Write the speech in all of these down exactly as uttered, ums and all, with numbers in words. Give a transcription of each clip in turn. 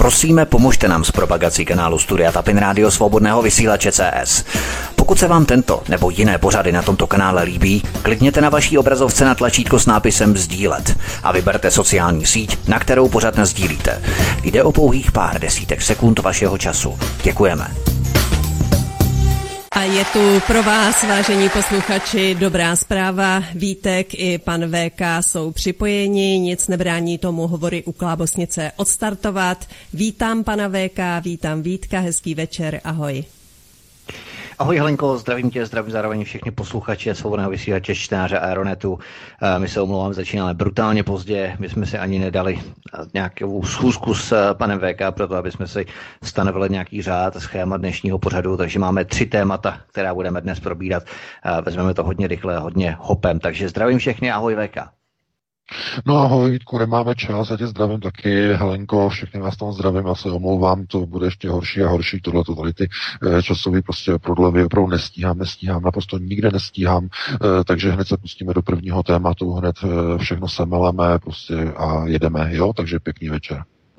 Prosíme, pomožte nám s propagací kanálu Studia Tapin Rádio Svobodného vysílače C S. Pokud se vám tento nebo jiné pořady na tomto kanále líbí, klikněte na vaší obrazovce na tlačítko s nápisem sdílet a vyberte sociální síť, na kterou pořad nasdílíte. Jde o pouhých pár desítek sekund vašeho času. Děkujeme. A je tu pro vás, vážení posluchači, dobrá zpráva. Vítek i pan V K jsou připojeni, nic nebrání tomu hovory u Klábosnice odstartovat. Vítám pana V K, vítám Vítka, hezký večer, ahoj. Ahoj Helenko, zdravím tě, zdravím zároveň všechny posluchače Svobodného vysílače, čtenáře Aeronetu. My se omlouvám, začínáme brutálně pozdě, my jsme si ani nedali nějakou schůzku s panem V K, proto aby jsme si stanovili nějaký řád, schéma dnešního pořadu, takže máme tři témata, která budeme dnes probírat. Vezmeme to hodně rychle, hodně hopem, takže zdravím všechny, ahoj V K. No ahoj, Vítku, nemáme čas, já tě zdravím taky, Helenko, všechny vás tam zdravím, já se omlouvám, to bude ještě horší a horší, tohleto tady ty časový prostě prodlevy, opravdu nestíhám, nestíhám, naprosto nikde nestíhám, takže hned se pustíme do prvního tématu, hned všechno semeleme prostě a jedeme, jo, takže pěkný večer.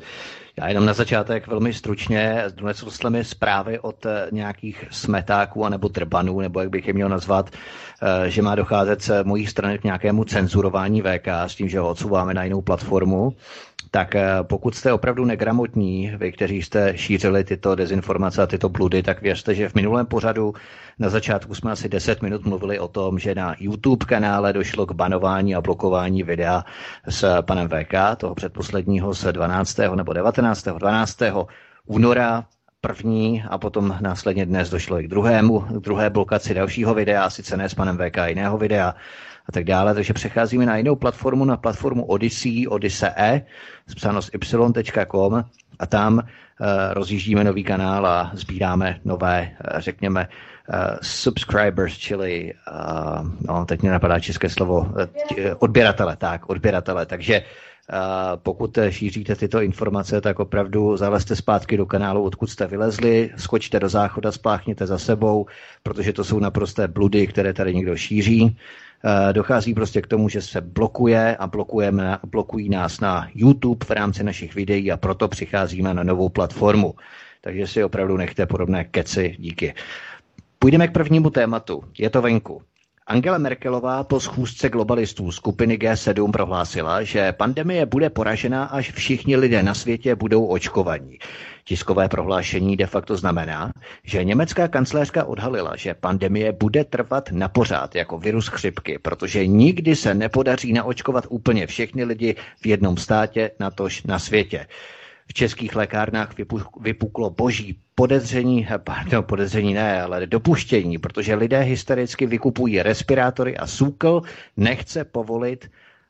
Já jenom na začátek velmi stručně, donesl mi zprávy od nějakých smetáků anebo trbanů, nebo jak bych je měl nazvat, že má docházet z mojí strany k nějakému cenzurování V K s tím, že ho odsouváme na jinou platformu. Tak pokud jste opravdu negramotní, vy, kteří jste šířili tyto dezinformace a tyto bludy, tak věřte, že v minulém pořadu na začátku jsme asi deset minut mluvili o tom, že na YouTube kanále došlo k banování a blokování videa s panem V K, toho předposledního z dvanáctého nebo devatenáctého dvanáctého února, první, a potom následně dnes došlo i k druhému, k druhé blokaci dalšího videa, sice ne s panem V K, jiného videa a tak dále, takže přecházíme na jinou platformu, na platformu Odyssey, Odyssey, spsáno s y tečka com, a tam uh, rozjíždíme nový kanál a sbíráme nové, uh, řekněme, uh, subscribers, čili, uh, no, teď mě napadá české slovo, uh, odběratele, tak, odběratele, takže uh, pokud šíříte tyto informace, tak opravdu zalezte zpátky do kanálu, odkud jste vylezli, skočte do záchoda, spláchněte za sebou, protože to jsou naprosté bludy, které tady někdo šíří. Dochází prostě k tomu, že se blokuje a blokujeme, blokují nás na YouTube v rámci našich videí a proto přicházíme na novou platformu. Takže si opravdu nechte podobné keci, díky. Půjdeme k prvnímu tématu. Je to venku. Angela Merkelová po schůzce globalistů skupiny G sedm prohlásila, že pandemie bude poražena, až všichni lidé na světě budou očkovaní. Tiskové prohlášení de facto znamená, že německá kancléřka odhalila, že pandemie bude trvat na pořád jako virus chřipky, protože nikdy se nepodaří naočkovat úplně všechny lidi v jednom státě, natož na světě. V českých lékárnách vypuklo boží podezření, pardon, podezření ne, ale dopuštění, protože lidé hystericky vykupují respirátory a SÚKL nechce povolit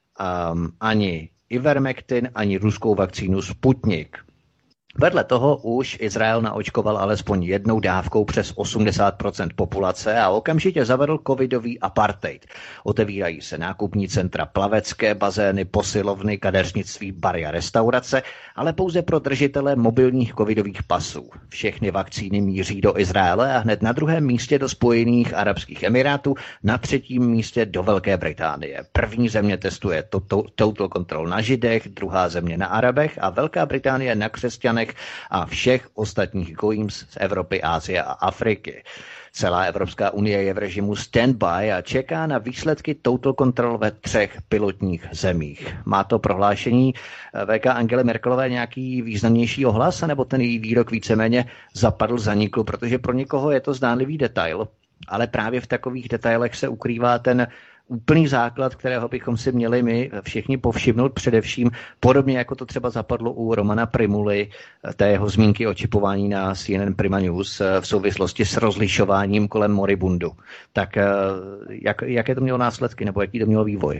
um, ani Ivermectin, ani ruskou vakcínu Sputnik. Vedle toho už Izrael naočkoval alespoň jednou dávkou přes osmdesát procent populace a okamžitě zavedl covidový apartheid. Otevírají se nákupní centra, plavecké bazény, posilovny, kadeřnictví, bary a restaurace, ale pouze pro držitele mobilních covidových pasů. Všechny vakcíny míří do Izraele a hned na druhém místě do Spojených arabských emirátů, na třetím místě do Velké Británie. První země testuje to, to, Total Control na Židech, druhá země na Arabech a Velká Británie na křesťanech a všech ostatních gojims z Evropy, Asie a Afriky. Celá Evropská unie je v režimu standby a čeká na výsledky Total Control ve třech pilotních zemích. Má to prohlášení V K Angely Merkelové nějaký významnější ohlas, nebo ten její výrok víceméně zapadl, zanikl, protože pro někoho je to zdánlivý detail, ale právě v takových detailech se ukrývá ten úplný základ, kterého bychom si měli my všichni povšimnout, především podobně jako to třeba zapadlo u Romana Primuly, té jeho zmínky o čipování na C N N Prima News v souvislosti s rozlišováním kolem moribundu. Tak jak, jaké to mělo následky, nebo jaký to mělo vývoj?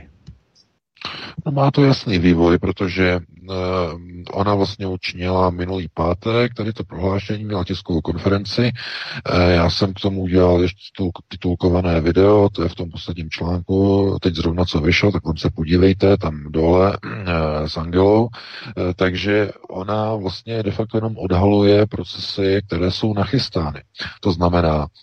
No, má to jasný vývoj, protože uh, ona vlastně učinila minulý pátek, tady to prohlášení, měla tiskovou konferenci. Uh, já jsem k tomu udělal ještě titulkované video, to je v tom posledním článku, teď zrovna co vyšlo, tak tam se podívejte, tam dole uh, s Angelou. Uh, takže ona vlastně de facto jenom odhaluje procesy, které jsou nachystány. To znamená, uh,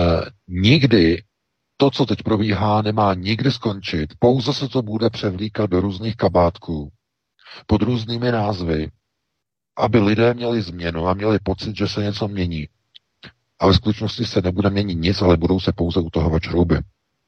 nikdy to, co teď probíhá, nemá nikdy skončit. Pouze se to bude převlíkat do různých kabátků pod různými názvy. aby lidé měli změnu a měli pocit, že se něco mění. A ve skutečnosti se nebude měnit nic, ale budou se pouze utahovat šrouby.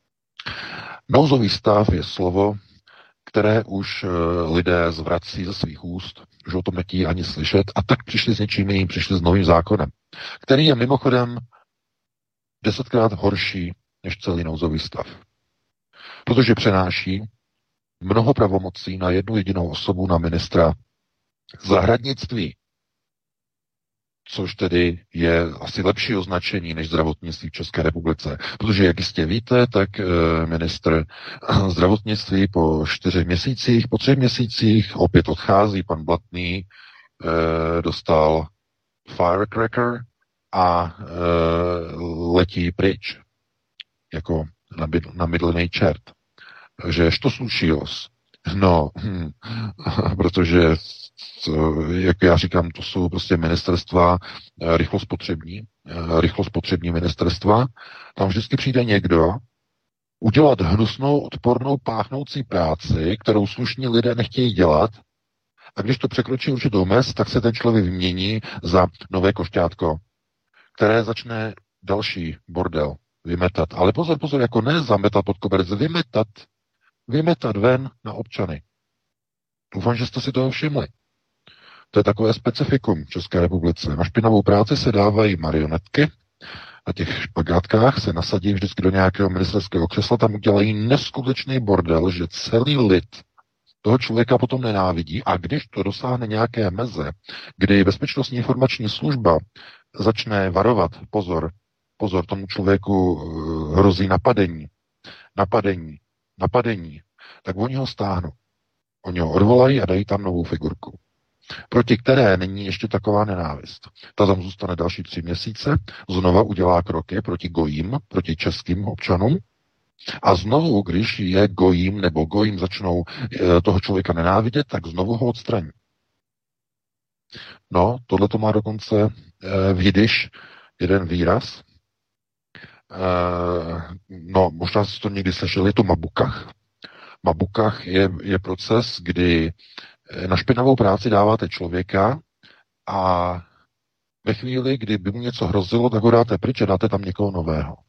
Nouzový stav je slovo, které už lidé zvrací ze svých úst, už o tom nechtějí ani slyšet, a tak přišli s něčím jiným, přišli s novým zákonem, který je mimochodem desetkrát horší než celý nouzový stav. Protože přenáší mnoho pravomocí na jednu jedinou osobu, na ministra zahradnictví, což tedy je asi lepší označení než zdravotnictví v České republice. Protože, jak jistě víte, tak ministr zdravotnictví po čtyřech měsících, po třech měsících opět odchází, pan Blatný dostal firecracker a letí pryč jako namydlený čert. Takže to slučilось. No, hm, protože, jak já říkám, to jsou prostě ministerstva rychlospotřební, rychlospotřební ministerstva. Tam vždycky přijde někdo udělat hnusnou, odpornou, páchnoucí práci, kterou slušní lidé nechtějí dělat, a když to překročí určitou mez, tak se ten člověk vymění za nové košťátko, které začne další bordel vymetat. Ale pozor, pozor, jako ne zametat pod koberec, vymetat, vymetat ven na občany. Doufám, že jste si toho všimli. To je takové specifikum v České republice. Na špinavou práci se dávají marionetky, na těch špagátkách se nasadí vždycky do nějakého ministerského křesla, tam udělají neskutečný bordel, že celý lid toho člověka potom nenávidí, a když to dosáhne nějaké meze, kdy bezpečnostní informační služba začne varovat, pozor, pozor, tomu člověku hrozí napadení, napadení, napadení, tak oni ho stáhnou. Oni ho odvolají a dají tam novou figurku, proti které není ještě taková nenávist. Ta tam zůstane další tři měsíce, znova udělá kroky proti gojím, proti českým občanům, a znovu, když je gojím nebo gojím začnou toho člověka nenávidět, tak znovu ho odstraní. No, tohle to má dokonce v jidiš jeden výraz. No, možná jste to někdy slyšeli, je to mabukach. Mabukach je, je proces, kdy na špinavou práci dáváte člověka a ve chvíli, kdy by mu něco hrozilo, tak ho dáte pryč a dáte tam někoho nového.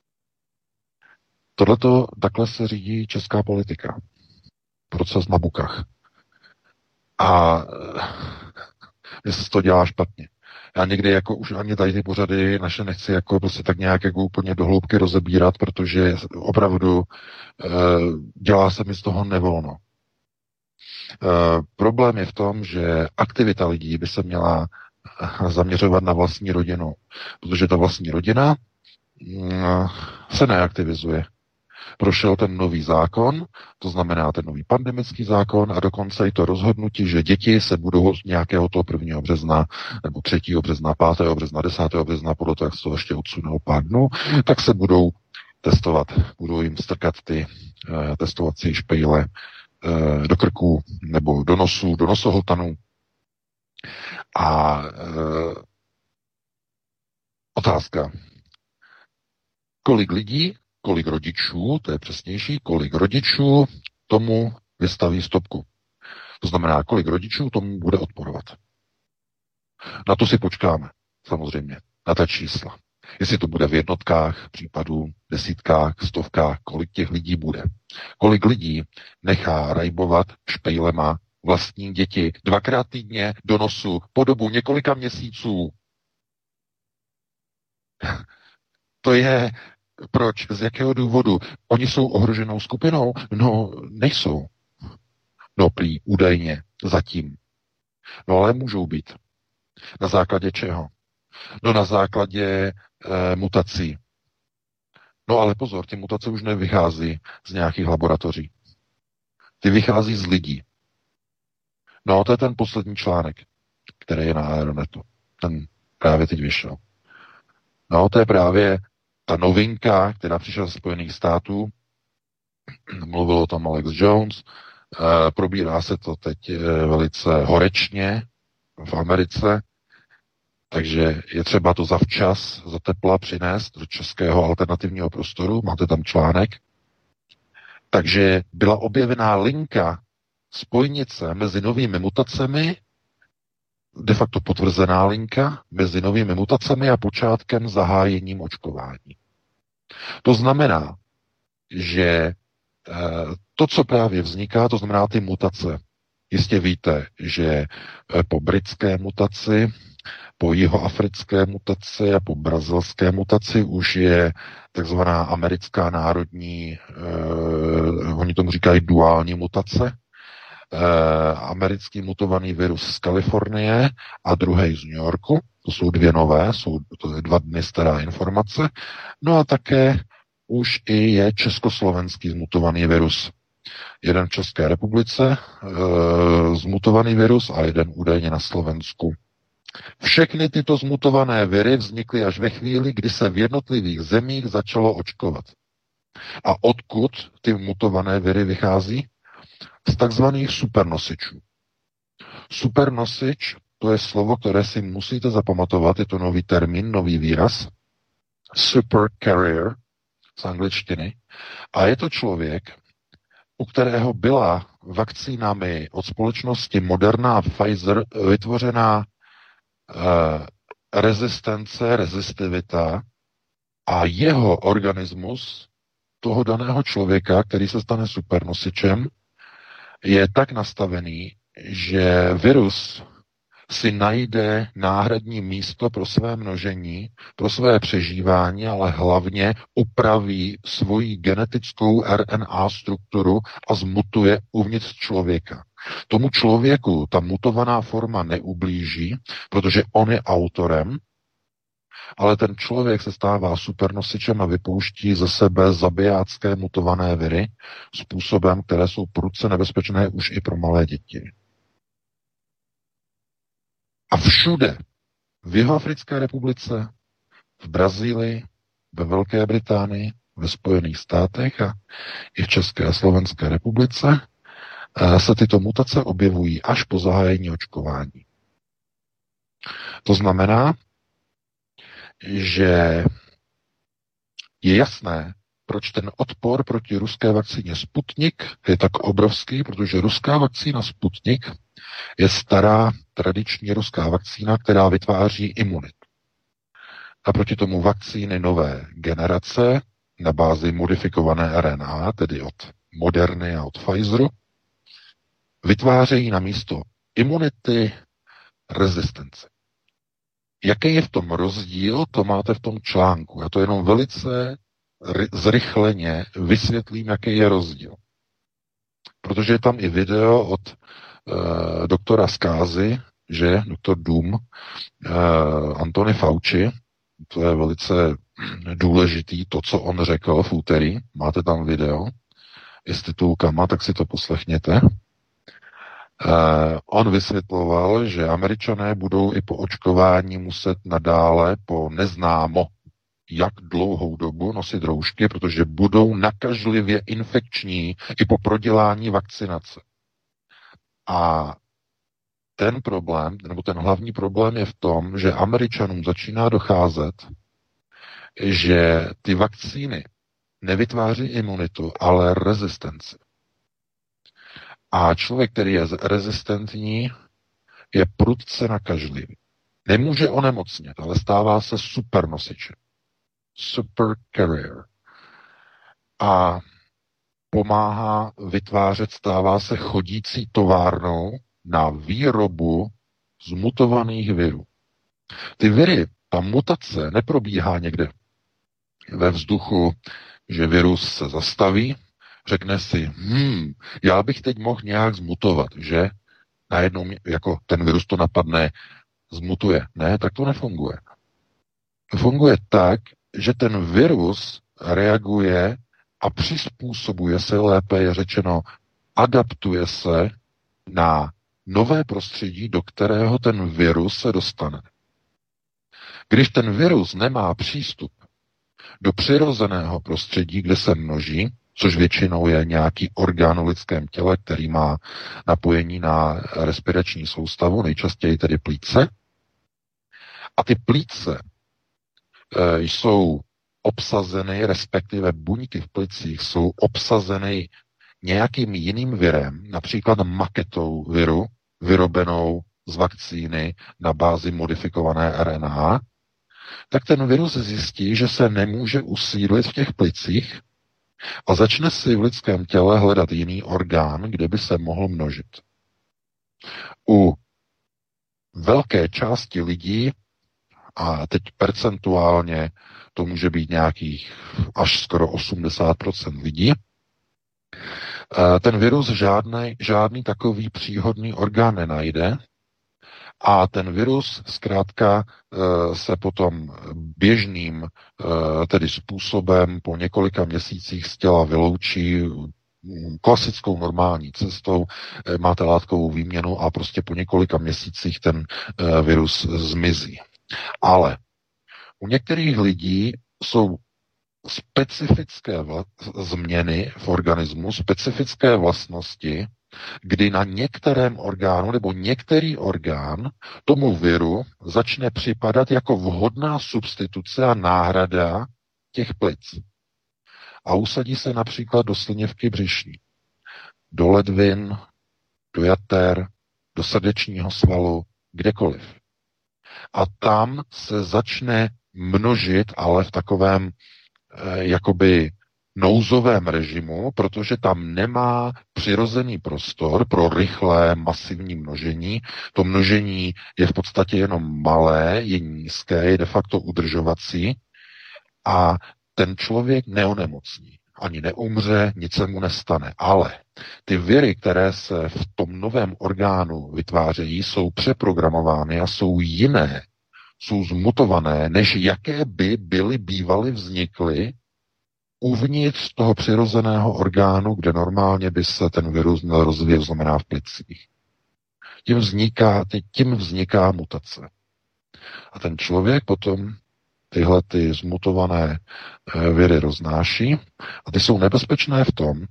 Tohleto, takhle se řídí česká politika. Proces mabukach. A že se to dělá špatně. Já někdy jako už ani tady ty pořady naše nechci jako prostě tak nějak jako úplně do hloubky rozebírat, protože opravdu e, dělá se mi z toho nevolno. E, problém je v tom, že aktivita lidí by se měla zaměřovat na vlastní rodinu, protože ta vlastní rodina mm, se neaktivizuje. Prošel ten nový zákon, to znamená ten nový pandemický zákon, a dokonce i to rozhodnutí, že děti se budou z nějakého toho prvního března nebo třetího března, pátého března, desátého března, podle toho, jak se to ještě odsunou pár dnů, tak se budou testovat. Budou jim strkat ty uh, testovací špejle uh, do krku nebo do nosu, do nosohltanů. A uh, otázka. Kolik lidí, kolik rodičů, to je přesnější, kolik rodičů tomu vystaví stopku. To znamená, kolik rodičů tomu bude odporovat. Na to si počkáme, samozřejmě, na ta čísla. Jestli to bude v jednotkách případů, desítkách, stovkách, kolik těch lidí bude. Kolik lidí nechá rajbovat špejlema vlastní děti dvakrát týdně do nosu po dobu několika měsíců. To je... Proč? Z jakého důvodu? Oni jsou ohroženou skupinou? No, nejsou. No, prý, údajně, zatím. No, ale můžou být. Na základě čeho? No, na základě e, mutací. No, ale pozor, ty mutace už nevychází z nějakých laboratoří. Ty vychází z lidí. No, to je ten poslední článek, který je na Aeronetu. Ten právě teď vyšel. No, to je právě ta novinka, která přišla ze Spojených států, mluvil o tom Alex Jones, probírá se to teď velice horečně v Americe, takže je třeba to zavčas, za tepla přinést do českého alternativního prostoru, máte tam článek. Takže byla objevená linka spojnice mezi novými mutacemi de facto potvrzená linka mezi novými mutacemi a počátkem zahájením očkování. To znamená, že to, co právě vzniká, to znamená ty mutace. Jistě víte, že po britské mutaci, po jihoafrické mutaci a po brazilské mutaci už je takzvaná americká národní, eh, oni tomu říkají duální mutace, eh, americký mutovaný virus z Kalifornie a druhý z New Yorku. To jsou dvě nové, jsou to je dva dny stará informace. No a také už i je československý zmutovaný virus. Jeden v České republice e, zmutovaný virus a jeden údajně na Slovensku. Všechny tyto zmutované viry vznikly až ve chvíli, kdy se v jednotlivých zemích začalo očkovat. A odkud ty mutované viry vychází? Z takzvaných supernosičů. Supernosič, to je slovo, které si musíte zapamatovat, je to nový termín, nový výraz. Super carrier z angličtiny. A je to člověk, u kterého byla vakcínami od společnosti Moderna a Pfizer vytvořená eh, rezistence, rezistivita a jeho organismus toho daného člověka, který se stane supernosičem, je tak nastavený, že virus si najde náhradní místo pro své množení, pro své přežívání, ale hlavně upraví svoji genetickou R N A strukturu a zmutuje uvnitř člověka. Tomu člověku ta mutovaná forma neublíží, protože on je autorem, ale ten člověk se stává supernosičem a vypouští ze sebe zabijácké mutované viry způsobem, které jsou prudce nebezpečné už i pro malé děti. A všude, v Jihoafrické republice, v Brazílii, ve Velké Británii, ve Spojených státech a i v České a Slovenské republice se tyto mutace objevují až po zahájení očkování. To znamená, že je jasné, proč ten odpor proti ruské vakcíně Sputnik je tak obrovský, protože ruská vakcína Sputnik je stará tradiční ruská vakcína, která vytváří imunitu. A proti tomu vakcíny nové generace na bázi modifikované R N A, tedy od Moderny a od Pfizeru, vytvářejí na místo imunity rezistenci. Jaký je v tom rozdíl, to máte v tom článku. Já to jenom velice zrychleně vysvětlím, jaký je rozdíl. Protože je tam i video od uh, doktora Zkázy, že, doktor Dům, uh, Antony Fauci, to je velice důležitý, to, co on řekl v úterý, máte tam video, i s titulkama, tak si to poslechněte. Uh, on vysvětloval, že Američané budou i po očkování muset nadále po neznámo jak dlouhou dobu nosit roušky, protože budou nakažlivě infekční i po prodělání vakcinace. A ten problém, nebo ten hlavní problém je v tom, že Američanům začíná docházet, že ty vakcíny nevytváří imunitu, ale rezistenci. A člověk, který je rezistentní, je prudce nakažlivý. Nemůže onemocnět, ale stává se supernosičem. Super carrier. A pomáhá vytvářet, stává se chodící továrnou na výrobu zmutovaných virů. Ty viry, ta mutace neprobíhá někde ve vzduchu, že virus se zastaví, řekne si, hm, já bych teď mohl nějak zmutovat, že? Najednou jako ten virus to napadne, zmutuje. Ne, tak to nefunguje. To funguje tak, že ten virus reaguje a přizpůsobuje se, lépe je řečeno, adaptuje se na nové prostředí, do kterého ten virus se dostane. Když ten virus nemá přístup do přirozeného prostředí, kde se množí, což většinou je nějaký orgán v lidském těle, který má napojení na respirační soustavu, nejčastěji tedy plíce. A ty plíce e, jsou obsazeny, respektive buňky v plicích jsou obsazeny nějakým jiným virem, například maketou viru, vyrobenou z vakcíny na bázi modifikované R N A, tak ten virus zjistí, že se nemůže usídlit v těch plicích a začne si v lidském těle hledat jiný orgán, kde by se mohl množit. U velké části lidí, a teď percentuálně to může být nějakých až skoro osmdesát procent lidí, ten virus žádný, žádný takový příhodný orgán nenajde a ten virus zkrátka se potom běžným tedy způsobem po několika měsících z těla vyloučí klasickou normální cestou, máte látkovou výměnu a prostě po několika měsících ten virus zmizí. Ale u některých lidí jsou specifické vla- změny v organismu, specifické vlastnosti, kdy na některém orgánu nebo některý orgán tomu viru začne připadat jako vhodná substituce a náhrada těch plic. A usadí se například do slinivky břišní, do ledvin, do jater, do srdečního svalu, kdekoliv. A tam se začne množit, ale v takovém eh, jakoby nouzovém režimu, protože tam nemá přirozený prostor pro rychlé masivní množení. To množení je v podstatě jenom malé, je nízké, je de facto udržovací a ten člověk neonemocní, ani neumře, nic se mu nestane. Ale ty viry, které se v tom novém orgánu vytvářejí, jsou přeprogramovány a jsou jiné, jsou zmutované, než jaké by byly bývaly vznikly uvnitř toho přirozeného orgánu, kde normálně by se ten virus měl rozvíjet, znamená v plicích. Tím vzniká, tím vzniká mutace. A ten člověk potom tyhle ty zmutované viry roznáší a ty jsou nebezpečné v tom,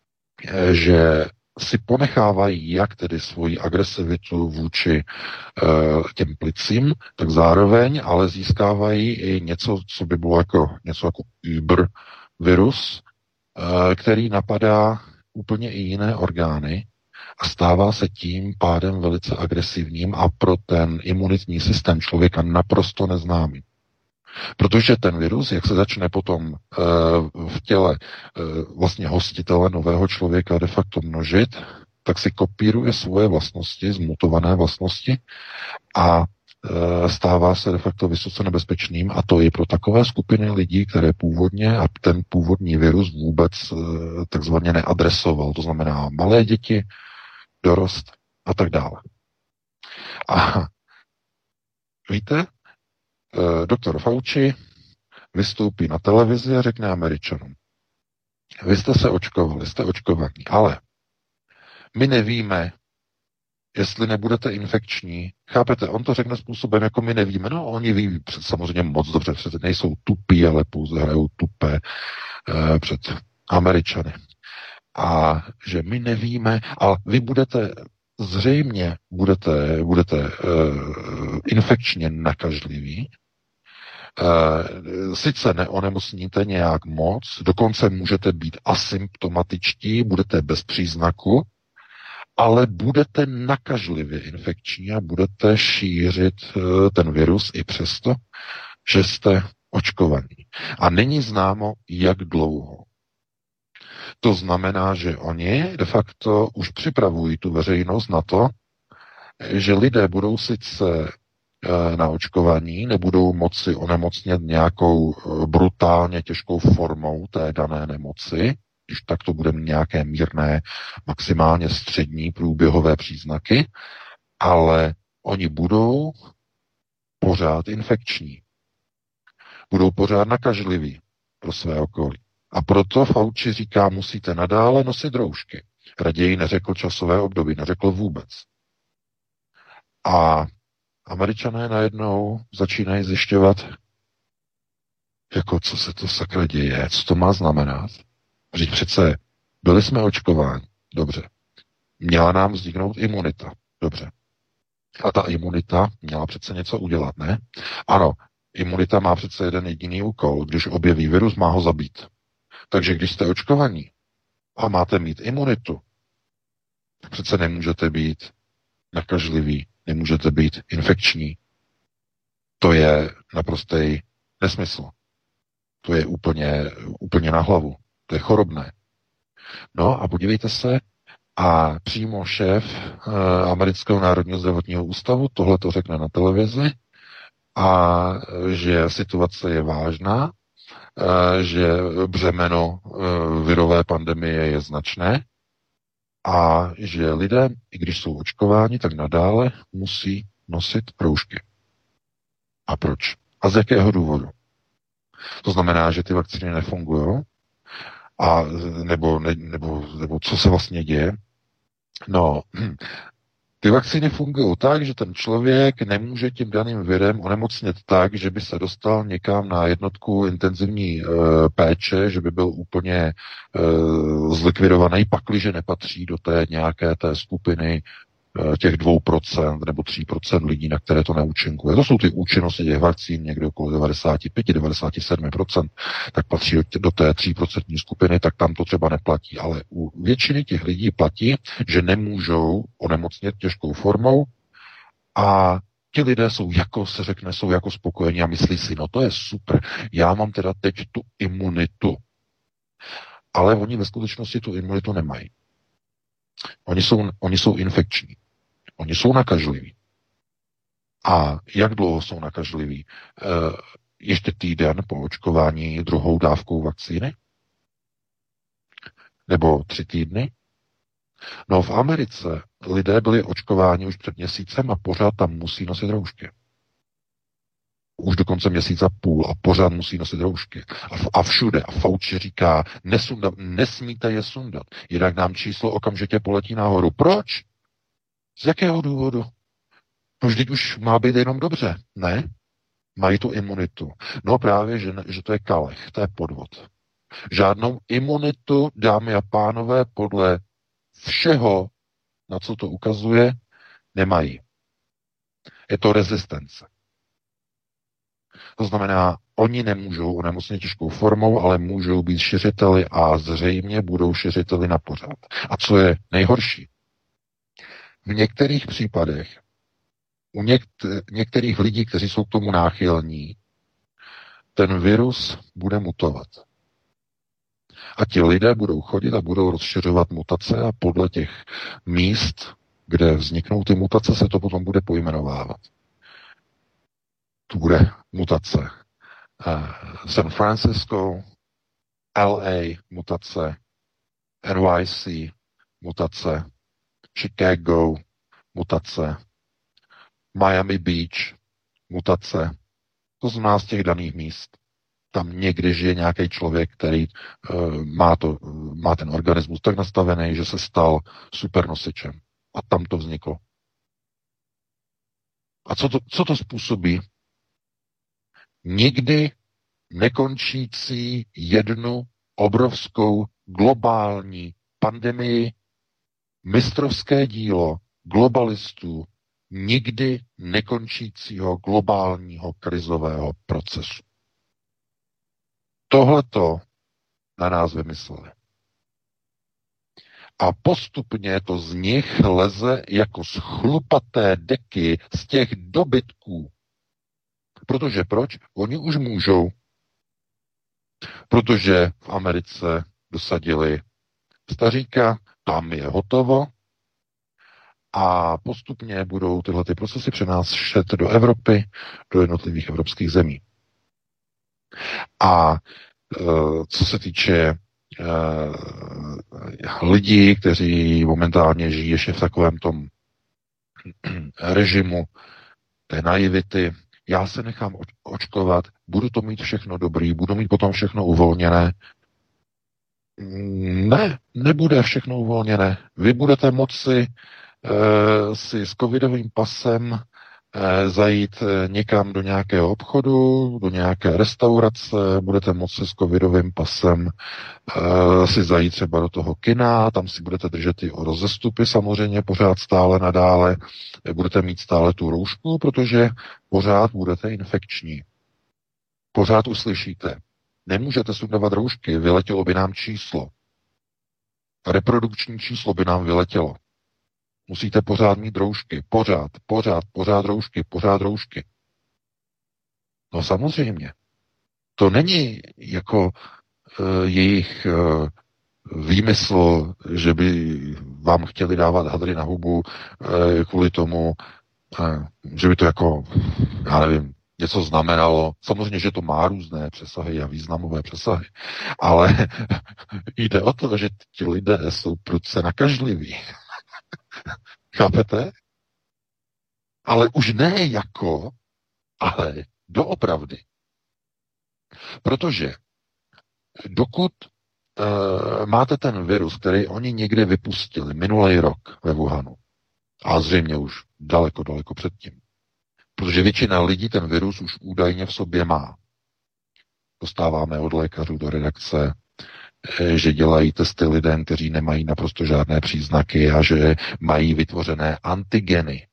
že si ponechávají jak tedy svoji agresivitu vůči těm plicím, tak zároveň ale získávají i něco, co by bylo jako něco jako Uber virus, který napadá úplně i jiné orgány a stává se tím pádem velice agresivním a pro ten imunitní systém člověka naprosto neznámý. Protože ten virus, jak se začne potom e, v těle e, vlastně hostitele nového člověka de facto množit, tak si kopíruje svoje vlastnosti, zmutované vlastnosti a e, stává se de facto vysoce nebezpečným a to i pro takové skupiny lidí, které původně a ten původní virus vůbec e, takzvaně neadresoval. To znamená malé děti, dorost a tak dále. A víte, doktor Fauci vystoupí na televizi a řekne Američanům: vy jste se očkovali, jste očkovaní, ale my nevíme, jestli nebudete infekční. Chápete? On to řekne způsobem, jako my nevíme. No, oni ví samozřejmě moc dobře, přece nejsou tupí, ale pouze hrajou tupé eh, před Američany. A že my nevíme, ale vy budete zřejmě budete, budete uh, infekčně nakažliví, uh, sice neonemocníte nějak moc, dokonce můžete být asymptomatičtí, budete bez příznaku, ale budete nakažlivě infekční a budete šířit uh, ten virus i přesto, že jste očkovaní. A není známo, jak dlouho. To znamená, že oni de facto už připravují tu veřejnost na to, že lidé budou sice e, na očkovaní, nebudou moci onemocnět nějakou e, brutálně těžkou formou té dané nemoci, když tak to bude nějaké mírné, maximálně střední průběhové příznaky, ale oni budou pořád infekční. Budou pořád nakažliví pro své okolí. A proto Fauci říká, musíte nadále nosit roušky. Raději neřekl časové období, neřekl vůbec. A Američané najednou začínají zjišťovat, jako co se to sakra děje, co to má znamenat. Říct přece, byli jsme očkováni, dobře. Měla nám vzniknout imunita, dobře. A ta imunita měla přece něco udělat, ne? Ano, imunita má přece jeden jediný úkol. Když objeví virus, má ho zabít. Takže když jste očkovaní a máte mít imunitu, přece nemůžete být nakažliví nemůžete být infekční. To je naprostý nesmysl. To je úplně, úplně na hlavu. To je chorobné. No a podívejte se, a přímo šéf eh, Amerického národního zdravotního ústavu tohle to řekne na televizi, a že situace je vážná, eh, že břemeno eh, virové pandemie je značné a že lidé, i když jsou očkováni, tak nadále musí nosit roušky. A proč? A z jakého důvodu? To znamená, že ty vakcíny nefungují? A nebo, ne, nebo, nebo co se vlastně děje? No, ty vakcíny fungují tak, že ten člověk nemůže tím daným virem onemocnit tak, že by se dostal někam na jednotku intenzivní e, péče, že by byl úplně e, zlikvidovaný, pakliže nepatří do té nějaké té skupiny e, těch dvou procent nebo tří procent lidí, na které to neúčinkuje. To jsou ty účinnosti těch vakcín někde okolo devadesát pět až devadesát sedm procent, tak patří do té tří procentní skupiny, tak tam to třeba neplatí. Ale u většiny těch lidí platí, že nemůžou onemocnit těžkou formou a ti lidé jsou, jako se řekne, jsou jako spokojení a myslí si, no to je super, já mám teda teď tu imunitu. Ale oni ve skutečnosti tu imunitu nemají. Oni jsou, oni jsou infekční. Oni jsou nakažliví. A jak dlouho jsou nakažliví? E, ještě týden po očkování druhou dávkou vakcíny? Nebo tři týdny? No v Americe lidé byli očkováni už před měsícem a pořád tam musí nosit roušky. Už do konce měsíce a půl a pořád musí nosit roušky. A, v, a všude. A Fauci říká, nesunda, nesmíte je sundat. Jinak nám číslo okamžitě poletí nahoru. Proč? Z jakého důvodu? No vždyť už má být jenom dobře. Ne? Mají tu imunitu. No právě, že, ne, že to je kalech, to je podvod. Žádnou imunitu, dámy a pánové, podle všeho, na co to ukazuje, nemají. Je to rezistence. To znamená, oni nemůžou onemocnit těžkou formou, ale můžou být šiřiteli a zřejmě budou šiřiteli na pořád. A co je nejhorší? V některých případech u někt- některých lidí, kteří jsou k tomu náchylní, ten virus bude mutovat. A ti lidé budou chodit a budou rozšiřovat mutace a podle těch míst, kde vzniknou ty mutace, se to potom bude pojmenovávat. Tu bude mutace uh, San Francisco, L A mutace, N Y C mutace, Chicago mutace, Miami Beach mutace. To znamená z těch daných míst. Tam někdy žije nějaký člověk, který uh, má, to, uh, má ten organismus tak nastavený, že se stal supernosičem. A tam to vzniklo. A co to, co to způsobí? Nikdy nekončící jednu obrovskou globální pandemii, mistrovské dílo globalistů, nikdy nekončícího globálního krizového procesu. Tohleto na nás vymysleli. A postupně to z nich leze jako z chlupaté deky z těch dobytků. Protože proč? Oni už můžou. Protože v Americe dosadili staříka, tam je hotovo a postupně budou tyhle ty procesy přenášet do Evropy, do jednotlivých evropských zemí. A e, co se týče e, lidí, kteří momentálně žijí ještě v takovém tom režimu té naivity, já se nechám očkovat, budu to mít všechno dobrý, budu mít potom všechno uvolněné. Ne, nebude všechno uvolněné. Vy budete moci e, si s covidovým pasem e, zajít někam do nějakého obchodu, do nějaké restaurace, budete moci s covidovým pasem e, si zajít třeba do toho kina, tam si budete držet i o rozestupy samozřejmě pořád stále nadále, budete mít stále tu roušku, protože pořád budete infekční. Pořád uslyšíte. Nemůžete sundávat roušky, vyletělo by nám číslo. Reprodukční číslo by nám vyletělo. Musíte pořád mít roušky. Pořád, pořád, pořád roušky, pořád roušky. No samozřejmě. To není jako uh, jejich uh, výmysl, že by vám chtěli dávat hadry na hubu uh, kvůli tomu, uh, že by to jako, já nevím, něco znamenalo. Samozřejmě, že to má různé přesahy a významové přesahy, ale jde o to, že ti lidé jsou prudce nakažliví. Chápete? Ale už ne jako, ale doopravdy. Protože dokud uh, máte ten virus, který oni někde vypustili minulý rok ve Wuhanu, a zřejmě už daleko, daleko předtím, protože většina lidí ten virus už údajně v sobě má. Dostáváme od lékařů do redakce, že dělají testy lidem, kteří nemají naprosto žádné příznaky a že mají vytvořené antigeny.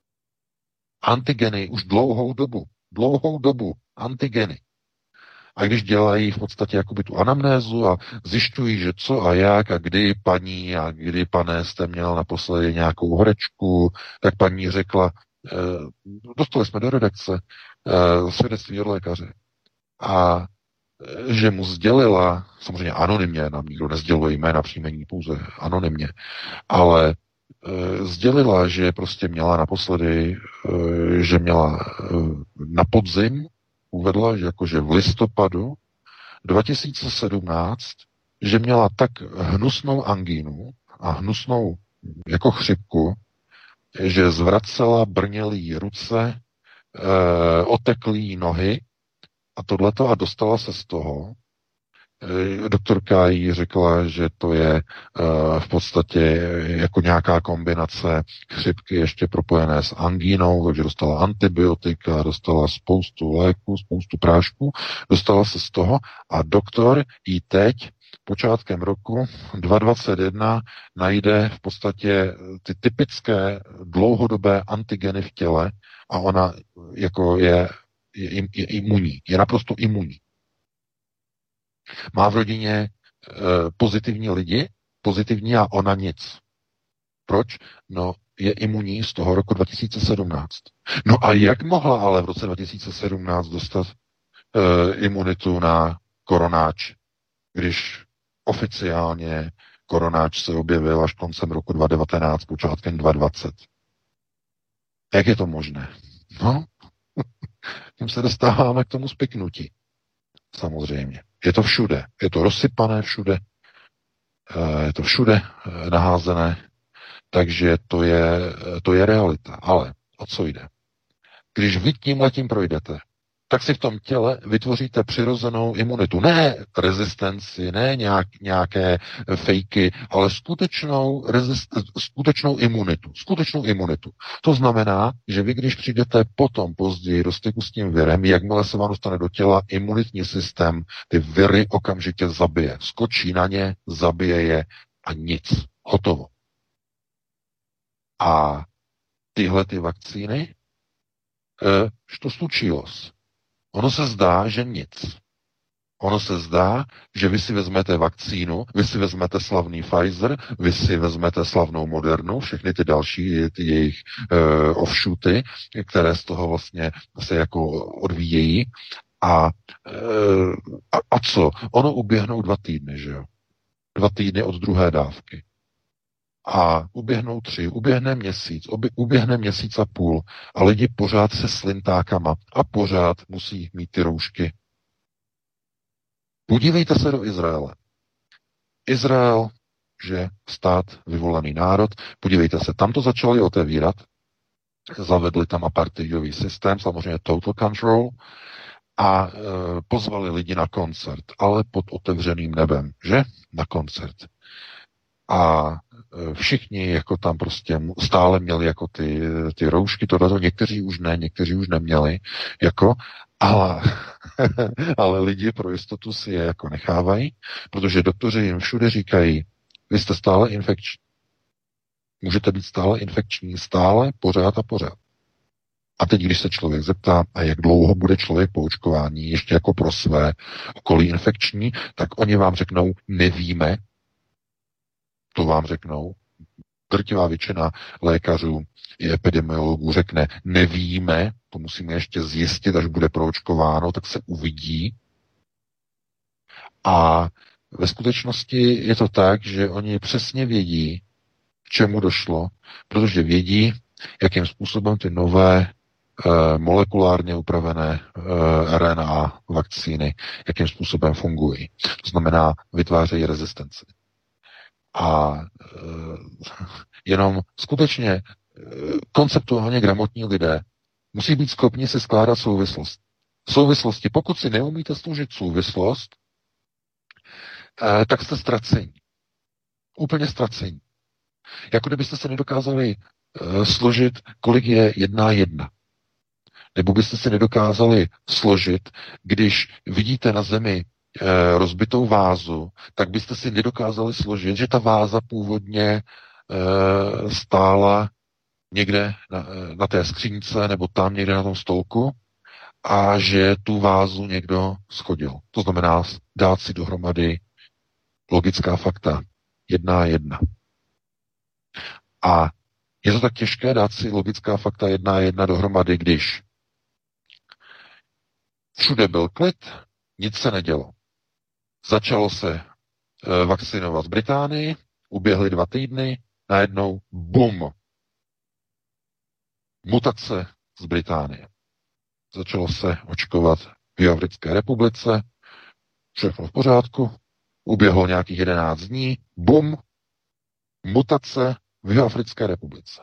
Antigeny už dlouhou dobu. Dlouhou dobu. Antigeny. A když dělají v podstatě jakoby tu anamnézu a zjišťují, že co a jak a kdy paní a kdy pane jste měl naposledy nějakou horečku, tak paní řekla, eh, dostali jsme do redakce eh, svědectví od lékaře. A že mu sdělila, samozřejmě anonymně, nám nikdo nesděluje jména, příjmení, pouze anonymně, ale e, sdělila, že prostě měla naposledy, e, že měla e, na podzim, uvedla, že jakože v listopadu dva tisíce sedmnáct, že měla tak hnusnou angínu a hnusnou jako chřipku, že zvracela brnělý ruce, e, oteklý nohy, a tohleto a dostala se z toho. Doktorka jí řekla, že to je uh, v podstatě jako nějaká kombinace chřipky ještě propojené s angínou, takže dostala antibiotika, dostala spoustu léků, spoustu prášků, dostala se z toho a doktor jí teď počátkem roku dva tisíce dvacet jedna najde v podstatě ty typické dlouhodobé antigeny v těle a ona jako je Je, je imunní, je naprosto imunní. Má v rodině e, pozitivní lidi, pozitivní a ona nic. Proč? No, je imunní z toho roku dva tisíce sedmnáct. No a jak mohla ale v roce dva tisíce sedmnáct dostat e, imunitu na koronáč, když oficiálně koronáč se objevil až koncem roku dva tisíce devatenáct, počátkem dva tisíce dvacet. Jak je to možné? No, tím se dostáváme k tomu spiknutí. Samozřejmě. Je to všude. Je to rozsypané všude. Je to všude naházené. Takže to je, to je realita. Ale o co jde? Když vy tímhletím projdete, tak si v tom těle vytvoříte přirozenou imunitu. Ne rezistenci, ne nějak, nějaké fejky, ale skutečnou, rezist, skutečnou imunitu. Skutečnou imunitu. To znamená, že vy, když přijdete potom později do styku s tím virem, jakmile se vám dostane do těla, imunitní systém ty viry okamžitě zabije. Skočí na ně, zabije je a nic. Hotovo. A tyhle ty vakcíny, eh, to slučílos. Ono se zdá, že nic. Ono se zdá, že vy si vezmete vakcínu, vy si vezmete slavný Pfizer, vy si vezmete slavnou Modernu, všechny ty další, ty jejich uh, offshooty, které z toho vlastně se jako odvíjejí. A, uh, a, a co? Ono uběhnou dva týdny, že jo? Dva týdny od druhé dávky. A uběhnou tři, uběhne měsíc, obě, uběhne měsíc a půl a lidi pořád se slintákama a pořád musí mít ty roušky. Podívejte se do Izraele. Izrael, že stát, vyvolený národ, podívejte se, tam to začali otevírat, zavedli tam apartheidový systém, samozřejmě total control, a e, pozvali lidi na koncert, ale pod otevřeným nebem, že? Na koncert. A všichni jako tam prostě stále měli jako ty, ty roušky, tohleto, někteří už ne, někteří už neměli, jako, ale, ale lidi pro jistotu si je jako nechávají, protože doktoři jim všude říkají, vy jste stále infekční. Můžete být stále infekční, stále, pořád a pořád. A teď, když se člověk zeptá, a jak dlouho bude člověk po očkování, ještě jako pro své okolí infekční, tak oni vám řeknou, nevíme, to vám řeknou, drtivá většina lékařů i epidemiologů řekne, nevíme, to musíme ještě zjistit, až bude proočkováno, tak se uvidí. A ve skutečnosti je to tak, že oni přesně vědí, k čemu došlo, protože vědí, jakým způsobem ty nové e, molekulárně upravené e, R N A vakcíny, jakým způsobem fungují. To znamená, vytvářejí rezistenci. A e, jenom skutečně e, konceptuálně gramotní lidé musí být schopni si skládat souvislost. Souvislosti. Pokud si neumíte složit souvislost, e, tak jste ztracení. Úplně ztracení. Jako kdybyste se nedokázali e, složit, kolik je jedna jedna. Nebo byste si nedokázali složit, když vidíte na zemi e, rozbitou vázu, tak byste si nedokázali složit, že ta váza původně e, stála někde na, na té skřínce nebo tam někde na tom stolku a že tu vázu někdo shodil. To znamená dát si dohromady logická fakta. Jedna a jedna. A je to tak těžké dát si logická fakta jedna a jedna dohromady, když všude byl klid, nic se nedělo. Začalo se e, vakcinovat v Británii, uběhly dva týdny, najednou bum. Mutace z Británie. Začalo se očkovat v Jihoafrické republice, všechno v pořádku, uběhlo nějakých jedenáct dní, bum, mutace v Jihoafrické republice.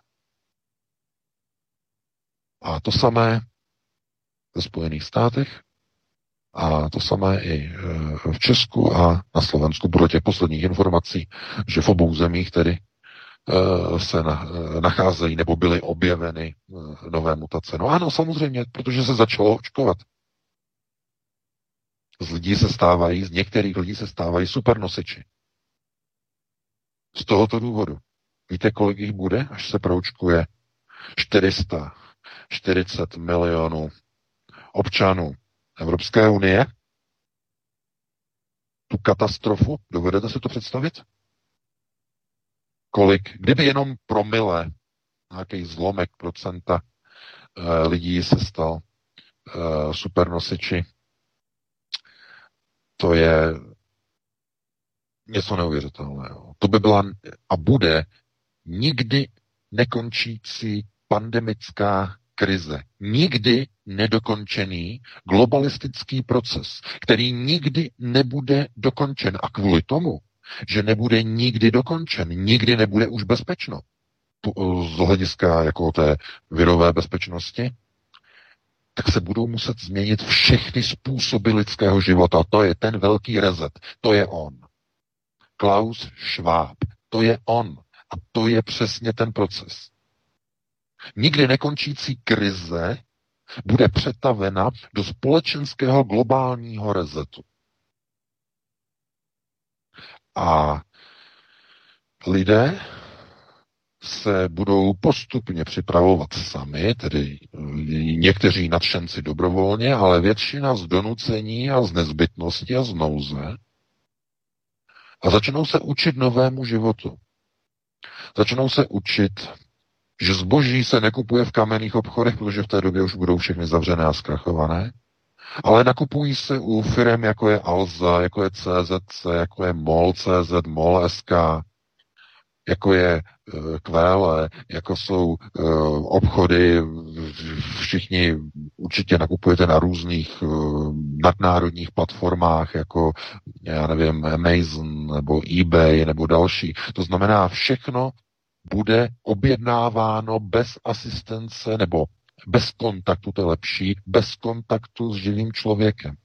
A to samé ve Spojených státech a to samé i v Česku a na Slovensku. Podle těch posledních informací, že v obou zemích tedy se nacházejí nebo byly objeveny nové mutace. No ano, samozřejmě, protože se začalo očkovat. Z lidí se stávají, z některých lidí se stávají supernosiči. Z tohoto důvodu. Víte, kolik jich bude, až se proočkuje čtyři sta čtyřicet milionů občanů Evropské unie? Tu katastrofu, dovedete si to představit? Kolik, kdyby jenom promile, nějaký zlomek procenta e, lidí se stal e, supernosiči, to je něco neuvěřitelného. To by byla a bude nikdy nekončící pandemická krize. Nikdy nedokončený globalistický proces, který nikdy nebude dokončen. A kvůli tomu, že nebude nikdy dokončen, nikdy nebude už bezpečno. Z hlediska jako té virové bezpečnosti, tak se budou muset změnit všechny způsoby lidského života. To je ten velký rezet. To je on. Klaus Schwab. To je on. A to je přesně ten proces. Nikdy nekončící krize bude přetavena do společenského globálního rezetu. A lidé se budou postupně připravovat sami, tedy někteří nadšenci dobrovolně, ale většina z donucení a z nezbytnosti a z nouze. A začnou se učit novému životu. Začnou se učit, že zboží se nekupuje v kamenných obchodech, protože v té době už budou všechny zavřené a zkrachované, ale nakupují se u firem, jako je Alza, jako je C Z C, jako je MOL tečka cé zet, MOL tečka es ká, jako je Q L, jako jsou obchody, všichni určitě nakupujete na různých nadnárodních platformách, jako, já nevím, Amazon, nebo eBay, nebo další. To znamená, všechno bude objednáváno bez asistence, nebo bez kontaktu, to je lepší, bez kontaktu s živým člověkem.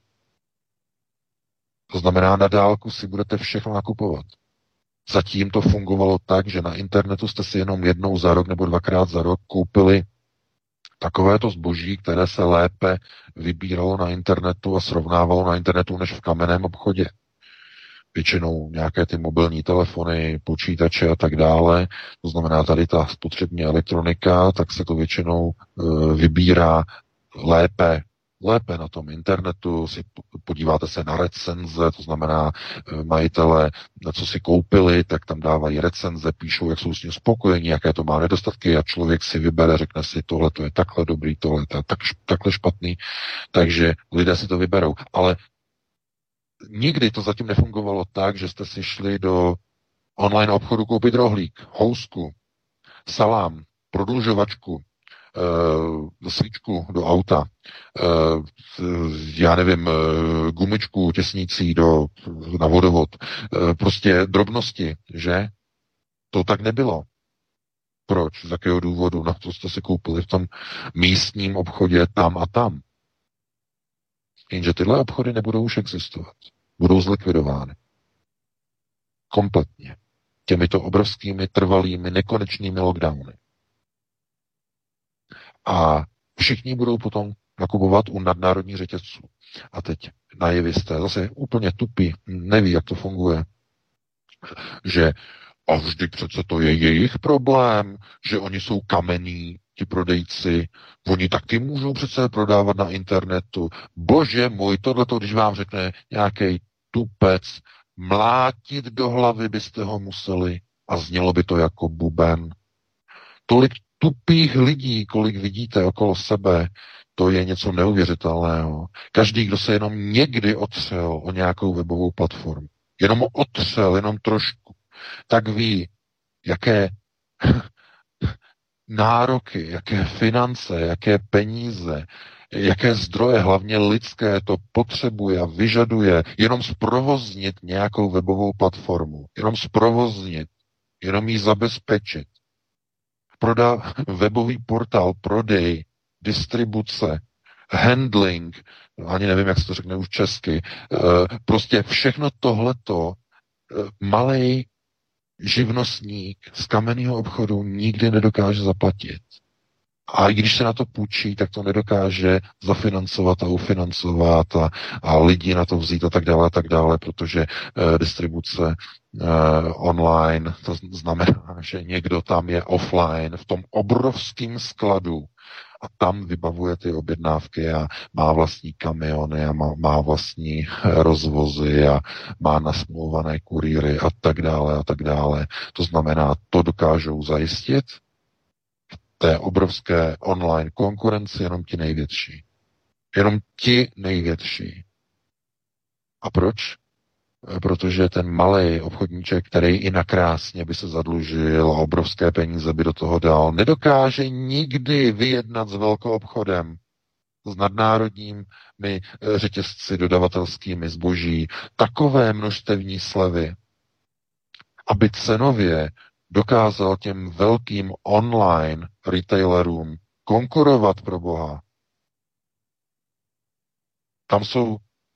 To znamená, na dálku si budete všechno nakupovat. Zatím to fungovalo tak, že na internetu jste si jenom jednou za rok nebo dvakrát za rok koupili takovéto zboží, které se lépe vybíralo na internetu a srovnávalo na internetu než v kamenném obchodě. Většinou nějaké ty mobilní telefony, počítače a tak dále. To znamená tady ta spotřební elektronika, tak se to většinou e, vybírá lépe lépe na tom internetu, si podíváte se na recenze, to znamená majitele, na co si koupili, tak tam dávají recenze, píšou, jak jsou s tím spokojení, jaké to má nedostatky a člověk si vybere, řekne si, tohle to je takhle dobrý, tohle to je tak, takhle špatný, takže lidé si to vyberou. Ale nikdy to zatím nefungovalo tak, že jste si šli do online obchodu koupit rohlík, housku, salám, prodlužovačku, e, svíčku do auta, e, já nevím, e, gumičku těsnící do, na vodovod, e, prostě drobnosti, že? To tak nebylo. Proč? Z jakého důvodu? Na to jste si koupili v tom místním obchodě tam a tam. Jenže tyhle obchody nebudou už existovat. Budou zlikvidovány. Kompletně. Těmito obrovskými, trvalými, nekonečnými lockdowny. A všichni budou potom nakupovat u nadnárodních řetězců. A teď naivisté, zase úplně tupí, neví, jak to funguje, že a vždyť přece to je jejich problém, že oni jsou kamení, ti prodejci, oni taky můžou přece prodávat na internetu. Bože můj, tohleto, když vám řekne nějaký tupec, mlátit do hlavy byste ho museli a znělo by to jako buben. Tolik tupých lidí, kolik vidíte okolo sebe, to je něco neuvěřitelného. Každý, kdo se jenom někdy otřel o nějakou webovou platformu, jenom otřel, jenom trošku, tak ví, jaké nároky, jaké finance, jaké peníze, jaké zdroje, hlavně lidské, to potřebuje a vyžaduje jenom zprovoznit nějakou webovou platformu, jenom zprovoznit, jenom ji zabezpečit. Prodá webový portál, prodej, distribuce, handling, ani nevím, jak se to řekne už česky, prostě všechno tohleto malej živnostník z kamenného obchodu nikdy nedokáže zaplatit. A i když se na to půjčí, tak to nedokáže zafinancovat a ufinancovat a, a lidi na to vzít a tak dále a tak dále, protože eh, distribuce eh, online, to znamená, že někdo tam je offline v tom obrovském skladu a tam vybavuje ty objednávky a má vlastní kamiony a má, má vlastní rozvozy a má nasmlouvané kurýry a tak dále a tak dále. To znamená, to dokážou zajistit té obrovské online konkurenci jenom ti největší. Jenom ti největší. A proč? Protože ten malý obchodníček, který i nakrásně by se zadlužil a obrovské peníze by do toho dal, nedokáže nikdy vyjednat s velkoobchodem, s nadnárodními řetězci dodavatelskými zboží, takové množstevní slevy, aby cenově dokázal těm velkým online retailerům konkurovat pro boha. Tam jsou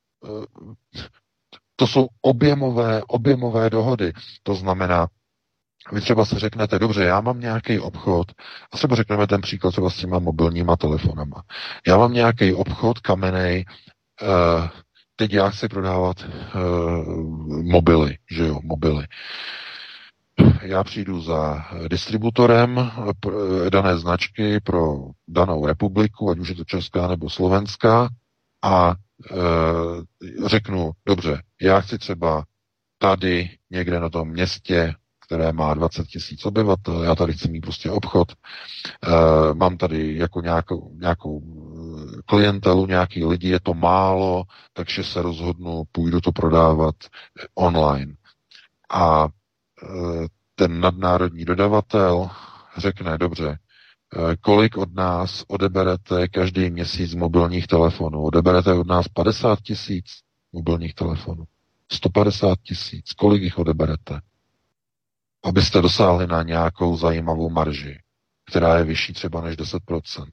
to jsou objemové, objemové dohody. To znamená, vy třeba se řeknete, dobře, já mám nějaký obchod, a třeba řekneme ten příklad třeba s těma mobilníma telefonama. Já mám nějaký obchod kamenej, uh, teď já chci prodávat uh, mobily, že jo, mobily. Já přijdu za distributorem dané značky pro danou republiku, ať už je to Česká nebo Slovenská, a e, řeknu, dobře, já chci třeba tady někde na tom městě, které má dvacet tisíc obyvatel, já tady chci mít prostě obchod, e, mám tady jako nějakou, nějakou klientelu, nějaký lidi, je to málo, takže se rozhodnu, půjdu to prodávat online. A ten nadnárodní dodavatel řekne, dobře, kolik od nás odeberete každý měsíc mobilních telefonů? Odeberete od nás padesát tisíc mobilních telefonů, sto padesát tisíc, kolik jich odeberete? Abyste dosáhli na nějakou zajímavou marži, která je vyšší třeba než deset procent.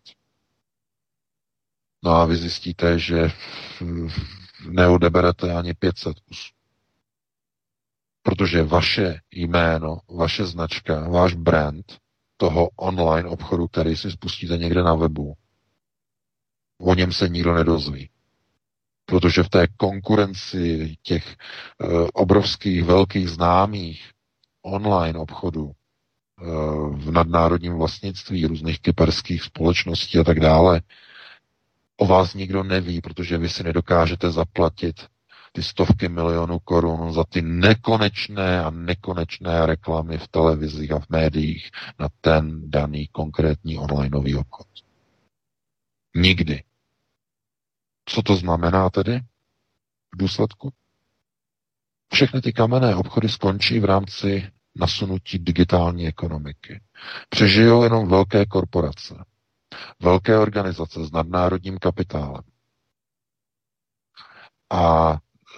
No a vy zjistíte, že neodeberete ani pět set kusů. Protože vaše jméno, vaše značka, váš brand toho online obchodu, který si spustíte někde na webu, o něm se nikdo nedozví. Protože v té konkurenci těch e, obrovských, velkých známých online obchodů e, v nadnárodním vlastnictví různých kyperských společností a tak dále, O vás nikdo neví, protože vy si nedokážete zaplatit ty stovky milionů korun za ty nekonečné a nekonečné reklamy v televizích a v médiích na ten daný konkrétní onlineový obchod. Nikdy. Co to znamená tedy v důsledku? Všechny ty kamenné obchody skončí v rámci nasunutí digitální ekonomiky. Přežijou jenom velké korporace, velké organizace s nadnárodním kapitálem. A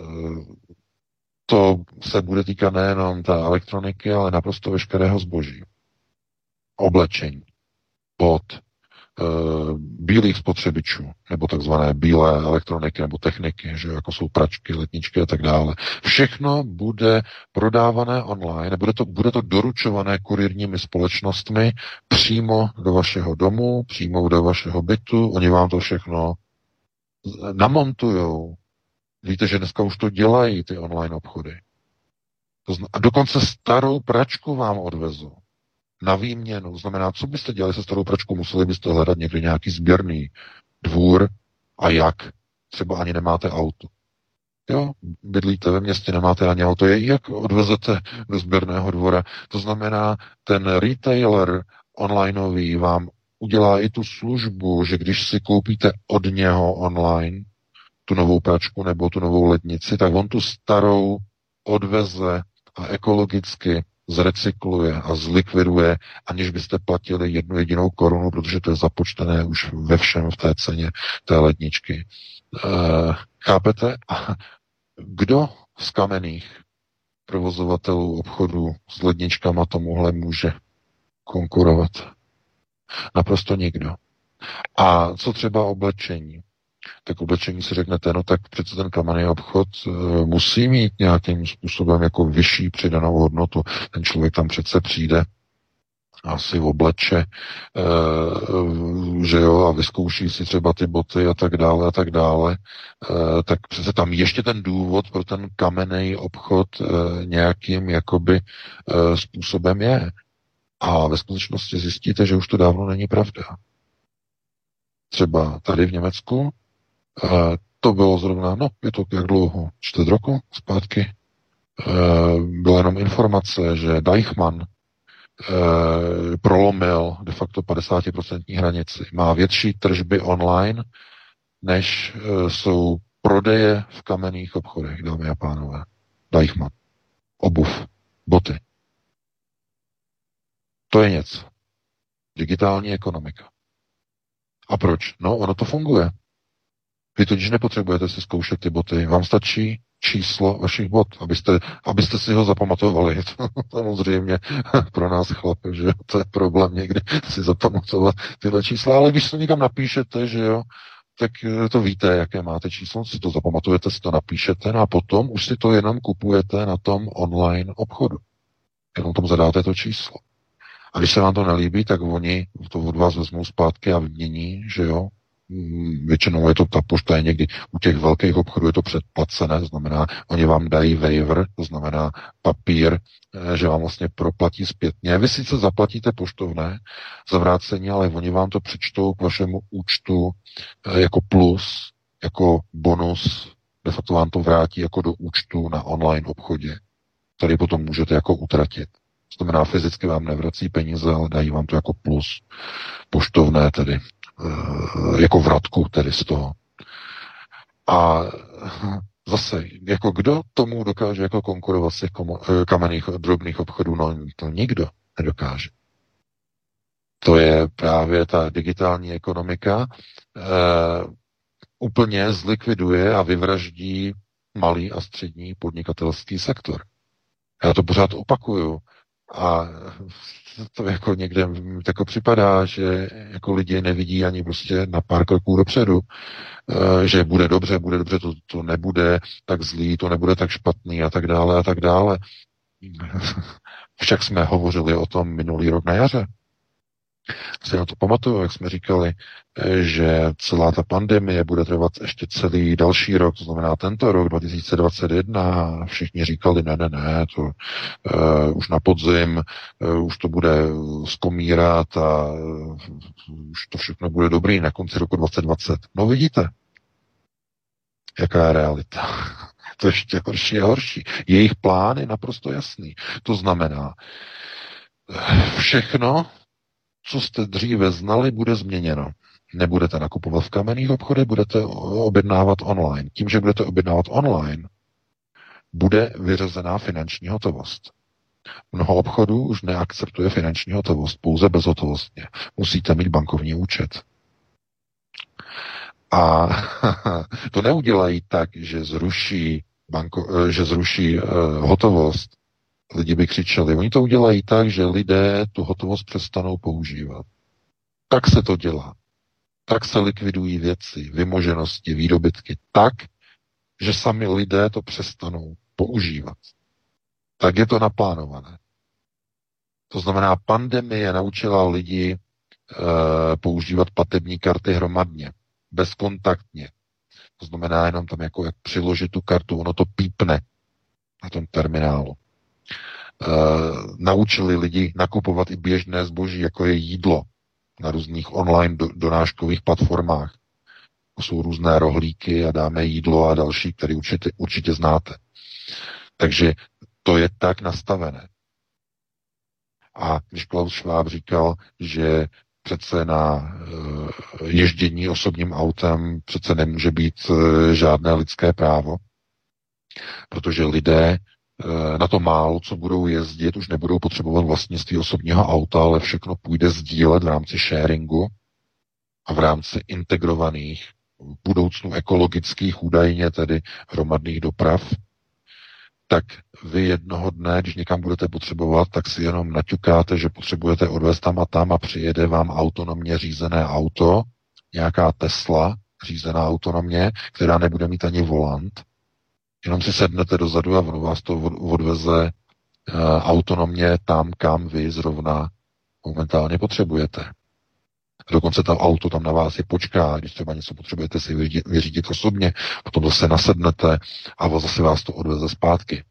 to se bude týkat nejenom té elektroniky, ale naprosto veškerého zboží. Oblečení, bod, e, bílých spotřebičů, nebo takzvané bílé elektroniky nebo techniky, že jako jsou pračky, letničky a tak dále. Všechno bude prodávané online, bude to, bude to doručované kurýrními společnostmi přímo do vašeho domu, přímo do vašeho bytu. Oni vám to všechno namontujou. Víte, že dneska už to dělají ty online obchody. To zna- a dokonce starou pračku vám odvezou na výměnu. To znamená, co byste dělali se starou pračkou? Museli byste hledat někdy nějaký sběrný dvůr a jak? Třeba ani nemáte auto. Jo, bydlíte ve městě, nemáte ani auto. Jak odvezete do sběrného dvora? To znamená, ten retailer onlineový vám udělá i tu službu, že když si koupíte od něho online tu novou pračku nebo tu novou lednici, tak on tu starou odveze a ekologicky zrecykluje a zlikviduje, aniž byste platili jednu jedinou korunu, protože to je započtené už ve všem v té ceně té ledničky. E, chápete? A kdo z kamenných provozovatelů obchodů s ledničkama tomuhle může konkurovat? Naprosto nikdo. A co třeba oblečení? Tak oblečení si řeknete, no tak přece ten kamenný obchod e, musí mít nějakým způsobem jako vyšší přidanou hodnotu. Ten člověk tam přece přijde, asi obleče, e, že jo, a vyzkouší si třeba ty boty a tak dále a tak dále, e, tak přece tam ještě ten důvod pro ten kamenný obchod e, nějakým jakoby e, způsobem je. A ve skutečnosti zjistíte, že už to dávno není pravda. Třeba tady v Německu Uh, to bylo zrovna, no, je to jak dlouho, čtvrt roku zpátky, uh, byla jenom informace, že Deichmann uh, prolomil de facto padesát procent hranici. Má větší tržby online, než uh, jsou prodeje v kamenných obchodech, dámy a pánové. Deichmann. Obuv. Boty. To je něco. Digitální ekonomika. A proč? No, ono to funguje. Vy totiž nepotřebujete si zkoušet ty boty. Vám stačí číslo vašich bot, abyste, abyste si ho zapamatovali. To samozřejmě pro nás chlapy, že to je problém někdy si zapamatovat tyhle čísla, ale když to někam napíšete, že jo, tak to víte, jaké máte číslo, si to zapamatujete, si to napíšete no a potom už si to jenom kupujete na tom online obchodu. Jenom tomu zadáte to číslo. A když se vám to nelíbí, tak oni to od vás vezmou zpátky a vymění, že jo. Většinou je to, ta pošta je někdy u těch velkých obchodů je to předplacené, to znamená, oni vám dají waiver, to znamená papír, že vám vlastně proplatí zpětně. Vy sice zaplatíte poštovné za vrácení, ale oni vám to přečtou k vašemu účtu jako plus, jako bonus, de facto vám to vrátí jako do účtu na online obchodě, který potom můžete jako utratit. To znamená, fyzicky vám nevrací peníze, ale dají vám to jako plus, poštovné tedy, jako vratku tedy z toho. A zase, jako kdo tomu dokáže jako konkurovat z těch kamenných drobných obchodů? No to nikdo nedokáže. To je právě ta digitální ekonomika, e, úplně zlikviduje a vyvraždí malý a střední podnikatelský sektor. Já to pořád opakuju. A to jako někde tako připadá, že jako lidi nevidí ani prostě na pár kroků dopředu, že bude dobře, bude dobře, to, to nebude tak zlý, to nebude tak špatný a tak dále a tak dále. Však jsme hovořili o tom minulý rok na jaře. Si na to pamatuju, jak jsme říkali, že celá ta pandemie bude trvat ještě celý další rok, to znamená tento rok dva tisíce dvacet jedna. Všichni říkali, ne, ne, ne, to uh, už na podzim, uh, už to bude skomírat a uh, už to všechno bude dobrý na konci roku dvacet dvacet. No vidíte, jaká je realita. To ještě horší a horší. Jejich plán je naprosto jasný. To znamená, všechno, co jste dříve znali, bude změněno. Nebudete nakupovat v kamenných obchodech, budete objednávat online. Tím, že budete objednávat online, bude vyřazená finanční hotovost. Mnoho obchodů už neakceptuje finanční hotovost, pouze bezhotovostně. Musíte mít bankovní účet. A to neudělají tak, že zruší, banko, že zruší uh, hotovost. Lidi by křičeli. Oni to udělají tak, že lidé tu hotovost přestanou používat. Tak se to dělá. Tak se likvidují věci, vymoženosti, výdobytky. Tak, že sami lidé to přestanou používat. Tak je to naplánované. To znamená, pandemie naučila lidi e, používat platební karty hromadně, bezkontaktně. To znamená jenom tam, jako jak přiložit tu kartu, ono to pípne na tom terminálu. E, naučili lidi nakupovat i běžné zboží, jako je jídlo na různých online do, donáškových platformách. To jsou různé rohlíky a dáme jídlo a další, které určitě, určitě znáte. Takže to je tak nastavené. A když Klaus Schwab říkal, že přece na e, ježdění osobním autem přece nemůže být e, žádné lidské právo, protože lidé na to málo, co budou jezdit, už nebudou potřebovat vlastnictví osobního auta, ale všechno půjde sdílet v rámci sharingu a v rámci integrovaných, v budoucnu ekologických, údajně tedy hromadných doprav, tak vy jednoho dne, když někam budete potřebovat, tak si jenom naťukáte, že potřebujete odvést tam a tam a přijede vám autonomně řízené auto, nějaká Tesla řízená autonomně, která nebude mít ani volant. Jenom si sednete dozadu a ono vás to odveze uh, autonomně tam, kam vy zrovna momentálně potřebujete. Dokonce to auto tam na vás je počká, když třeba něco potřebujete si vyřídit, vyřídit osobně, potom zase nasednete a zase vás to odveze zpátky.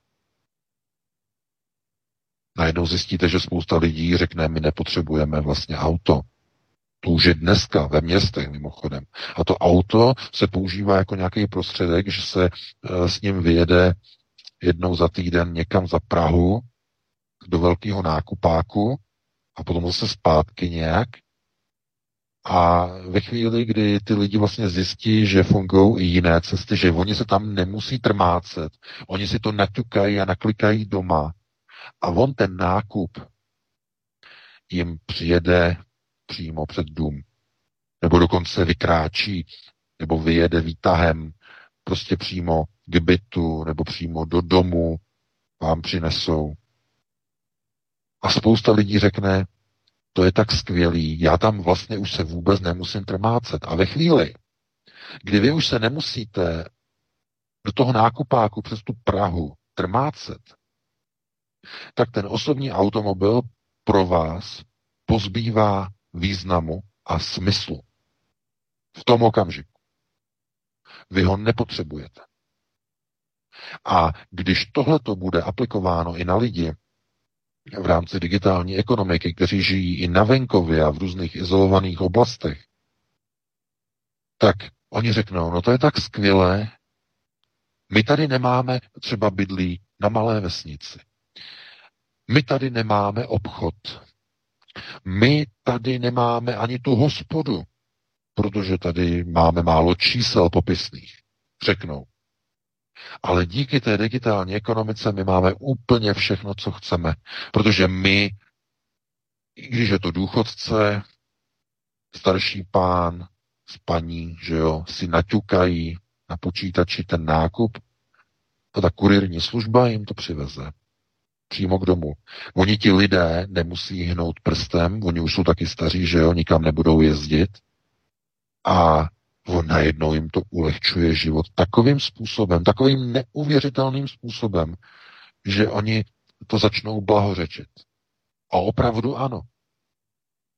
Najednou zjistíte, že spousta lidí řekne, my nepotřebujeme vlastně auto. To už je dneska ve městech mimochodem. A to auto se používá jako nějaký prostředek, že se e, s ním vyjede jednou za týden někam za Prahu do velkého nákupáku a potom zase zpátky nějak. A ve chvíli, kdy ty lidi vlastně zjistí, že fungují i jiné cesty, že oni se tam nemusí trmácet, oni si to naťukají a naklikají doma a on ten nákup jim přijede přímo před dům. Nebo dokonce vykráčí, nebo vyjede výtahem prostě přímo k bytu, nebo přímo do domu vám přinesou. A spousta lidí řekne, to je tak skvělý, já tam vlastně už se vůbec nemusím trmácet. A ve chvíli, kdy vy už se nemusíte do toho nákupáku přes tu Prahu trmácet, tak ten osobní automobil pro vás pozbývá významu a smyslu. V tom okamžiku. Vy ho nepotřebujete. A když tohleto bude aplikováno i na lidi v rámci digitální ekonomiky, kteří žijí i na venkově a v různých izolovaných oblastech, tak oni řeknou, no to je tak skvělé, my tady nemáme třeba bydlí na malé vesnici. My tady nemáme obchod. My tady nemáme ani tu hospodu, protože tady máme málo čísel popisných, řeknou. Ale díky té digitální ekonomice my máme úplně všechno, co chceme, protože my, i když je to důchodce, starší pán s paní, že jo, si naťukají na počítači ten nákup, a ta kurýrní služba jim to přiveze. Přímo k domu. Oni ti lidé nemusí hnout prstem, oni už jsou taky staří, že jo, nikam nebudou jezdit a on najednou jim to ulehčuje život takovým způsobem, takovým neuvěřitelným způsobem, že oni to začnou blahořečit. A opravdu ano.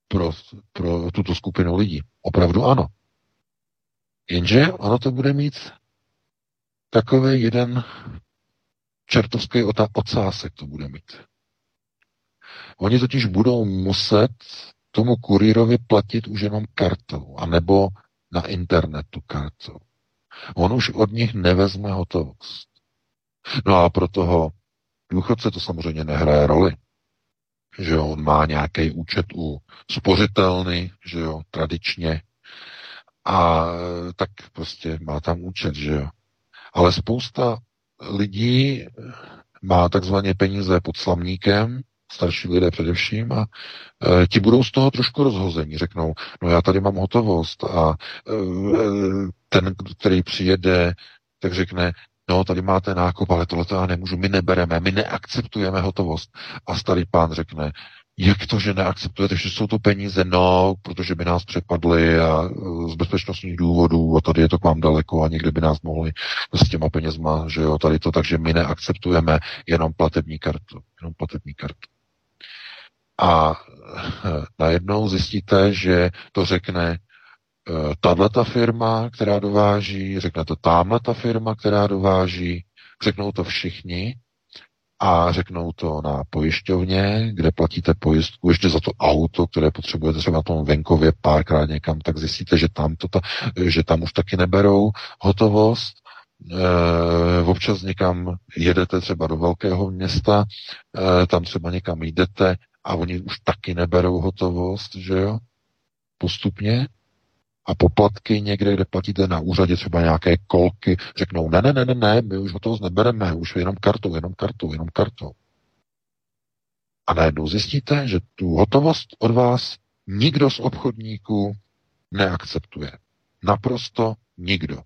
pro, pro tuto skupinu lidí. Opravdu ano. Jenže ono to bude mít takový jeden čertovský ocásek to bude mít. Oni totiž budou muset tomu kurýrovi platit už jenom kartou, anebo na internetu kartou. On už od nich nevezme hotovost. No a pro toho důchodce to samozřejmě nehraje roli. Že jo, on má nějaký účet u spořitelny, že jo, tradičně. A tak prostě má tam účet, že jo. Ale spousta lidí má takzvané peníze pod slamníkem, starší lidé především, a e, ti budou z toho trošku rozhození. Řeknou, no já tady mám hotovost a e, ten, který přijede, tak řekne, no tady máte nákup, ale tohle já nemůžu, my nebereme, my neakceptujeme hotovost. A starý pán řekne, jak to, že neakceptujete, že jsou to peníze, no, protože by nás přepadly a z bezpečnostních důvodů a tady je to k vám daleko a někde by nás mohli s těma penězma, že jo, tady to, takže my neakceptujeme jenom platební kartu, jenom platební kartu. A najednou zjistíte, že to řekne tato firma, která dováží, řekne to tamhle ta firma, která dováží, řeknou to všichni a řeknou to na pojišťovně, kde platíte pojistku ještě za to auto, které potřebujete třeba na tom venkově párkrát někam, tak zjistíte, že tam, to ta, že tam už taky neberou hotovost. E, občas někam jedete třeba do velkého města, e, tam třeba někam jdete a oni už taky neberou hotovost, že jo, postupně. A poplatky někde, kde platíte na úřadě třeba nějaké kolky, řeknou, ne, ne, ne, ne, ne, my už hotovost nebereme, už jenom kartou, jenom kartou, jenom kartou. A najednou zjistíte, že tu hotovost od vás nikdo z obchodníků neakceptuje. Naprosto nikdo.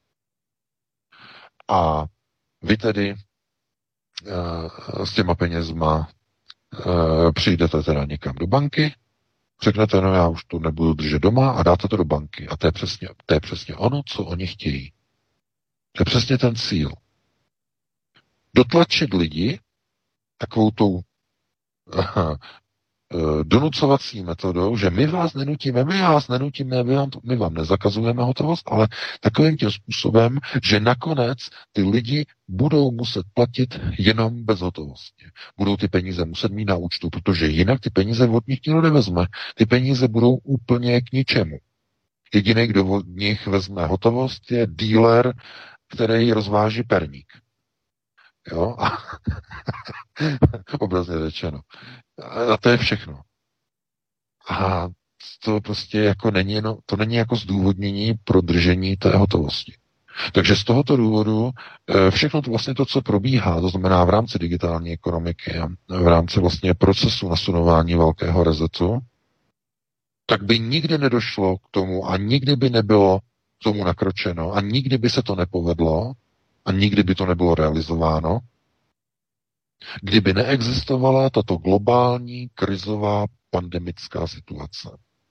A vy tedy uh, s těma penězma uh, přijdete teda někam do banky, řeknete, no já už to nebudu držet doma a dáte to do banky. A to je přesně, to je přesně ono, co oni chtějí. To je přesně ten cíl. Dotlačit lidi takovou tou aha, donucovací metodou, že my vás nenutíme, my vás nenutíme, my vám, my vám nezakazujeme hotovost, ale takovým tím způsobem, že nakonec ty lidi budou muset platit jenom bez hotovosti. Budou ty peníze muset mít na účtu, protože jinak ty peníze od nich nikdo nevezme. Ty peníze budou úplně k ničemu. Jediný, kdo od nich vezme hotovost, je dealer, který rozváží perník. Jo? A obrazně řečeno. A to je všechno. A to prostě jako není, no, to není jako zdůvodnění pro držení té hotovosti. Takže z tohoto důvodu všechno to vlastně to, co probíhá, to znamená v rámci digitální ekonomiky a v rámci vlastně procesu nasunování velkého resetu, tak by nikdy nedošlo k tomu a nikdy by nebylo k tomu nakročeno a nikdy by se to nepovedlo a nikdy by to nebylo realizováno, kdyby neexistovala tato globální krizová pandemická situace.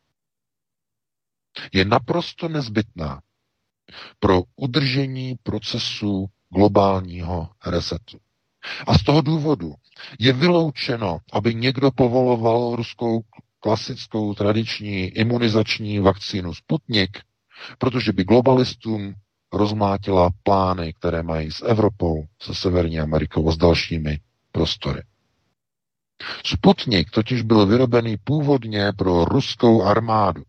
Je naprosto nezbytná pro udržení procesu globálního resetu. A z toho důvodu je vyloučeno, aby někdo povoloval ruskou klasickou tradiční imunizační vakcínu Sputnik, protože by globalistům rozmlátila plány, které mají s Evropou, se Severní Amerikou a s dalšími prostory. Sputnik totiž byl vyrobený původně pro ruskou armádu,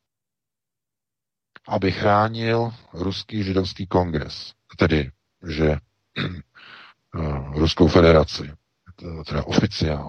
aby chránil ruský židovský kongres, tedy, že Ruskou federaci, teda oficiál.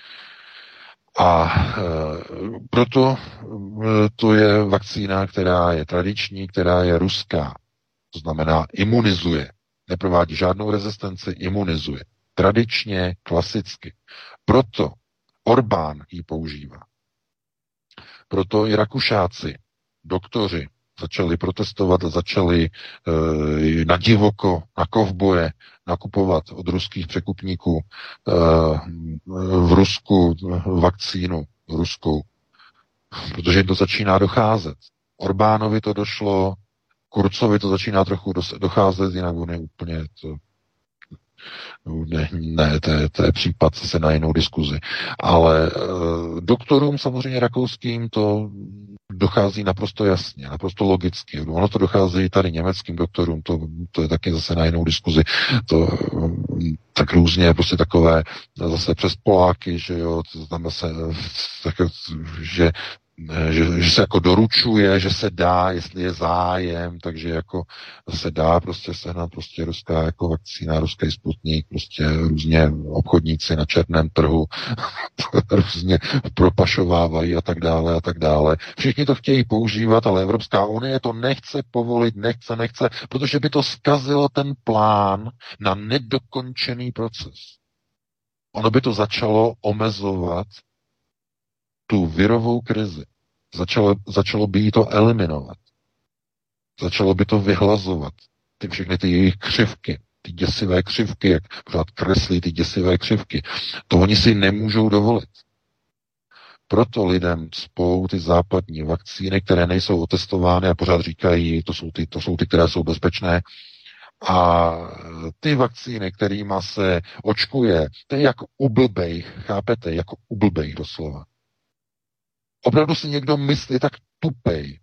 A e, proto to je vakcína, která je tradiční, která je ruská. To znamená imunizuje. Neprovádí žádnou rezistenci, imunizuje. Tradičně, klasicky. Proto Orbán ji používá. Proto i Rakušáci, doktoři, začali protestovat, začali e, na divoko, na kovboje nakupovat od ruských překupníků e, v Rusku vakcínu ruskou, protože jim to začíná docházet. Orbánovi to došlo, Kurcovi to začíná trochu docházet, jinak on je úplně to, Ne, ne to, je, to je případ se na jinou diskuzi. Ale e, doktorům samozřejmě rakouským to dochází naprosto jasně, naprosto logicky. Ono to dochází tady německým doktorům, to, to je taky zase na jinou diskuzi. To tak různě, prostě takové zase přes Poláky, že jo, tam se, tak, že Že, že se jako doručuje, že se dá, jestli je zájem, takže jako se dá prostě sehnat prostě ruská jako vakcína, ruský Sputnik, prostě různě obchodníci na černém trhu různě propašovávají a tak dále a tak dále. Všichni to chtějí používat, ale Evropská unie to nechce povolit, nechce, nechce, protože by to zkazilo ten plán na nedokončený proces. Ono by to začalo omezovat tu virovou krizi. Začalo, začalo by jí to eliminovat. Začalo by to vyhlazovat. Ty všechny ty jejich křivky, ty děsivé křivky, jak pořád kreslí ty děsivé křivky. To oni si nemůžou dovolit. Proto lidem spou ty západní vakcíny, které nejsou otestovány a pořád říkají, to jsou ty, to jsou ty, které jsou bezpečné. A ty vakcíny, kterýma se očkuje, to je jako u blbejch, chápete, jako u blbejch doslova. Opravdu si někdo myslí tak tupej,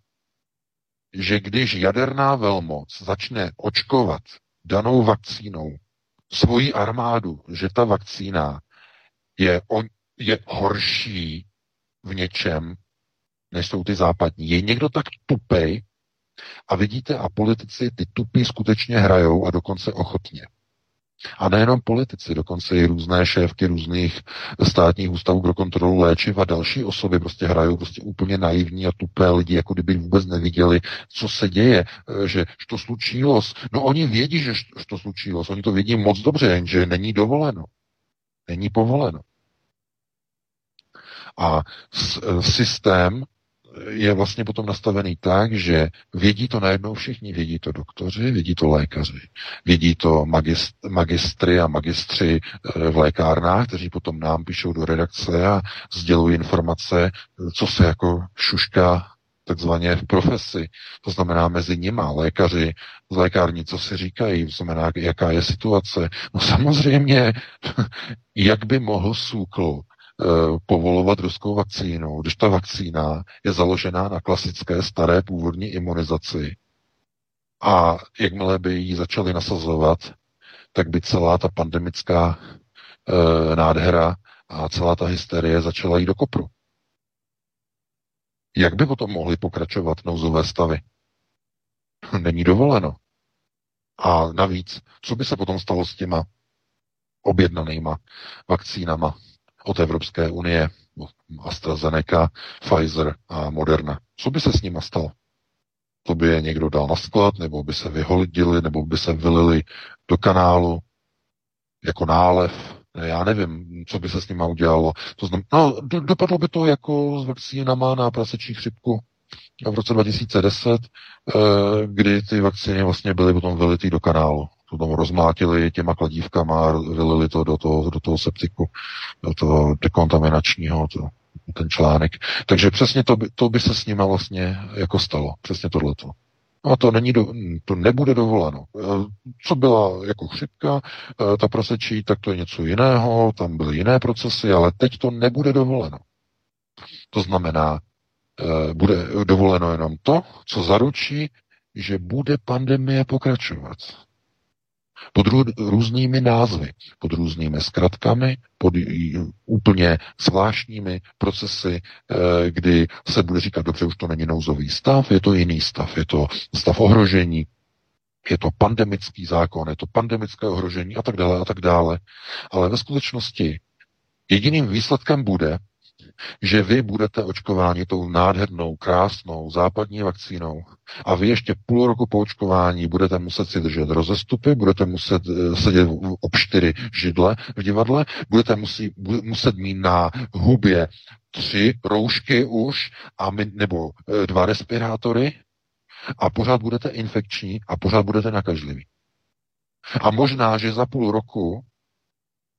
že když jaderná velmoc začne očkovat danou vakcínou svoji armádu, že ta vakcína je, on, je horší v něčem, než jsou ty západní. Je někdo tak tupej a vidíte, a politici ty tupí skutečně hrajou a dokonce ochotně. A nejenom politici, dokonce i různé šéfky různých státních ústavů pro kontrolu léčiv a další osoby prostě hrajou prostě úplně naivní a tupé lidi, jako kdyby vůbec neviděli, co se děje, že to slučilo. No oni vědí, že to slučilo, oni to vědí moc dobře, jenže není dovoleno. Není povoleno. A systém je vlastně potom nastavený tak, že vědí to najednou všichni, vědí to doktoři, vědí to lékaři, vědí to magist, magistry a magistři v lékárnách, kteří potom nám píšou do redakce a sdělují informace, co se jako šušká takzvaně v profesi. To znamená mezi nima, lékaři z lékární, co si říkají, to znamená, jaká je situace. No samozřejmě, jak by mohl SÚKL povolovat ruskou vakcínu, když ta vakcína je založená na klasické staré původní imunizaci a jakmile by ji začali nasazovat, tak by celá ta pandemická e, nádhera a celá ta hysterie začala jít do kopru. Jak by potom mohly pokračovat nouzové stavy? Není dovoleno. A navíc, co by se potom stalo s těma objednanýma vakcínama od Evropské unie, AstraZeneca, Pfizer a Moderna? Co by se s nima stalo? To by je někdo dal na sklad, nebo by se vyholidili, nebo by se vylili do kanálu jako nálev. Já nevím, co by se s nima udělalo. To znamená, no, do, dopadlo by to jako s vakcínama na prasečí chřipku v roce dva tisíce deset, eh, kdy ty vakcíny vlastně byly potom vylitý do kanálu. To tam rozmlátili těma kladívkama a vylili to do toho, do toho septiku, do toho dekontaminačního, to, ten článek. Takže přesně to by, to by se s nima vlastně jako stalo. Přesně tohleto. A to, není do, to nebude dovoleno. Co byla jako chřipka, ta prasečí, tak to je něco jiného, tam byly jiné procesy, ale teď to nebude dovoleno. To znamená, bude dovoleno jenom to, co zaručí, že bude pandemie pokračovat. Pod různými názvy, pod různými zkratkami, pod úplně zvláštními procesy, kdy se bude říkat, dobře, už to není nouzový stav, je to jiný stav, je to stav ohrožení, je to pandemický zákon, je to pandemické ohrožení a tak dále a tak dále. Ale ve skutečnosti jediným výsledkem bude, že vy budete očkováni tou nádhernou, krásnou západní vakcínou a vy ještě půl roku po očkování budete muset si držet rozestupy, budete muset sedět ob čtyři židle v divadle, budete musí, muset mít na hubě tři roušky už, a my, nebo dva respirátory a pořád budete infekční a pořád budete nakažliví. A možná, že za půl roku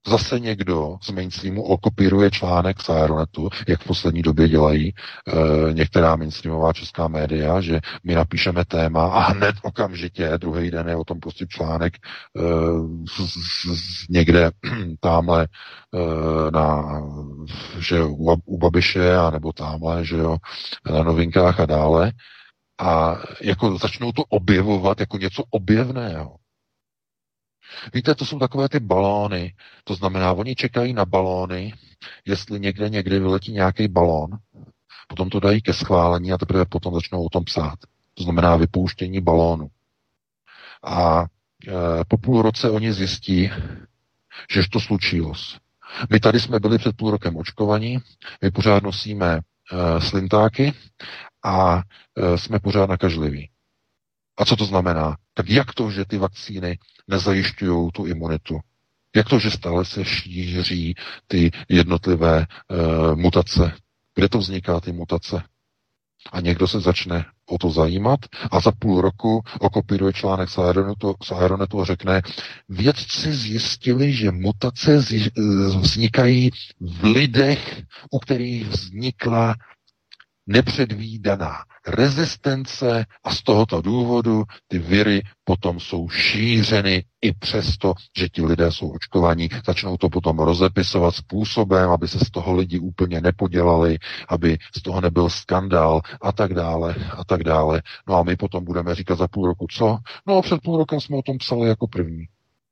zase někdo z mainstreamu okopíruje článek z Aeronetu, jak v poslední době dělají e, některá mainstreamová česká média, že my napíšeme téma a hned okamžitě, druhý den je o tom prostě článek e, z, z, někde tamhle e, na, že jo, u, u Babiše, anebo tamhle, že jo, na Novinkách a dále. A jako začnou to objevovat jako něco objevného. Víte, to jsou takové ty balóny, to znamená, oni čekají na balóny, jestli někde někdy vyletí nějaký balón, potom to dají ke schválení a teprve potom začnou o tom psát. To znamená vypouštění balónu. A e, po půl roce oni zjistí, že to slučilo. My tady jsme byli před půl rokem očkovaní, my pořád nosíme e, slintáky a e, jsme pořád nakažliví. A co to znamená? Tak jak to, že ty vakcíny nezajišťují tu imunitu? Jak to, že stále se šíří ty jednotlivé e, mutace? Kde to vzniká, ty mutace? A někdo se začne o to zajímat a za půl roku okopíruje článek z Aeronetu, z Aeronetu a řekne, vědci zjistili, že mutace vznikají v lidech, u kterých vznikla nepředvídaná rezistence a z tohoto důvodu ty viry potom jsou šířeny i přesto, že ti lidé jsou očkovaní. Začnou to potom rozepisovat způsobem, aby se z toho lidi úplně nepodělali, aby z toho nebyl skandál a tak dále a tak dále. No a my potom budeme říkat za půl roku, co? No před půl rokem jsme o tom psali jako první.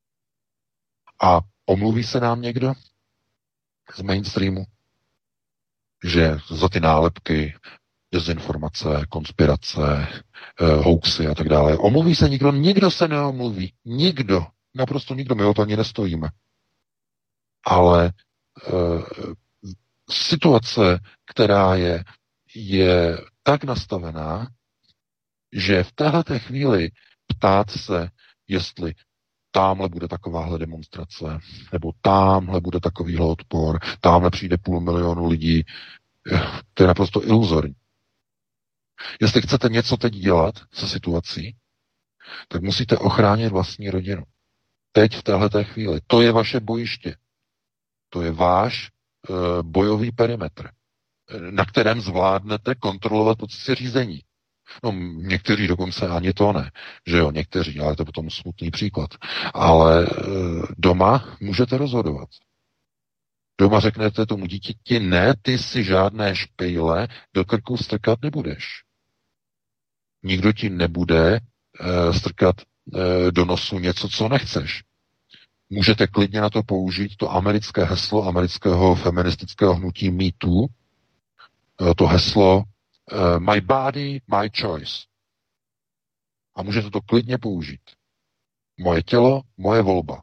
A omluví se nám někdo z mainstreamu, že za ty nálepky, dezinformace, konspirace, eh, hoaxy a tak dále. Omluví se nikdo? Nikdo se neomluví. Nikdo. Naprosto nikdo. My o to ani nestojíme. Ale eh, situace, která je, je tak nastavená, že v téhleté chvíli ptát se, jestli támhle bude takováhle demonstrace, nebo támhle bude takovýhle odpor, támhle přijde půl milionu lidí, to je naprosto iluzorní. Jestli chcete něco teď dělat se situací, tak musíte ochránit vlastní rodinu. Teď v téhleté chvíli. To je vaše bojiště. To je váš e, bojový perimetr, na kterém zvládnete kontrolovat procesy řízení. No, někteří dokonce ani to ne, že jo, někteří, ale to je potom smutný příklad. Ale e, doma můžete rozhodovat. Doma řeknete tomu dítěti, ne, ty si žádné špejle do krku strkat nebudeš. Nikdo ti nebude e, strkat e, do nosu něco, co nechceš. Můžete klidně na to použít to americké heslo amerického feministického hnutí Me Too, e, to heslo e, My body, my choice. A můžete to klidně použít. Moje tělo, moje volba.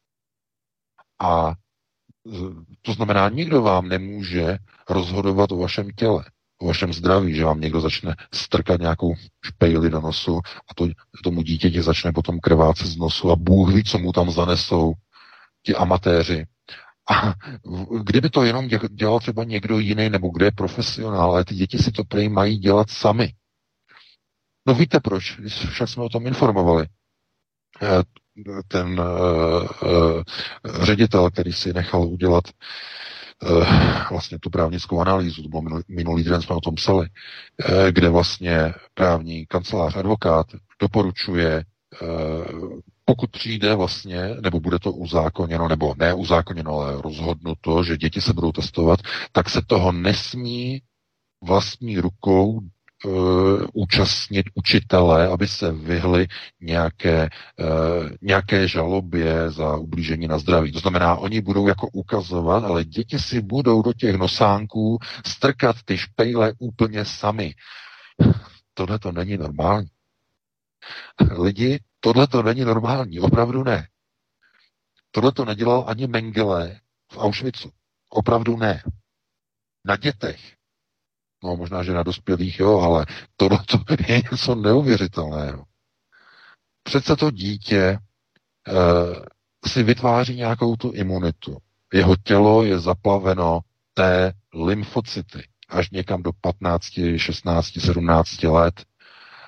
A to znamená, nikdo vám nemůže rozhodovat o vašem těle, o vašem zdraví, že vám někdo začne strkat nějakou špejli do nosu a to, tomu dítěti začne potom krvácet z nosu a Bůh ví, co mu tam zanesou ti amatéři. A kdyby to jenom dělal třeba někdo jiný, nebo kde je profesionál, ale ty děti si to prej mají dělat sami. No víte proč? Však jsme o tom informovali. Ten uh, uh, ředitel, který si nechal udělat uh, vlastně tu právnickou analýzu, to bylo minulý, minulý den jsme o tom psali, uh, kde vlastně právní kancelář, advokát doporučuje, uh, pokud přijde vlastně, nebo bude to uzákoněno, nebo ne uzákoněno, ale rozhodnuto, že děti se budou testovat, tak se toho nesmí vlastní rukou Uh, účastnit učitele, aby se vyhli nějaké, uh, nějaké žalobě za ublížení na zdraví. To znamená, oni budou jako ukazovat, ale děti si budou do těch nosánků strkat ty špejle úplně sami. Tohle to není normální. Lidi, tohle to není normální, opravdu ne. Tohle to nedělal ani Mengele v Auschwitzu. Opravdu ne. Na dětech. No možná, že na dospělých, jo, ale tohle je něco neuvěřitelného. Přece to dítě e, si vytváří nějakou tu imunitu. Jeho tělo je zaplaveno té lymfocyty až někam do patnáct, šestnáct, sedmnáct let.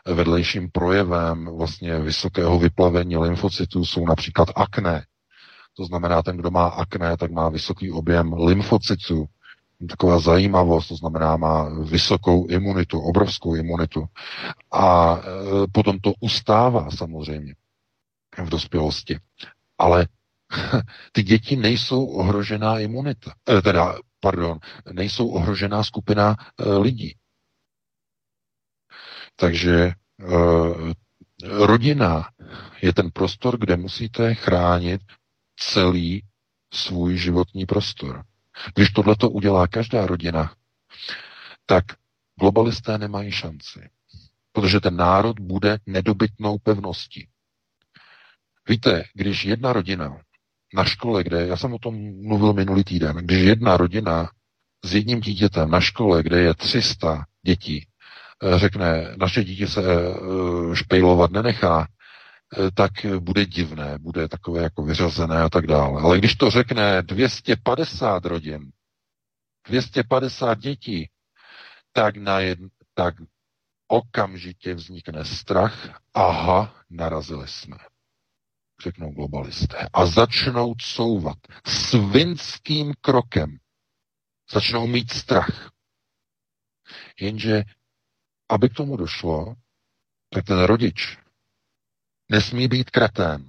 Vedlejším projevem vlastně vysokého vyplavení lymfocytů jsou například akné. To znamená, ten, kdo má akné, tak má vysoký objem lymfocytů. Taková zajímavost, to znamená, má vysokou imunitu, obrovskou imunitu. A e, potom to ustává samozřejmě v dospělosti. Ale ty děti nejsou ohrožená imunita. E, teda, pardon, nejsou ohrožená skupina e, lidí. Takže e, rodina je ten prostor, kde musíte chránit celý svůj životní prostor. Když tohleto udělá každá rodina, tak globalisté nemají šanci, protože ten národ bude nedobytnou pevností. Víte, když jedna rodina na škole, kde, já jsem o tom mluvil minulý týden, když jedna rodina s jedním dítětem na škole, kde je tři sta dětí, řekne, naše dítě se špejlovat nenechá, tak bude divné, bude takové jako vyřazené a tak dále. Ale když to řekne dvě stě padesát rodin, dvě stě padesát dětí, tak, na jedn, tak okamžitě vznikne strach, aha, narazili jsme, řeknou globalisté. A začnou couvat svinským krokem. Začnou mít strach. Jenže, aby k tomu došlo, tak ten rodič nesmí být kretén.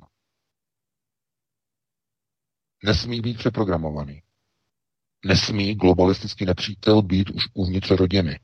Nesmí být přeprogramovaný. Nesmí globalistický nepřítel být už uvnitř rodiny.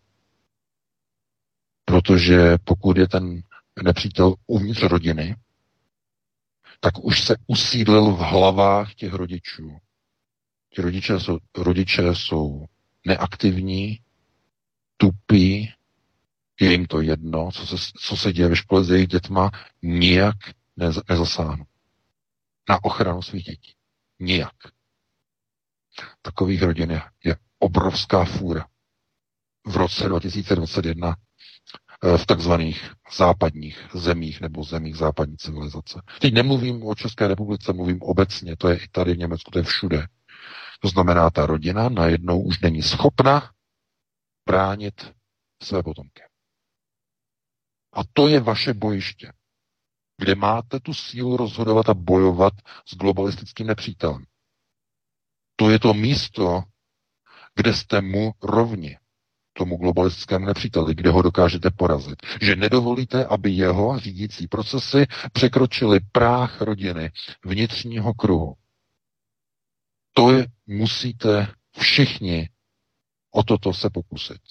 Protože pokud je ten nepřítel uvnitř rodiny, tak už se usídlil v hlavách těch rodičů. Ti rodiče jsou, rodiče jsou neaktivní, tupí, je jim to jedno, co se, co se děje ve škole s jejich dětma, nijak nez, nezasáhnou. Na ochranu svých dětí. Nijak. Takových rodin je, je obrovská fůra. V roce dva tisíce dvacet jedna v takzvaných západních zemích nebo zemích západní civilizace. Teď nemluvím o České republice, mluvím obecně, to je i tady v Německu, to je všude. To znamená, ta rodina najednou už není schopna bránit své potomky. A to je vaše bojiště, kde máte tu sílu rozhodovat a bojovat s globalistickým nepřítelem. To je to místo, kde jste mu rovni, tomu globalistickému nepříteli, kde ho dokážete porazit. Že nedovolíte, aby jeho řídící procesy překročily práh rodiny, vnitřního kruhu. To je, musíte všichni o toto se pokusit.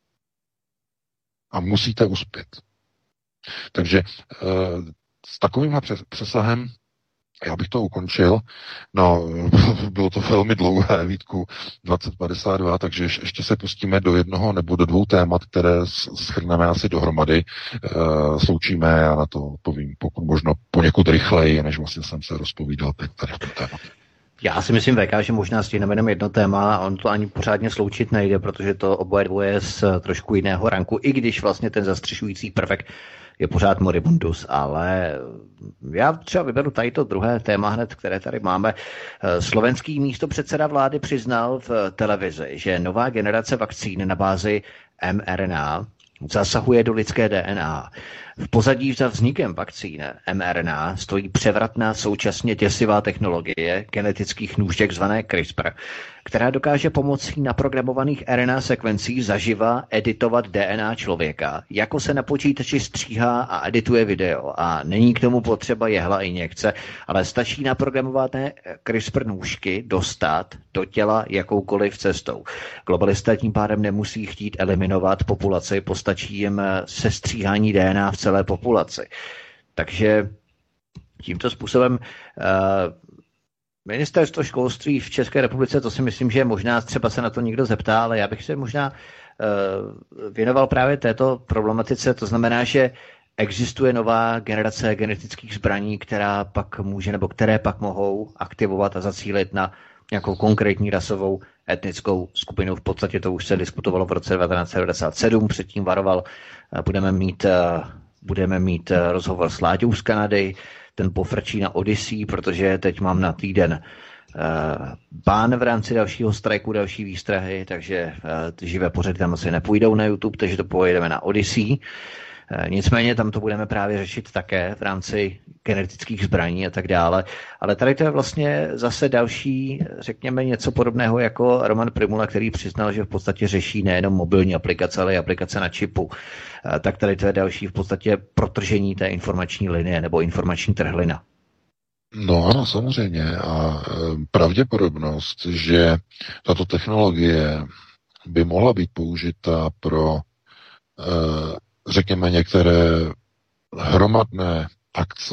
A musíte uspět. Takže s takovým přesahem já bych to ukončil. No, bylo to velmi dlouhé, Vítku, dvacet padesát dva, takže ještě se pustíme do jednoho nebo do dvou témat, které shrneme asi dohromady, sloučíme a na to povím pokud možno poněkud rychleji, než vlastně jsem se rozpovídal teď tady v tom tématu. Já si myslím, V K, že možná stihneme jenom jedno téma a on to ani pořádně sloučit nejde, protože to oboje dvoje je z trošku jiného ranku, i když vlastně ten zastřešující prvek je pořád moribundus, ale já třeba vyberu tady to druhé téma hned, které tady máme. Slovenský místopředseda vlády přiznal v televizi, že nová generace vakcín na bázi mRNA zasahuje do lidské D N A. V pozadí za vznikem vakcín mRNA stojí převratná, současně děsivá technologie genetických nůžek zvané CRISPR, která dokáže pomocí naprogramovaných R N A sekvencí zaživa editovat D N A člověka, jako se na počítači stříhá a edituje video. A není k tomu potřeba jehla injekce, ale stačí naprogramované CRISPR nůžky dostat do těla jakoukoliv cestou. Globalisté tím pádem nemusí chtít eliminovat populaci, postačí jim sestříhání D N A v celé populaci. Takže tímto způsobem uh, Ministerstvo školství v České republice, to si myslím, že je možná, třeba se na to někdo zeptá, ale já bych se možná uh, věnoval právě této problematice. To znamená, že existuje nová generace genetických zbraní, která pak může, nebo které pak mohou aktivovat a zacílit na nějakou konkrétní rasovou etnickou skupinu. V podstatě to už se diskutovalo v roce devatenáct set devadesát sedm, předtím varoval, budeme mít, budeme mít rozhovor s Láďou z Kanady, ten pofrčí na Odyssey, protože teď mám na týden bán v rámci dalšího strajku, další výstrahy, takže živé pořady tam asi nepůjdou na YouTube, takže to pojedeme na Odyssey. Nicméně tam to budeme právě řešit také v rámci genetických zbraní a tak dále. Ale tady to je vlastně zase další, řekněme, něco podobného jako Roman Prymula, který přiznal, že v podstatě řeší nejenom mobilní aplikace, ale i aplikace na čipu. Tak tady to je další v podstatě protržení té informační linie nebo informační trhlina. No ano, samozřejmě. A pravděpodobnost, že tato technologie by mohla být použita pro, řekněme, některé hromadné akce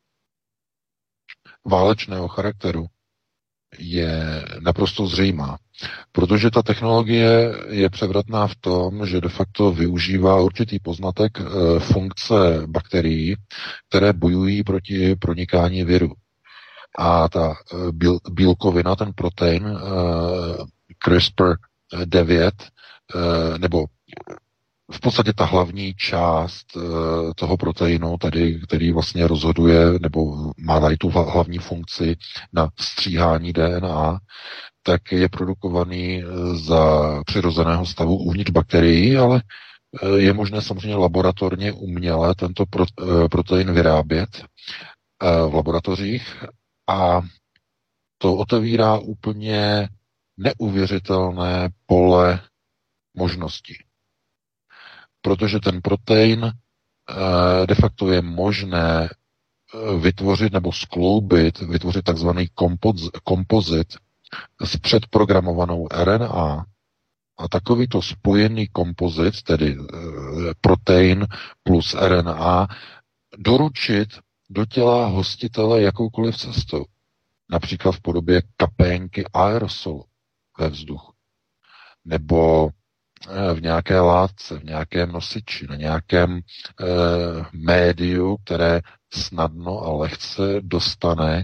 válečného charakteru, je naprosto zřejmá. Protože ta technologie je převratná v tom, že de facto využívá určitý poznatek e, funkce bakterií, které bojují proti pronikání viru. A ta e, bíl, bílkovina, ten protein e, CRISPR devět, e, nebo v podstatě ta hlavní část e, toho proteinu, tady, který vlastně rozhoduje, nebo má tady tu hlavní funkci na stříhání D N A, tak je produkovaný za přirozeného stavu uvnitř bakterií, ale je možné samozřejmě laboratorně uměle tento protein vyrábět v laboratořích a to otevírá úplně neuvěřitelné pole možností. Protože ten protein de facto je možné vytvořit nebo skloubit, vytvořit takzvaný kompoz, kompozit s předprogramovanou R N A a takovýto spojený kompozit, tedy protein plus R N A, doručit do těla hostitele jakoukoliv cestou. Například v podobě kapénky aerosolu ve vzduchu. Nebo v nějaké látce, v nějakém nosiči, na nějakém e, médiu, které snadno a lehce dostane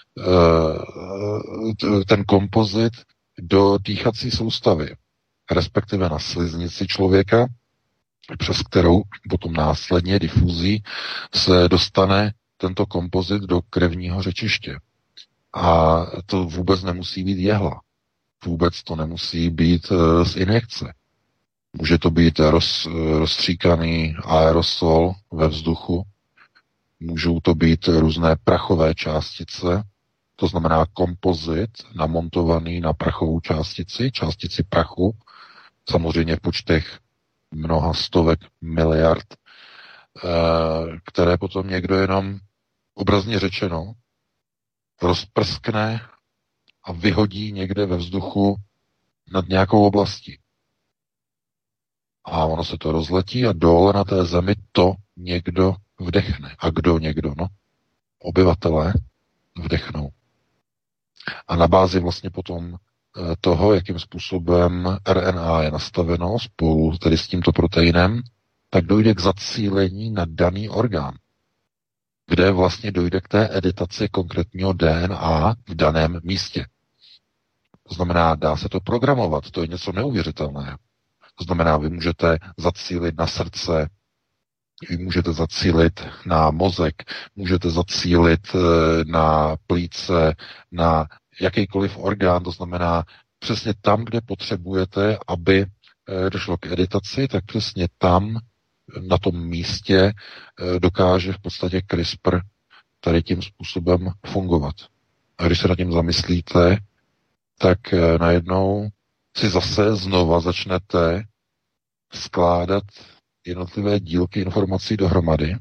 ten kompozit do dýchací soustavy, respektive na sliznici člověka, přes kterou potom následně difuzí se dostane tento kompozit do krevního řečiště. A to vůbec nemusí být jehla. Vůbec to nemusí být z injekce. Může to být roz, rozstříkaný aerosol ve vzduchu, můžou to být různé prachové částice, to znamená kompozit namontovaný na prachovou částici, částici prachu, samozřejmě v počtech mnoha stovek miliard, které potom někdo jenom obrazně řečeno rozprskne a vyhodí někde ve vzduchu nad nějakou oblastí. A ono se to rozletí a dole na té zemi to někdo vdechne. A kdo někdo? No, obyvatelé vdechnou. A na bázi vlastně potom toho, jakým způsobem R N A je nastaveno spolu tedy s tímto proteinem, tak dojde k zacílení na daný orgán, kde vlastně dojde k té editaci konkrétního D N A v daném místě. To znamená, dá se to programovat, to je něco neuvěřitelného. To znamená, vy můžete zacílit na srdce, vy můžete zacílit na mozek, můžete zacílit na plíce, na jakýkoliv orgán, to znamená přesně tam, kde potřebujete, aby došlo k editaci, tak přesně tam, na tom místě, dokáže v podstatě CRISPR tady tím způsobem fungovat. A když se nad tím zamyslíte, tak najednou si zase znova začnete skládat jednotlivé dílky informací dohromady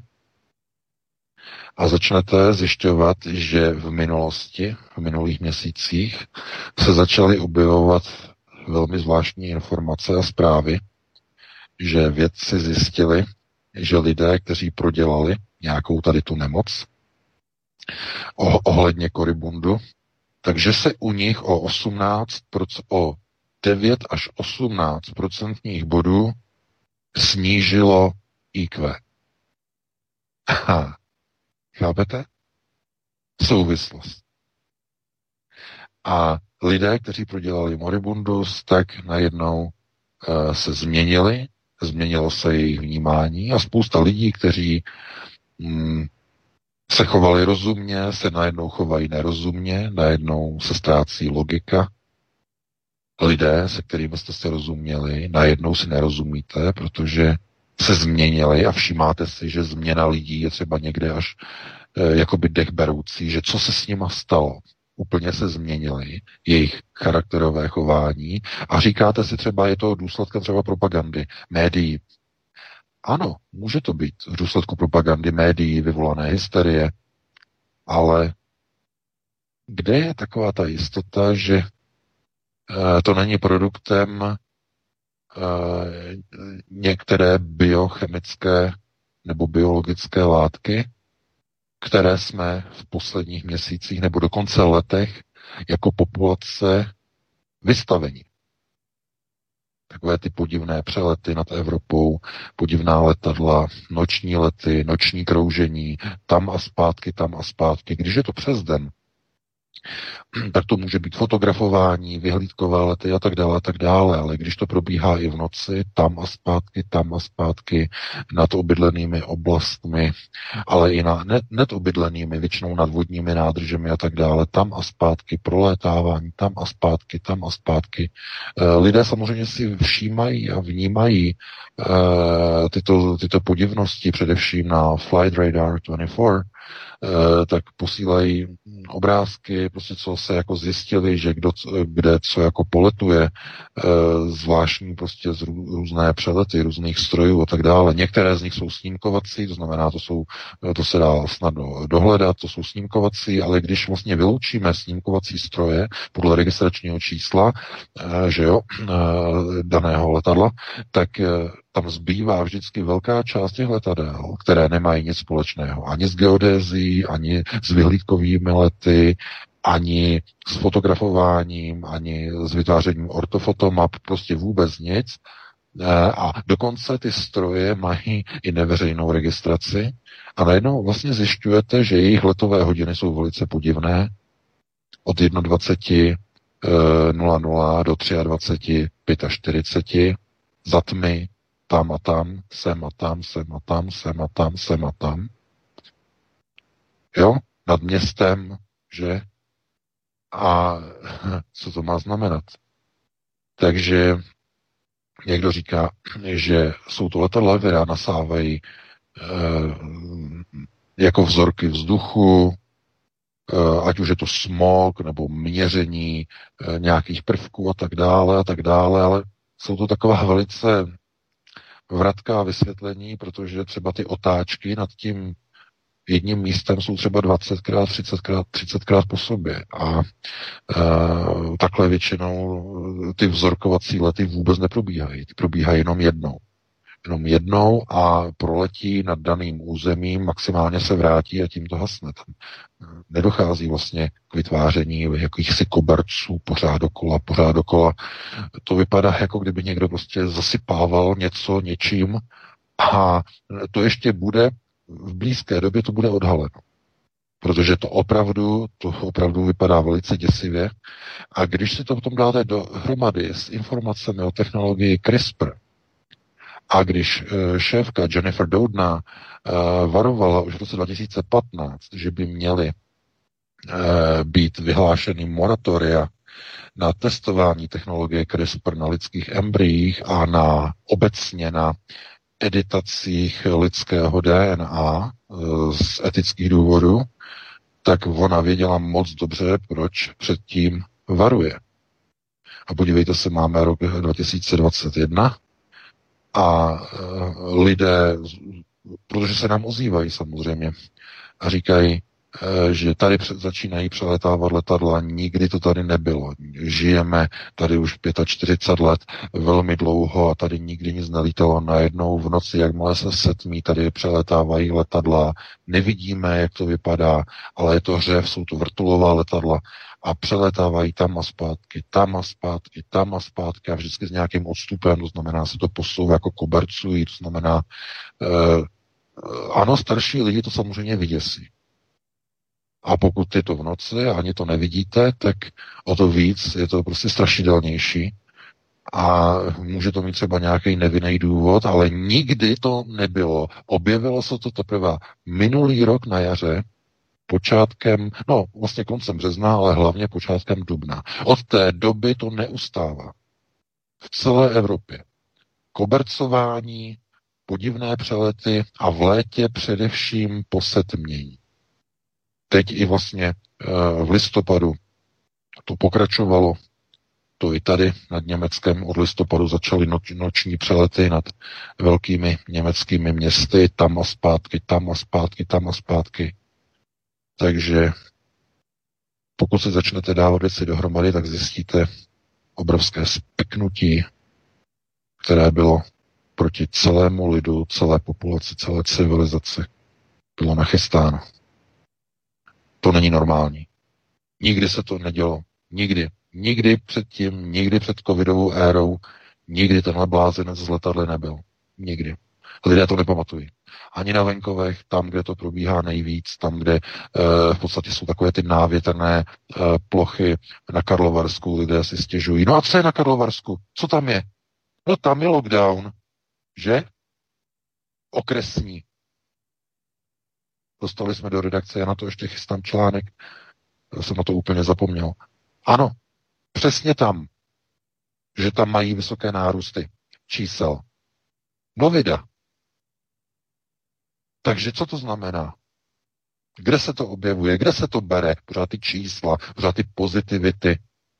a začnete zjišťovat, že v minulosti, v minulých měsících se začaly objevovat velmi zvláštní informace a zprávy, že vědci zjistili, že lidé, kteří prodělali nějakou tady tu nemoc oh- ohledně koribundu, takže se u nich o osmnáct procent, o devět až osmnáct procentních bodů snížilo í kvé. Aha. Chápete? Souvislost. A lidé, kteří prodělali moribundus, tak najednou uh, se změnili, změnilo se jejich vnímání a spousta lidí, kteří mm, se chovali rozumně, se najednou chovají nerozumně, najednou se ztrácí logika. Lidé, se kterými jste se rozuměli, najednou si nerozumíte, protože se změnily a všímáte si, že změna lidí je třeba někde až e, jakoby dech beroucí, že co se s nima stalo. Úplně se změnily jejich charakterové chování a říkáte si třeba, je to důsledkem třeba propagandy, médií. Ano, může to být v důsledku propagandy médií, vyvolané hysterie, ale kde je taková ta jistota, že e, to není produktem e, některé biochemické nebo biologické látky, které jsme v posledních měsících nebo dokonce letech jako populace vystaveni. Takové ty podivné přelety nad Evropou, podivná letadla, noční lety, noční kroužení, tam a zpátky, tam a zpátky. Když je to přes den, tak to může být fotografování, vyhlídkové lety a tak dále, a tak dále, ale když to probíhá i v noci, tam a zpátky, tam a zpátky, nad obydlenými oblastmi, ale i na nedobydlenými, většinou nad vodními nádržemi a tak dále, tam a zpátky, prolétávání, tam a zpátky, tam a zpátky. Lidé samozřejmě si všímají a vnímají tyto, tyto podivnosti, především na Flight Radar dvacet čtyři, tak posílají obrázky, prostě co se jako zjistili, že kdo, kde co jako poletuje, zvláštní prostě z různé přelety, různých strojů a tak dále. Některé z nich jsou snímkovací, to znamená, to, jsou, to se dá snadno dohledat, to jsou snímkovací, ale když vlastně vyloučíme snímkovací stroje podle registračního čísla, že jo, daného letadla, tak tam zbývá vždycky velká část těch letadel, které nemají nic společného ani s geodézií, ani s vyhlídkovými lety, ani s fotografováním, ani s vytvářením ortofotomap, prostě vůbec nic. A dokonce ty stroje mají i neveřejnou registraci a najednou vlastně zjišťujete, že jejich letové hodiny jsou velice podivné. Od dvacet jedna do dvacet tři čtyřicet pět za tmy, tam a tam, sem a tam, sem a tam, sem a tam, sem a tam. Jo, nad městem, že? A co to má znamenat? Takže někdo říká, že jsou to letadla, která nasávají eh, jako vzorky vzduchu, eh, ať už je to smog nebo měření eh, nějakých prvků a tak dále a tak dále, ale jsou to taková velice vratká vysvětlení, protože třeba ty otáčky nad tím jedním místem jsou třeba dvacetkrát, třicetkrát, třicetkrát po sobě. A e, takhle většinou ty vzorkovací lety vůbec neprobíhají. Ty probíhají jenom jednou. Jenom jednou a proletí nad daným územím, maximálně se vrátí a tím to hasne. Tam nedochází vlastně k vytváření jakýchsi koberců pořád dokola, pořád dokola. To vypadá, jako kdyby někdo prostě zasypával něco něčím a to ještě bude v blízké době to bude odhaleno. Protože to opravdu, to opravdu vypadá velice děsivě. A když si to potom dáte dohromady s informacemi o technologii CRISPR, a když šéfka Jennifer Doudna varovala už v roce dva tisíce patnáct, že by měly být vyhlášeny moratoria na testování technologie CRISPR na lidských embryích a na obecně na editacích lidského D N A z etických důvodů, tak ona věděla moc dobře, proč předtím varuje. A podívejte se, máme rok dva tisíce dvacet jedna a lidé, protože se nám ozývají samozřejmě, a říkají, že tady začínají přeletávat letadla, nikdy to tady nebylo. Žijeme tady už čtyřicet pět let, velmi dlouho a tady nikdy nic nelítalo. Najednou v noci, jakmile se setmí, tady přeletávají letadla, nevidíme, jak to vypadá, ale je to hřev, jsou to vrtulová letadla a přeletávají tam a zpátky, tam a zpátky, tam a zpátky a vždycky s nějakým odstupem, to znamená, se to posouvá jako kobercují, to znamená, eh, ano, starší lidi to samozřejmě vyděsí. A pokud je to v noci a ani to nevidíte, tak o to víc je to prostě strašidelnější a může to mít třeba nějaký nevinný důvod, ale nikdy to nebylo. Objevilo se to teprve minulý rok na jaře, počátkem, no vlastně koncem března, ale hlavně počátkem dubna. Od té doby to neustává. V celé Evropě. Kobercování podivné přelety a v létě především posetmění. Teď i vlastně v listopadu to pokračovalo, to i tady nad Německem od listopadu začaly noč, noční přelety nad velkými německými městy, tam a zpátky, tam a zpátky, tam a zpátky. Takže pokud si začnete dávat věci dohromady, tak zjistíte obrovské spiknutí, které bylo proti celému lidu, celé populaci, celé civilizaci. Bylo nachystáno. To není normální. Nikdy se to nedělo. Nikdy. Nikdy předtím, nikdy před covidovou érou, nikdy tenhle blázinec z letadly nebyl. Nikdy. Lidé to nepamatují. Ani na venkovech, tam, kde to probíhá nejvíc, tam, kde e, v podstatě jsou takové ty návětrné e, plochy na Karlovarsku, lidé si stěžují. No a co je na Karlovarsku? Co tam je? No tam je lockdown. Že? Okresní. Dostali jsme do redakce, já na to ještě chystám článek, já jsem na to úplně zapomněl. Ano, přesně tam, že tam mají vysoké nárůsty čísel. Novida. Takže co to znamená? Kde se to objevuje? Kde se to bere? Pořád ty čísla, pořád ty pozitivity.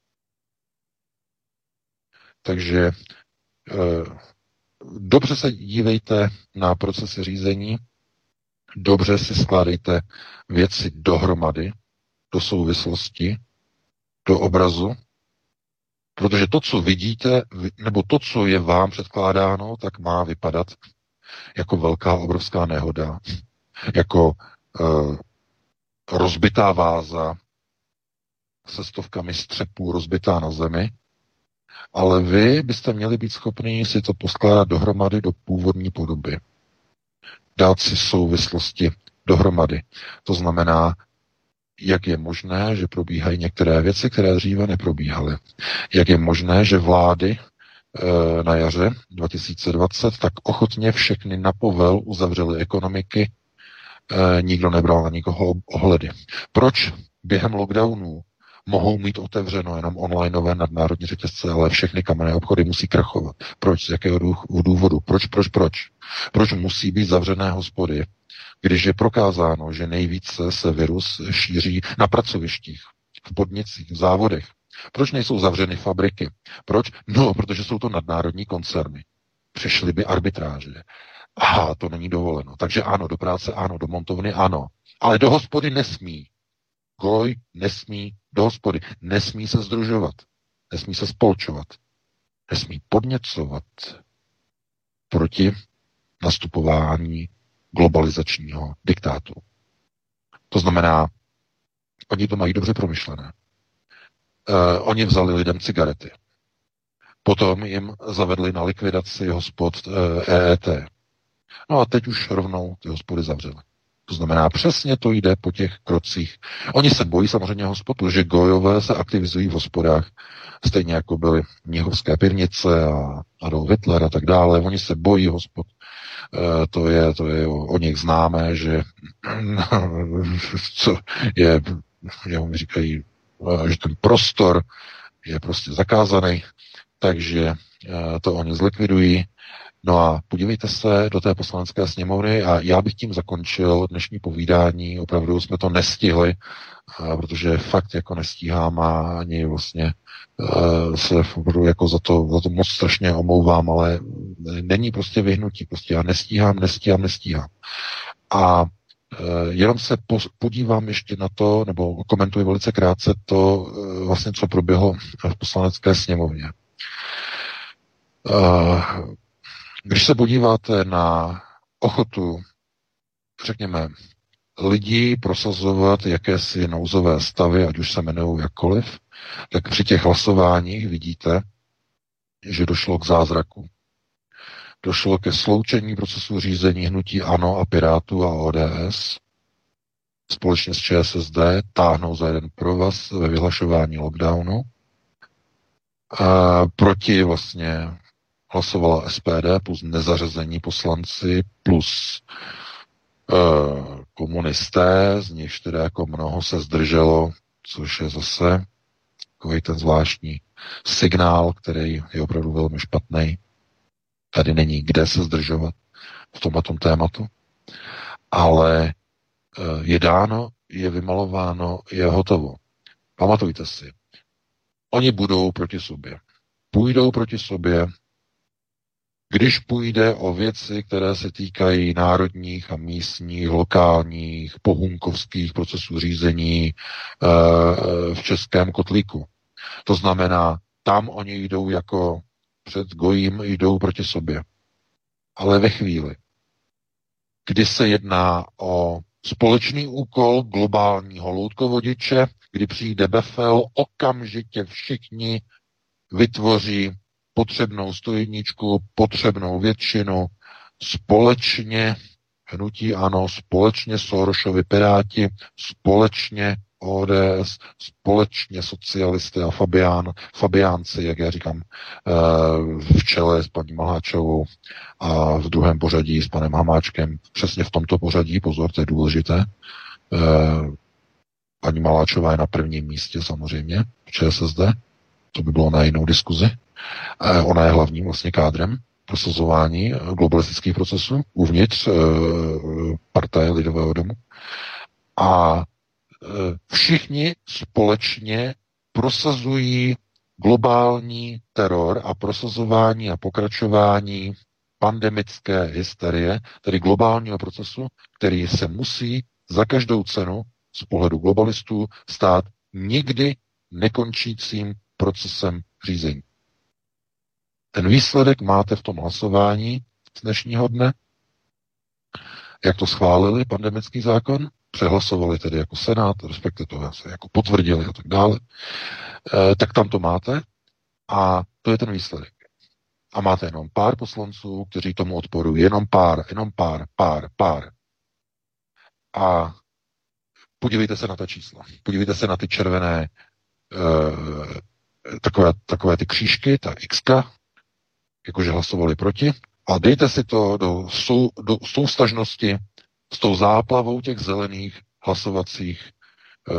Takže eh, dobře se dívejte na procesy řízení, dobře si skládejte věci dohromady, do souvislosti, do obrazu, protože to, co vidíte, nebo to, co je vám předkládáno, tak má vypadat jako velká, obrovská nehoda, jako uh, rozbitá váza se stovkami střepů rozbitá na zemi, ale vy byste měli být schopni si to poskládat dohromady do původní podoby. Dát si souvislosti dohromady. To znamená, jak je možné, že probíhají některé věci, které dříve neprobíhaly. Jak je možné, že vlády e, na jaře dva tisíce dvacet tak ochotně všechny na povel uzavřely ekonomiky, e, nikdo nebral na nikoho ohledy. Proč během lockdownů mohou mít otevřeno jenom onlineové nadnárodní řetězce, ale všechny kamenné obchody musí krachovat? Proč? Z jakého důvodu? Proč, proč, proč? Proč musí být zavřené hospody, když je prokázáno, že nejvíce se virus šíří na pracovištích, v podnicích, v závodech? Proč nejsou zavřeny fabriky? Proč? No, protože jsou to nadnárodní koncerny. Přišly by arbitráže. Aha, to není dovoleno. Takže ano, do práce ano, do montovny ano. Ale do hospody nesmí. Goj nesmí do hospody. Nesmí se sdružovat. Nesmí se spolčovat. Nesmí podněcovat proti nastupování globalizačního diktátu. To znamená, oni to mají dobře promyšlené. Uh, oni vzali lidem cigarety. Potom jim zavedli na likvidaci hospod uh, E E T. No a teď už rovnou ty hospody zavřeli. To znamená, přesně to jde po těch krocích. Oni se bojí samozřejmě hospod, protože gojové se aktivizují v hospodách, stejně jako byly mnichovské pivnice a Adolf Hitler a tak dále. Oni se bojí hospod. E, to je, to je o, o nich známé, že co je, že mi říkají, že ten prostor je prostě zakázaný, takže e, to oni zlikvidují. No a podívejte se do té poslanecké sněmovny a já bych tím zakončil dnešní povídání. Opravdu jsme to nestihli, protože fakt jako nestíhám a ani vlastně se opravdu jako za to, za to moc strašně omlouvám, ale není prostě vyhnutí. Prostě já nestíhám, nestíhám, nestíhám. A jenom se podívám ještě na to, nebo komentuji velice krátce to, vlastně, co proběhlo v poslanecké sněmovně. Když se podíváte na ochotu, řekněme, lidí prosazovat jakési nouzové stavy, ať už se jmenují jakkoliv, tak při těch hlasováních vidíte, že došlo k zázraku. Došlo ke sloučení procesu řízení hnutí ANO a Pirátů a O D S. Společně s Č S S D táhnou za jeden provaz ve vyhlašování lockdownu. A proti vlastně hlasovala S P D plus nezařazení poslanci plus e, komunisté, z nichž teda jako mnoho se zdrželo, což je zase takový ten zvláštní signál, který je opravdu velmi špatný. Tady není kde se zdržovat. v tomto tématu, ale je dáno, je vymalováno, je hotovo. Pamatujte si, oni budou proti sobě. Půjdou proti sobě, když půjde o věci, které se týkají národních a místních, lokálních, pohunkovských procesů řízení v českém kotlíku. To znamená, tam oni jdou jako před gojím, jdou proti sobě. Ale ve chvíli, kdy se jedná o společný úkol globálního loutkovodiče, kdy přijde Befel, okamžitě všichni vytvoří potřebnou stojničku, potřebnou většinu, společně hnutí ANO, společně Sorošovi Piráti, společně O D S, společně socialisty a Fabián, Fabiánci, jak já říkám, v čele s paní Maláčovou a v druhém pořadí s panem Hamáčkem. Přesně v tomto pořadí, pozor, to je důležité. Paní Maláčová je na prvním místě samozřejmě v ČSSD, to by bylo na jinou diskuzi. Ona je hlavním vlastně kádrem prosazování globalistických procesů uvnitř partaje Lidového domu. A všichni společně prosazují globální teror a prosazování a pokračování pandemické hysterie, tedy globálního procesu, který se musí za každou cenu z pohledu globalistů stát nikdy nekončícím procesem řízení. Ten výsledek máte v tom hlasování z dnešního dne, jak to schválili, pandemický zákon, přehlasovali tedy jako Senát, respektive to se jako potvrdili a tak dále, e, tak tam to máte a to je ten výsledek. A máte jenom pár poslanců, kteří tomu odporují, jenom pár, jenom pár, pár, pár. A podívejte se na ta čísla, podívejte se na ty červené e, takové, takové ty křížky, ta X-ka, jakože hlasovali proti, a dejte si to do, sou, do soustažnosti s tou záplavou těch zelených hlasovacích e,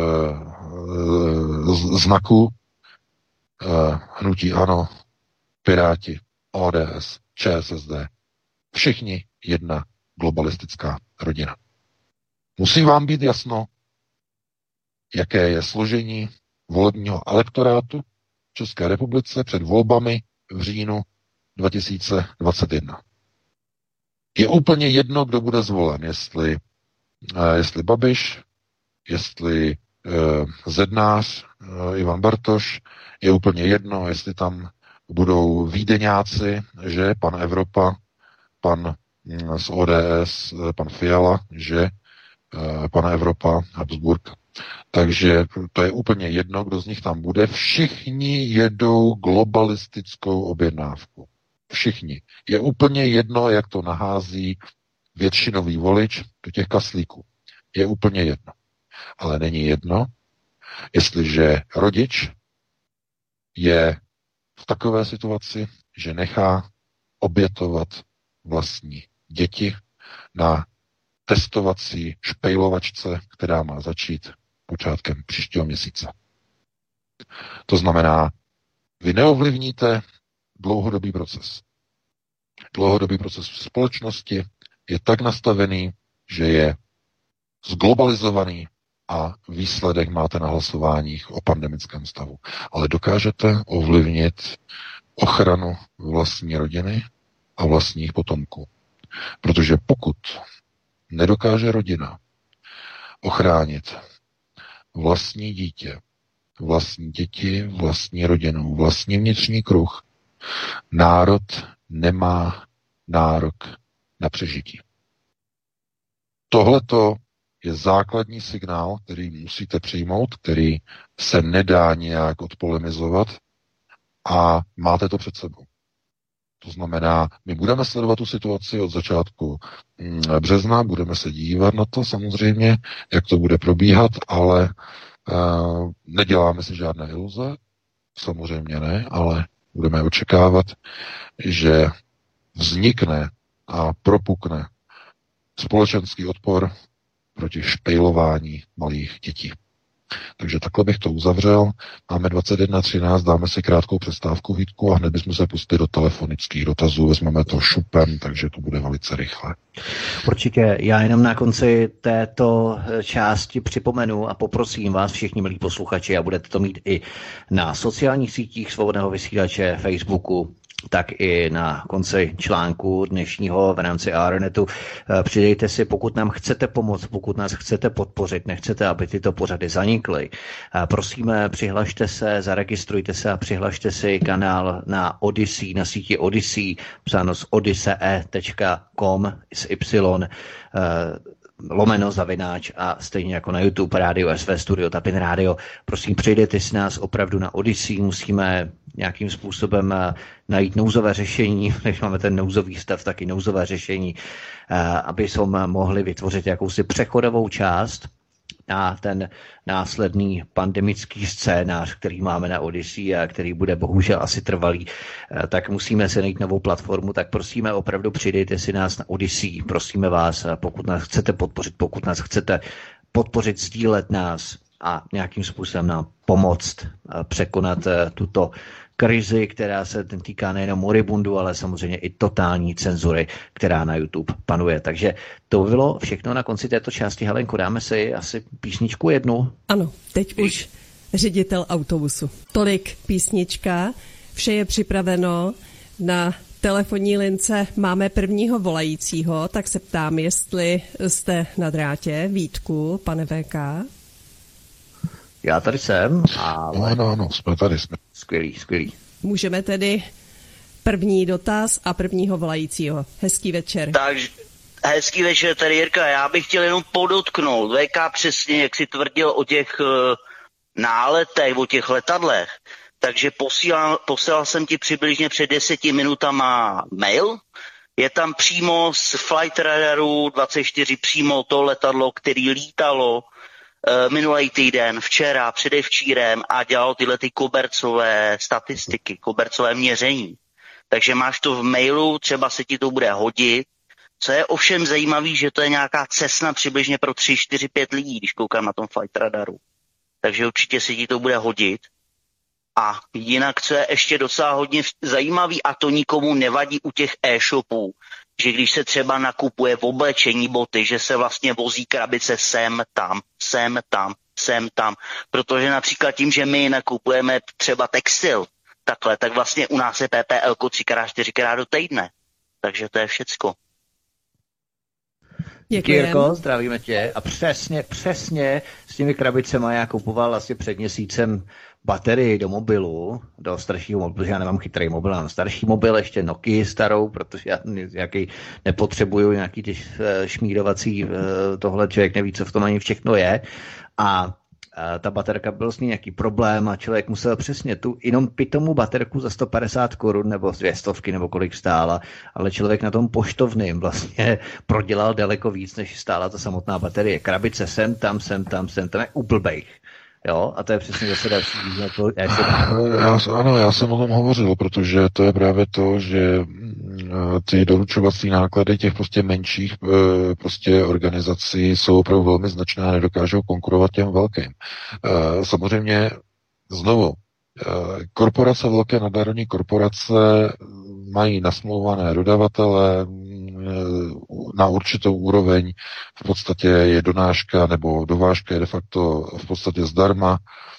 znaků e, hnutí ANO, Piráti, O D S, ČSSD. Všichni jedna globalistická rodina. Musí vám být jasno, jaké je složení volebního elektorátu v České republice před volbami v říjnu dva tisíce dvacet jedna. Je úplně jedno, kdo bude zvolen, jestli, uh, jestli Babiš, jestli uh, Zednář, uh, Ivan Bartoš, je úplně jedno, jestli tam budou vídeňáci, že pan Evropa, pan uh, z O D S, uh, pan Fiala, že uh, pan Evropa, Habsburg. Takže to je úplně jedno, kdo z nich tam bude. Všichni jedou globalistickou objednávku. Všichni. Je úplně jedno, jak to nahází většinový volič do těch kaslíků. Je úplně jedno. Ale není jedno, jestliže rodič je v takové situaci, že nechá obětovat vlastní děti na testovací špejlovačce, která má začít počátkem příštího měsíce. To znamená, vy neovlivníte dlouhodobý proces. Dlouhodobý proces v společnosti je tak nastavený, že je zglobalizovaný a výsledek máte na hlasováních o pandemickém stavu. Ale dokážete ovlivnit ochranu vlastní rodiny a vlastních potomků. Protože pokud nedokáže rodina ochránit vlastní dítě, vlastní děti, vlastní rodinu, vlastní vnitřní kruh, národ nemá nárok na přežití. Tohleto je základní signál, který musíte přijmout, který se nedá nějak odpolemizovat a máte to před sebou. To znamená, my budeme sledovat tu situaci od začátku března, budeme se dívat na to samozřejmě, jak to bude probíhat, ale uh, neděláme si žádné iluze, samozřejmě ne, ale budeme očekávat, že vznikne a propukne společenský odpor proti špejlování malých dětí. Takže takhle bych to uzavřel. Máme dvacet jedna třináct, dáme si krátkou přestávku, Vítku, a hned bychom se pustili do telefonických dotazů, vezmeme to šupem, takže to bude velice rychle. Určitě, já jenom na konci této části připomenu a poprosím vás všichni, milí posluchači, a budete to mít i na sociálních sítích Svobodného vysílače, Facebooku, tak i na konci článku dnešního v rámci ARNetu. Přidejte si, pokud nám chcete pomoct, pokud nás chcete podpořit, nechcete, aby tyto pořady zanikly. Prosíme, přihlašte se, zaregistrujte se a přihlašte si kanál na Odyssey, na síti Odyssey, psáno z odyssey tečka com s Y, lomeno zavináč a stejně jako na YouTube Rádio S V Studio Tapin Radio. Prosím, přijdete si nás opravdu na Odyssey, musíme nějakým způsobem najít nouzové řešení, než máme ten nouzový stav, taky nouzové řešení, aby jsme mohli vytvořit jakousi přechodovou část na ten následný pandemický scénář, který máme na Odyssey a který bude bohužel asi trvalý, tak musíme se najít novou platformu, tak prosíme opravdu přidejte si nás na Odyssey, prosíme vás, pokud nás chcete podpořit, pokud nás chcete podpořit, sdílet nás a nějakým způsobem nám pomoct překonat tuto krizi, která se týká nejenom moribundu, ale samozřejmě i totální cenzury, která na YouTube panuje. Takže to bylo všechno na konci této části. Helenko, dáme si asi písničku jednu? Ano, teď už ředitel autobusu. Tolik písnička, vše je připraveno. Na telefonní lince máme prvního volajícího, tak se ptám, jestli jste na drátě. Vítku, pane V K. Já tady jsem. Ale... Ano, ano, jsme tady, jsme. Skvělý, skvělý. Můžeme tedy první dotaz a prvního volajícího. Hezký večer. Takže hezký večer, tady Jirka. Já bych chtěl jenom podotknout. V K přesně, jak si tvrdil o těch uh, náletech, o těch letadlech, takže posílal, posílal jsem ti přibližně před deseti minutama mail. Je tam přímo z Flight Radaru dvacet čtyři přímo to letadlo, který lítalo minulý týden, včera, předevčírem a dělal tyhle ty kobercové statistiky, kobercové měření. Takže máš to v mailu, třeba se ti to bude hodit. Co je ovšem zajímavé, že to je nějaká cesna přibližně pro tři, čtyři, pět lidí, když koukám na tom Flight Radaru. Takže určitě se ti to bude hodit. A jinak, co je ještě docela hodně zajímavý, a to nikomu nevadí u těch e-shopů, že když se třeba nakupuje v oblečení, boty, že se vlastně vozí krabice sem, tam, sem, tam, sem, tam. Protože například tím, že my nakupujeme třeba textil, takhle, tak vlastně u nás je P P L třikrát, čtyřikrát do týdne. Takže to je všecko. Děkujeme. Jirko, zdravíme tě. A přesně, přesně s těmi krabicema já kupoval asi před měsícem baterii do mobilu, do staršího mobilu, protože já nemám chytrý mobil, mám starší mobil, ještě Nokia starou, protože já nějaký nepotřebuju nějaký ty šmírovací, tohle člověk neví, co v tom ani všechno je. A ta baterka byl s ní nějaký problém a člověk musel přesně tu jenom pitomu baterku za sto padesát korun nebo dvě stovky nebo kolik stála, ale člověk na tom poštovným vlastně prodělal daleko víc, než stála ta samotná baterie. Krabice sem, tam, sem, tam, sem, tam je úplbejch. Jo, a to je přesně zase další jako já, ano, já jsem o tom hovořil, protože to je právě to, že ty doručovací náklady těch prostě menších prostě organizací jsou opravdu velmi značné a nedokážou konkurovat těm velkým. Samozřejmě znovu, korporace, velké nadnárodní korporace mají nasmlouvané dodavatele na určitou úroveň, v podstatě je donáška nebo dovážka je de facto v podstatě zdarma.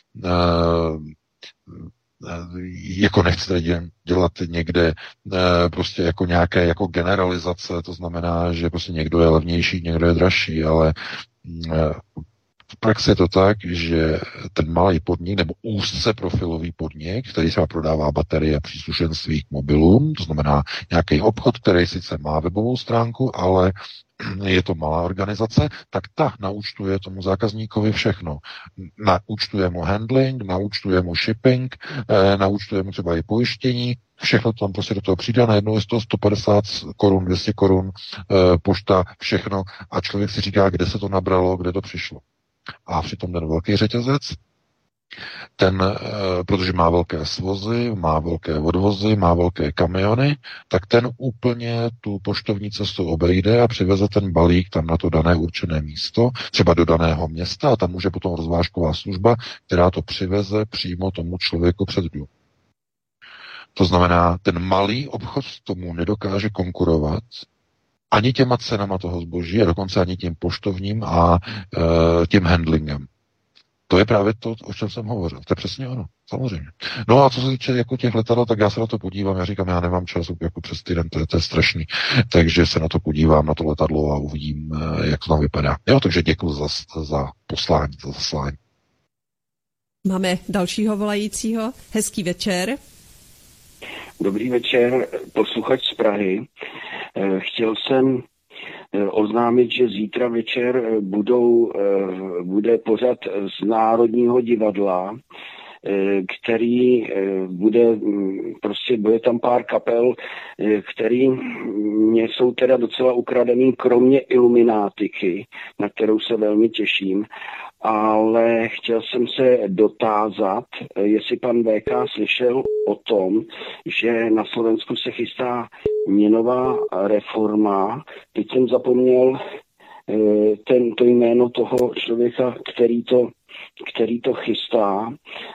Jako nechcete dělat někde prostě jako nějaké jako generalizace, to znamená, že prostě někdo je levnější, někdo je dražší, ale v praxi je to tak, že ten malý podnik nebo úzce profilový podnik, který třeba prodává baterie a příslušenství k mobilům, to znamená nějaký obchod, který sice má webovou stránku, ale je to malá organizace, tak ta naúčtuje tomu zákazníkovi všechno. Naúčtuje mu handling, naúčtuje mu shipping, eh, naúčtuje mu třeba i pojištění, všechno tam prostě do toho přijde, najednou je to sto padesát korun, dvě stě korun, eh, pošta, všechno a člověk si říká, kde se to nabralo, kde to přišlo. A přitom ten velký řetězec Ten, protože má velké svozy, má velké odvozy, má velké kamiony, tak ten úplně tu poštovní cestu obejde a přiveze ten balík tam na to dané určené místo, třeba do daného města, a tam může potom rozvážková služba, která to přiveze přímo tomu člověku před dům. To znamená, ten malý obchod tomu nedokáže konkurovat ani těma cenama toho zboží, a dokonce ani tím poštovním a e, tím handlingem. To je právě to, o čem jsem hovořil. To je přesně ono, samozřejmě. No a co se týče jako těch letadel, tak já se na to podívám. Já říkám, já nemám čas jako přes týden, to je, to je strašný. Takže se na to podívám, na to letadlo, a uvidím, jak to tam vypadá. Jo, takže děkuji za, za poslání, za zaslání. Máme dalšího volajícího. Hezký večer. Dobrý večer, posluchač z Prahy. Chtěl jsem oznámit, že zítra večer budou, bude pořad z Národního divadla, který bude, prostě bude tam pár kapel, který mě jsou teda docela ukradený, kromě Iluminátiky, na kterou se velmi těším. Ale chtěl jsem se dotázat, jestli pan V K slyšel o tom, že na Slovensku se chystá měnová reforma. Teď jsem zapomněl ten, to jméno toho člověka, který to, který to chystá,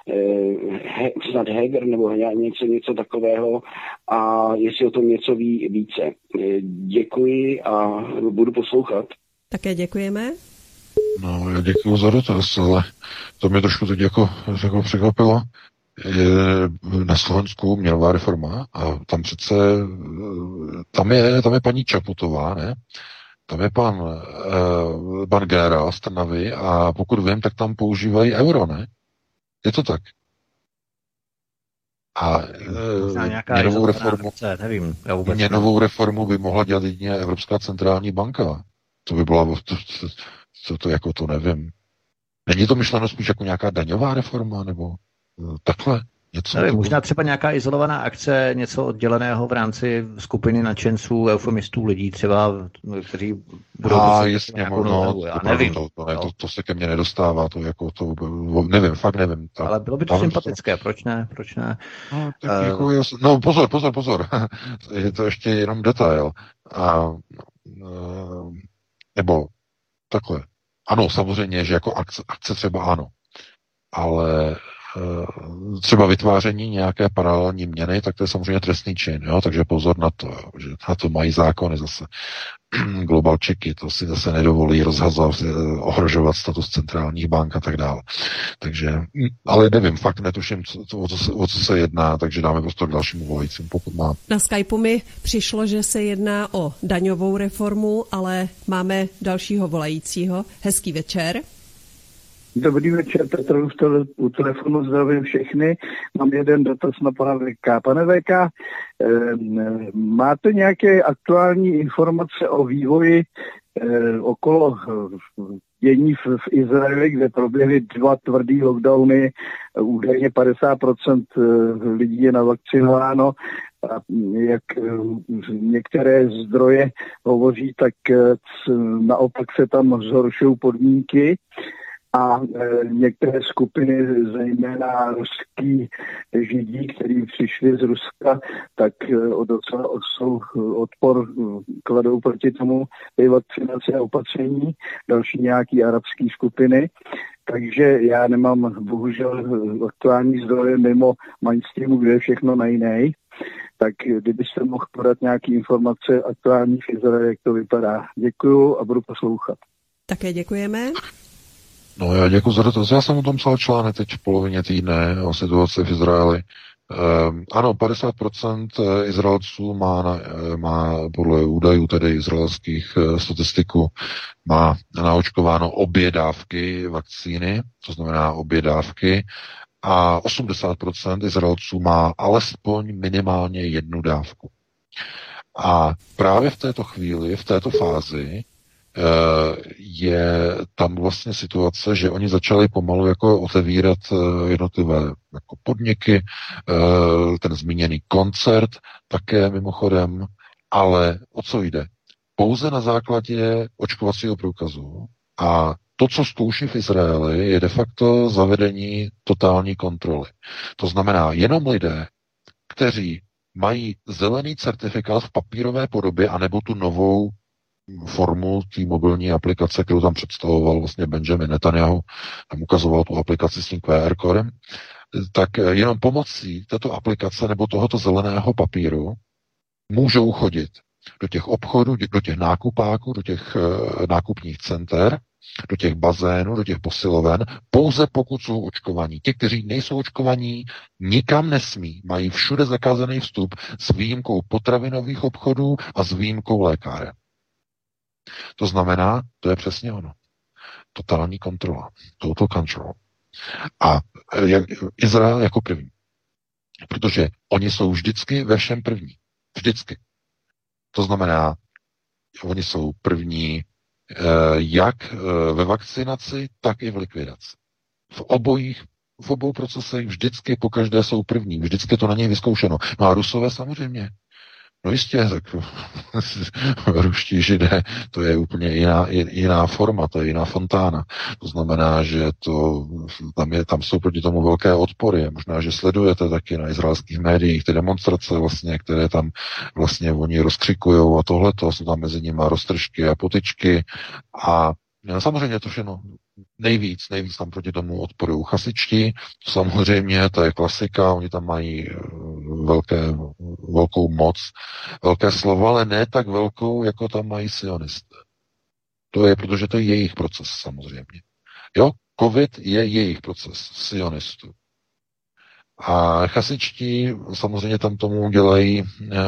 He, snad Heger nebo něco, něco takového, a jestli o tom něco ví více. Děkuji a budu poslouchat. Také děkujeme. No, já děkuju za dotaz, ale to mě trošku teď jako, jako překvapilo. Je na Slovensku měnová reforma a tam přece, tam je, tam je paní Čaputová, ne? Tam je pan, uh, pan generál z Trnavy, a pokud vím, tak tam používají euro, ne? Je to tak? A uh, měnovou reformu, akce, nevím, měnovou reformu by mohla dělat jedině Evropská centrální banka. To by byla, to, to, to, to jako to nevím. Není to myšleno spíš jako nějaká daňová reforma, nebo uh, takhle? Něco nevím, možná třeba nějaká izolovaná akce, něco odděleného v rámci skupiny nadšenců, eufemistů, lidí třeba, kteří budou... A jasně, no, nohu, já nevím. To, to, ne, to, to se ke mně nedostává, to jako to, nevím, fakt nevím. Ta, ale bylo by to sympatické, to... proč ne, proč ne? No, tak uh, jako, no pozor, pozor, pozor, je to ještě jenom detail. A, uh, nebo takhle, ano, samozřejmě, že jako akce, akce třeba ano, ale třeba vytváření nějaké paralelní měny, tak to je samozřejmě trestný čin, jo? Takže pozor na to, jo? Že na to mají zákony zase. Global checky, to si zase nedovolí rozhazovat, ohrožovat status centrálních bank a tak dále. Takže, ale nevím, fakt netuším, co, to, o, co se, o co se jedná, takže dáme prostor k dalšímu volajícím, pokud má. Na Skypeu mi přišlo, že se jedná o daňovou reformu, ale máme dalšího volajícího. Hezký večer. Dobrý večer, Petr, u telefonu zdravím všechny. Mám jeden dotaz na pana V K. Pane V K, máte nějaké aktuální informace o vývoji okolo dění v, v Izraeli, kde proběhly dva tvrdý lockdowny, údajně padesát procent lidí je navakcinováno, a jak některé zdroje hovoří, tak naopak se tam zhoršují podmínky. A e, některé skupiny, zejména ruský židí, kteří přišli z Ruska, tak e, docela jsou odpor kladou proti tomu té vakcinace a opatření, další nějaký arabské skupiny. Takže já nemám bohužel aktuální zdroje mimo mainstreamu, kde je všechno na jiné. Tak kdybyste mohl podat nějaké informace aktuální v Izraeli, jak to vypadá. Děkuju a budu poslouchat. Také děkujeme. No já děkuji za dotaz. Já jsem o tom psal článek teď v polovině týdne o situaci v Izraeli. Um, ano, padesát procent Izraelců má, na, má podle údajů tedy izraelských statistiků má naočkováno obě dávky vakcíny, to znamená obě dávky, a osmdesát procent Izraelců má alespoň minimálně jednu dávku. A právě v této chvíli, v této fázi je tam vlastně situace, že oni začali pomalu jako otevírat jednotlivé jako podniky, ten zmíněný koncert také mimochodem, ale o co jde? Pouze na základě očkovacího průkazu, a to, co zkouší v Izraeli, je de facto zavedení totální kontroly. To znamená jenom lidé, kteří mají zelený certifikát v papírové podobě, anebo tu novou formu té mobilní aplikace, kterou tam představoval vlastně Benjamin Netanyahu, tam ukazoval tu aplikaci s tím Q R kódem, tak jenom pomocí této aplikace nebo tohoto zeleného papíru můžou chodit do těch obchodů, do těch nákupáků, do těch uh, nákupních center, do těch bazénů, do těch posiloven, pouze pokud jsou očkovaní. Ti, kteří nejsou očkovaní, nikam nesmí. Mají všude zakázaný vstup s výjimkou potravinových obchodů a s výjimkou lékáren. To znamená, to je přesně ono. Totální kontrola. Total control. A jak, Izrael jako první. Protože oni jsou vždycky ve všem první. Vždycky. To znamená, oni jsou první jak ve vakcinaci, tak i v likvidaci. V obojích, v obou procesech vždycky pokaždé jsou první. Vždycky to na něj vyzkoušeno. No a Rusové samozřejmě. No jistě, tak ruští Židé, to je úplně jiná, jiná forma, to je jiná fontána. To znamená, že to, tam, je, tam jsou proti tomu velké odpory. Možná, že sledujete taky na izraelských médiích ty demonstrace, vlastně, které tam vlastně oni rozkřikujou a tohleto, jsou tam mezi nimi roztržky a potyčky a samozřejmě to všechno nejvíc, nejvíc tam proti tomu odporují chasičtí, samozřejmě, to je klasika, oni tam mají velké, velkou moc, velké slovo, ale ne tak velkou, jako tam mají sionisté. To je, protože to je jejich proces samozřejmě. Jo, covid je jejich proces, sionistů. A chasičtí samozřejmě tam tomu dělají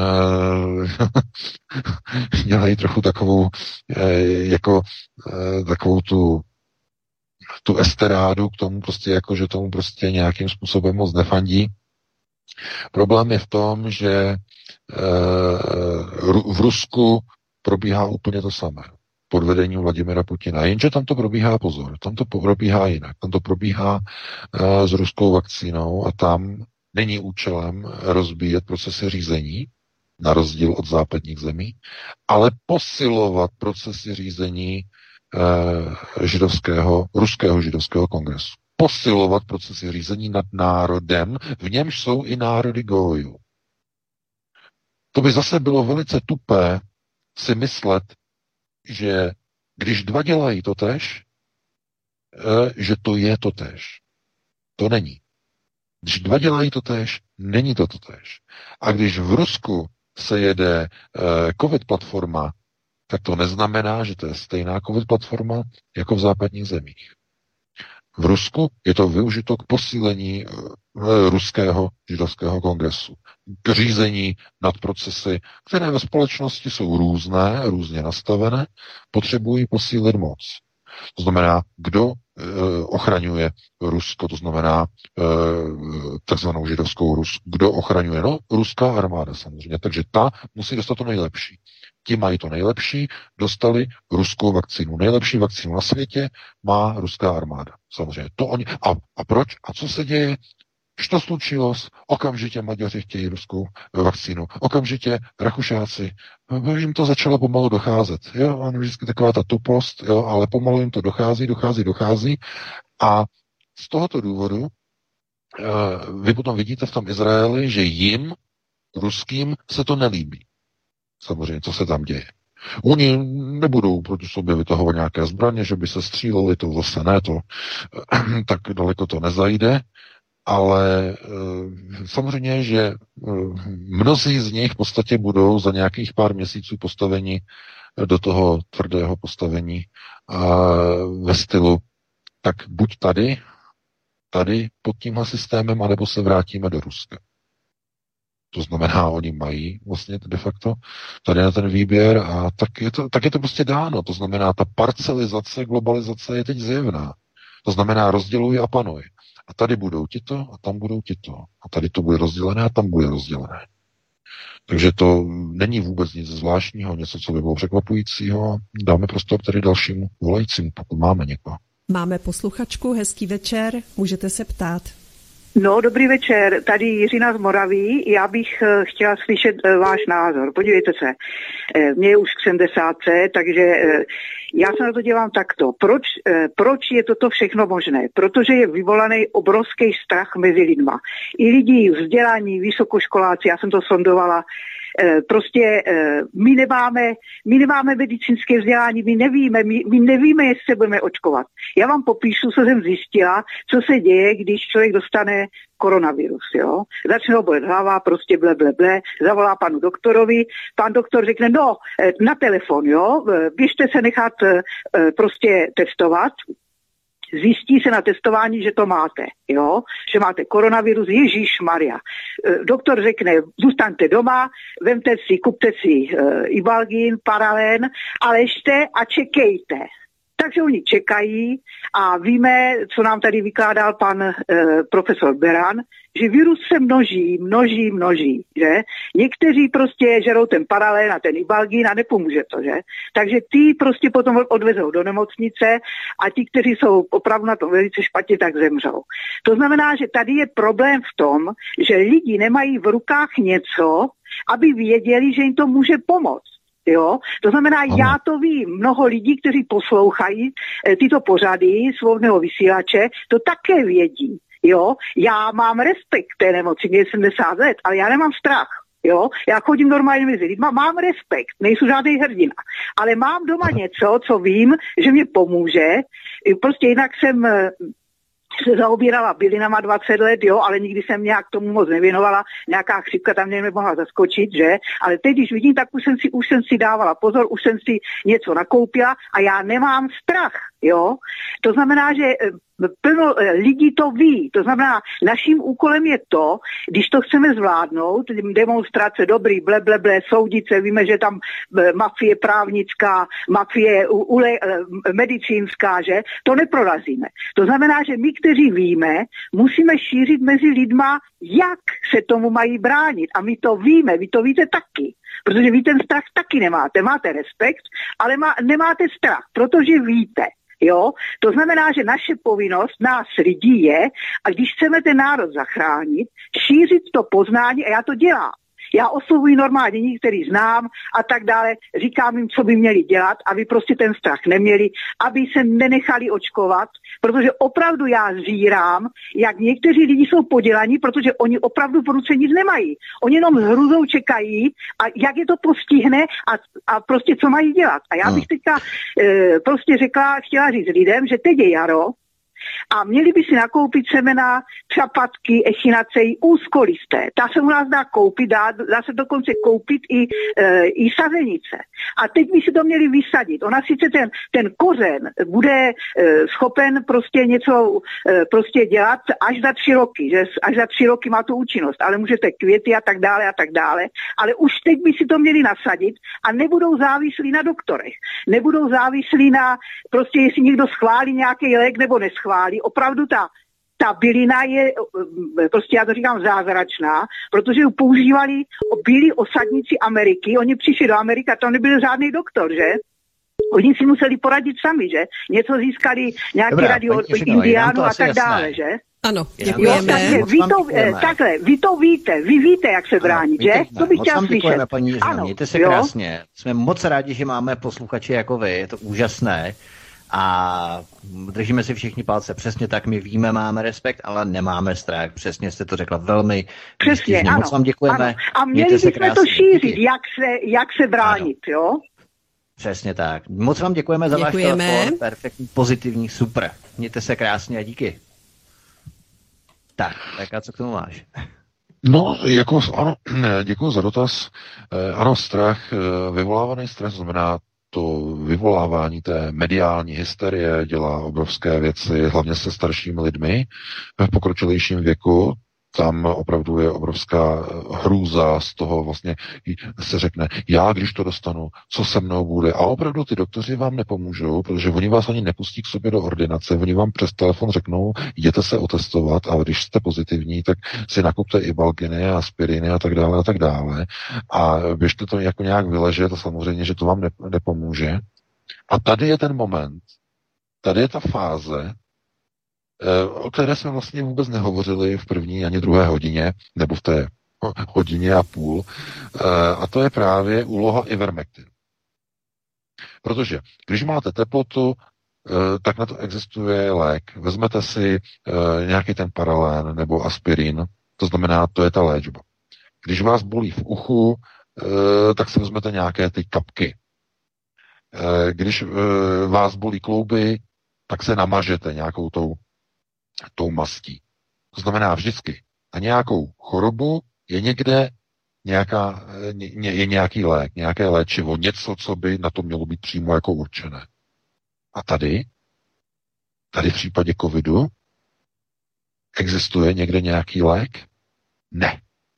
dělají trochu takovou jako takovou tu tu esterádu k tomu prostě jako, že tomu prostě nějakým způsobem moc nefandí. Problém je v tom, že v Rusku probíhá úplně to samé pod vedením Vladimira Putina. Jenže tam to probíhá, pozor, tam to probíhá jinak. Tam to probíhá uh, s ruskou vakcínou a tam není účelem rozbíjet procesy řízení, na rozdíl od západních zemí, ale posilovat procesy řízení uh, židovského, ruského židovského kongresu. Posilovat procesy řízení nad národem, v němž jsou i národy Gojů. To by zase bylo velice tupé si myslet, že když dva dělají totéž, že to je totéž. To není. Když dva dělají totéž, není to totéž. A když v Rusku se jede COVID platforma, tak to neznamená, že to je stejná COVID platforma jako v západních zemích. V Rusku je to využito k posílení ruského židovského kongresu, k řízení nad procesy, které ve společnosti jsou různé, různě nastavené, potřebují posílit moc. To znamená, kdo e, ochraňuje Rusko, to znamená e, takzvanou židovskou Rusku. Kdo ochraňuje? No, ruská armáda samozřejmě, takže ta musí dostat to nejlepší. Ti mají to nejlepší, dostali ruskou vakcínu. Nejlepší vakcínu na světě má ruská armáda. Samozřejmě. To oni... a, a proč? A co se děje? Što slučilo? Okamžitě Maďaři chtějí ruskou vakcínu. Okamžitě Rakušáci. Jim to začalo pomalu docházet. Jo, on vždycky taková ta tupost, jo, ale pomalu jim to dochází, dochází, dochází. A z tohoto důvodu uh, vy potom vidíte v tom Izraeli, že jim, ruským, se to nelíbí. Samozřejmě, co se tam děje. Oni nebudou proti sobě vytahovat nějaké zbraně, že by se stříleli, to zase ne, to tak daleko to nezajde, ale e, samozřejmě, že e, mnozí z nich v podstatě budou za nějakých pár měsíců postaveni do toho tvrdého postavení e, ve stylu, tak buď tady, tady pod tímhle systémem, anebo se vrátíme do Ruska. To znamená, oni mají vlastně de facto tady na ten výběr a tak je, to, tak je to prostě dáno. To znamená, ta parcelizace, globalizace je teď zjevná. To znamená, rozděluj a panuj. A tady budou tito a tam budou tito. A tady to bude rozdělené a tam bude rozdělené. Takže to není vůbec nic zvláštního, něco, co by bylo překvapujícího. Dáme prostor tady dalšímu volajícímu, pokud máme někoho. Máme posluchačku, hezký večer, můžete se ptát. No, dobrý večer, tady Jiřina z Moraví. Já bych chtěla slyšet váš názor. Podívejte se, mě je už k sedmdesáti, takže Já se na to dělám takto. Proč, eh, proč je toto všechno možné? Protože je vyvolaný obrovský strach mezi lidma. I lidi vzdělání, vysokoškoláci, já jsem to sondovala, prostě my nemáme, my nemáme medicínské vzdělání, my nevíme, my, my nevíme, jestli se budeme očkovat. Já vám popíšu, co jsem zjistila, co se děje, když člověk dostane koronavirus, jo. Začne ho bolet hlava, prostě ble, ble, ble, zavolá panu doktorovi, pan doktor řekne, no, na telefon, jo, běžte se nechat prostě testovat, zjistí se na testování, že to máte, jo, že máte koronavirus, Ježíšmarja. Doktor řekne, zůstaňte doma, vemte si, kupte si uh, Ibalgin, Paralen a ležte a čekejte. Takže oni čekají a víme, co nám tady vykládal pan e, profesor Beran, že virus se množí, množí, množí, že? Někteří prostě žerou ten Paralen a ten Ibalgin a nepomůže to, že? Takže ty prostě potom odvezou do nemocnice a ti, kteří jsou opravdu na tom velice špatně, tak zemřou. To znamená, že tady je problém v tom, že lidi nemají v rukách něco, aby věděli, že jim to může pomoct. Jo? To znamená, ano. Já to vím, mnoho lidí, kteří poslouchají e, tyto pořady svobodného vysílače, to také vědí. Jo? Já mám respekt k té nemoci, mě je sedmdesát let, ale já nemám strach. Jo? Já chodím normálně mezi lidma, mám respekt, nejsou žádný hrdina, ale mám doma něco, co vím, že mě pomůže. Prostě jinak jsem se zaobírala bylinama dvacet let, jo, ale nikdy jsem nějak tomu moc nevěnovala, nějaká chřipka tam mě nemohla zaskočit, že? Ale teď, když vidím, tak už jsem si, už jsem si dávala pozor, už jsem si něco nakoupila a já nemám strach, jo. To znamená, že plno lidí to ví. To znamená, naším úkolem je to, když to chceme zvládnout, demonstrace, dobrý, ble, ble, ble, soudit se, víme, že tam mafie právnická, mafie ule, medicínská, že? To neprorazíme. To znamená, že my, kteří víme, musíme šířit mezi lidma, jak se tomu mají bránit. A my to víme, vy to víte taky. Protože vy ten strach taky nemáte. Máte respekt, ale má, nemáte strach, protože víte. Jo? To znamená, že naše povinnost nás lidí je, a když chceme ten národ zachránit, šířit to poznání, a já to dělám. Já oslovuji normálně lidi, který znám a tak dále, říkám jim, co by měli dělat, aby prostě ten strach neměli, aby se nenechali očkovat, protože opravdu já zírám, jak někteří lidi jsou podělaní, protože oni opravdu v ruce nic nemají. Oni jenom s hrůzou čekají a jak je to postihne a, a prostě co mají dělat. A já bych teďka e, prostě řekla, chtěla říct lidem, že teď je jaro, a měli by si nakoupit semena, třapatky, echinacejí, úzkolisté. Ta se u nás dá koupit, dá, dá se dokonce koupit i, e, i sazenice. A teď by si to měli vysadit. Ona sice ten, ten kořen bude e, schopen prostě něco e, prostě dělat až za tři roky, že až za tři roky má tu účinnost, ale můžete květy a tak dále a tak dále. Ale už teď by si to měli nasadit a nebudou závislí na doktorech. Nebudou závislí na prostě, jestli někdo schválí nějaký lék nebo neschválí. Opravdu ta, ta bylina je, prostě já to říkám, zázračná, protože ji používali byli osadníci Ameriky, oni přišli do Ameriky a to nebyl žádný doktor, že? Oni si museli poradit sami, že? Něco získali nějaký radio od indiánů a tak jasné. dále, že? Ano, děkujeme. Jo, takže vy to, takhle, vy to víte, vy víte, jak se bránit, ano, že? To bych chtěla slyšet. Paní Jiřina, mějte se jo? krásně. Jsme moc rádi, že máme posluchači jako vy, je to úžasné. A držíme si všichni palce, přesně tak, my víme, máme respekt, ale nemáme strach, přesně jste to řekla velmi přesně, ano, moc vám děkujeme. Ano. A měli bychom to šířit, jak se, jak se bránit, ano. jo? Přesně tak. Moc vám děkujeme za děkujeme. váš telefon, perfektní, pozitivní, super. Mějte se krásně a díky. Tak, tak a co k tomu máš? No, jako, ano, děkuji za dotaz. Ano, strach, vyvolávaný stres znamená to vyvolávání té mediální hysterie dělá obrovské věci, hlavně se staršími lidmi v pokročilejším věku. Tam opravdu je obrovská hrůza z toho vlastně se řekne, já když to dostanu, co se mnou bude. A opravdu ty doktoři vám nepomůžou, protože oni vás ani nepustí k sobě do ordinace, oni vám přes telefon řeknou, jděte se otestovat a když jste pozitivní, tak si nakupte Ibalginy a aspiriny a tak dále a tak dále. A běžte to jako nějak vyležet a samozřejmě, že to vám nepomůže. A tady je ten moment, tady je ta fáze, o které jsme vlastně vůbec nehovořili v první ani druhé hodině, nebo v té hodině a půl, a to je právě úloha Ivermectin. Protože když máte teplotu, tak na to existuje lék. Vezmete si nějaký ten paralén nebo aspirin, to znamená, to je ta léčba. Když vás bolí v uchu, tak si vezmete nějaké ty kapky. Když vás bolí klouby, tak se namažete nějakou tou, tou mastí. To znamená vždycky na nějakou chorobu je někde nějaká, je nějaký lék, nějaké léčivo, něco, co by na to mělo být přímo jako určené. A tady, tady v případě covidu, existuje někde nějaký lék? Ne.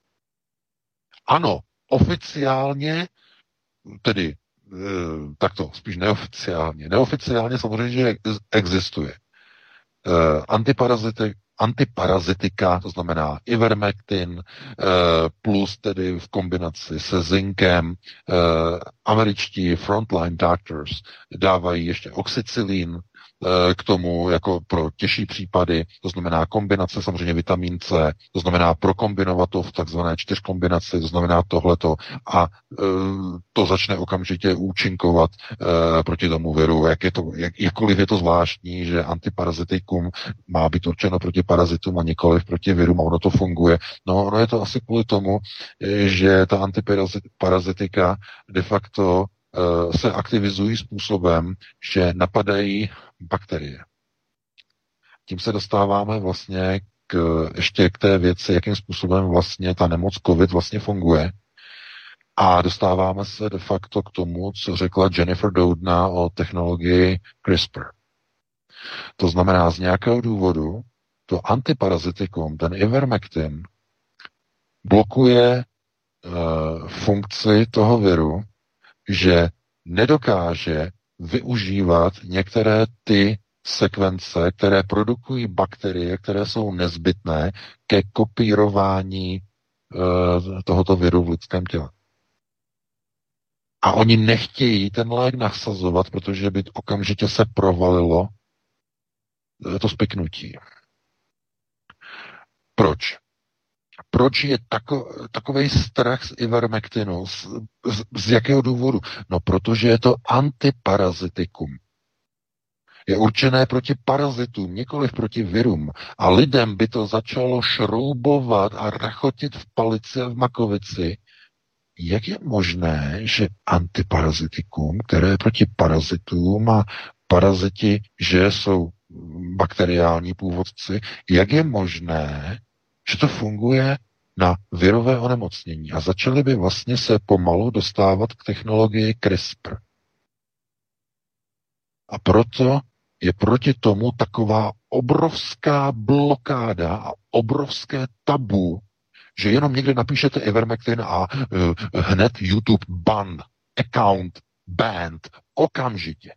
Ano, oficiálně, tedy takto, spíš neoficiálně. Neoficiálně samozřejmě, že existuje. Antiparazity, antiparazitika, to znamená ivermectin, plus tedy v kombinaci se zinkem. Američtí frontline doctors dávají ještě oxycilin k tomu jako pro těžší případy, to znamená kombinace samozřejmě vitamin C, to znamená prokombinovat to v takzvané čtyřkombinaci, to znamená tohleto a e, to začne okamžitě účinkovat e, proti tomu viru. Jak je to, jak, jakkoliv je to zvláštní, že antiparazitikum má být určeno proti parazitům a nikoliv proti virům a ono to funguje. No, ono je to asi kvůli tomu, že ta antiparazitika de facto se aktivizují způsobem, že napadají bakterie. Tím se dostáváme vlastně k, ještě k té věci, jakým způsobem vlastně ta nemoc COVID vlastně funguje. A dostáváme se de facto k tomu, co řekla Jennifer Doudna o technologii CRISPR. To znamená, z nějakého důvodu to antiparazitikum, ten ivermectin, blokuje uh, funkci toho viru, že nedokáže využívat některé ty sekvence, které produkují bakterie, které jsou nezbytné ke kopírování e, tohoto viru v lidském těle. A oni nechtějí ten lék nasazovat, protože by okamžitě se provalilo to spiknutí. Proč? Proč je tako, takovej strach z ivermectinu? Z, z, z jakého důvodu? No, protože je to antiparazitikum. Je určené proti parazitům, nikoliv proti virům. A lidem by to začalo šroubovat a rachotit v palici a v makovici. Jak je možné, že antiparazitikum, které je proti parazitům a paraziti, že jsou bakteriální původci, jak je možné, že to funguje na virové onemocnění a začaly by vlastně se pomalu dostávat k technologii CRISPR. A proto je proti tomu taková obrovská blokáda a obrovské tabu, že jenom někde napíšete ivermectin a uh, hned YouTube ban, account banned, okamžitě.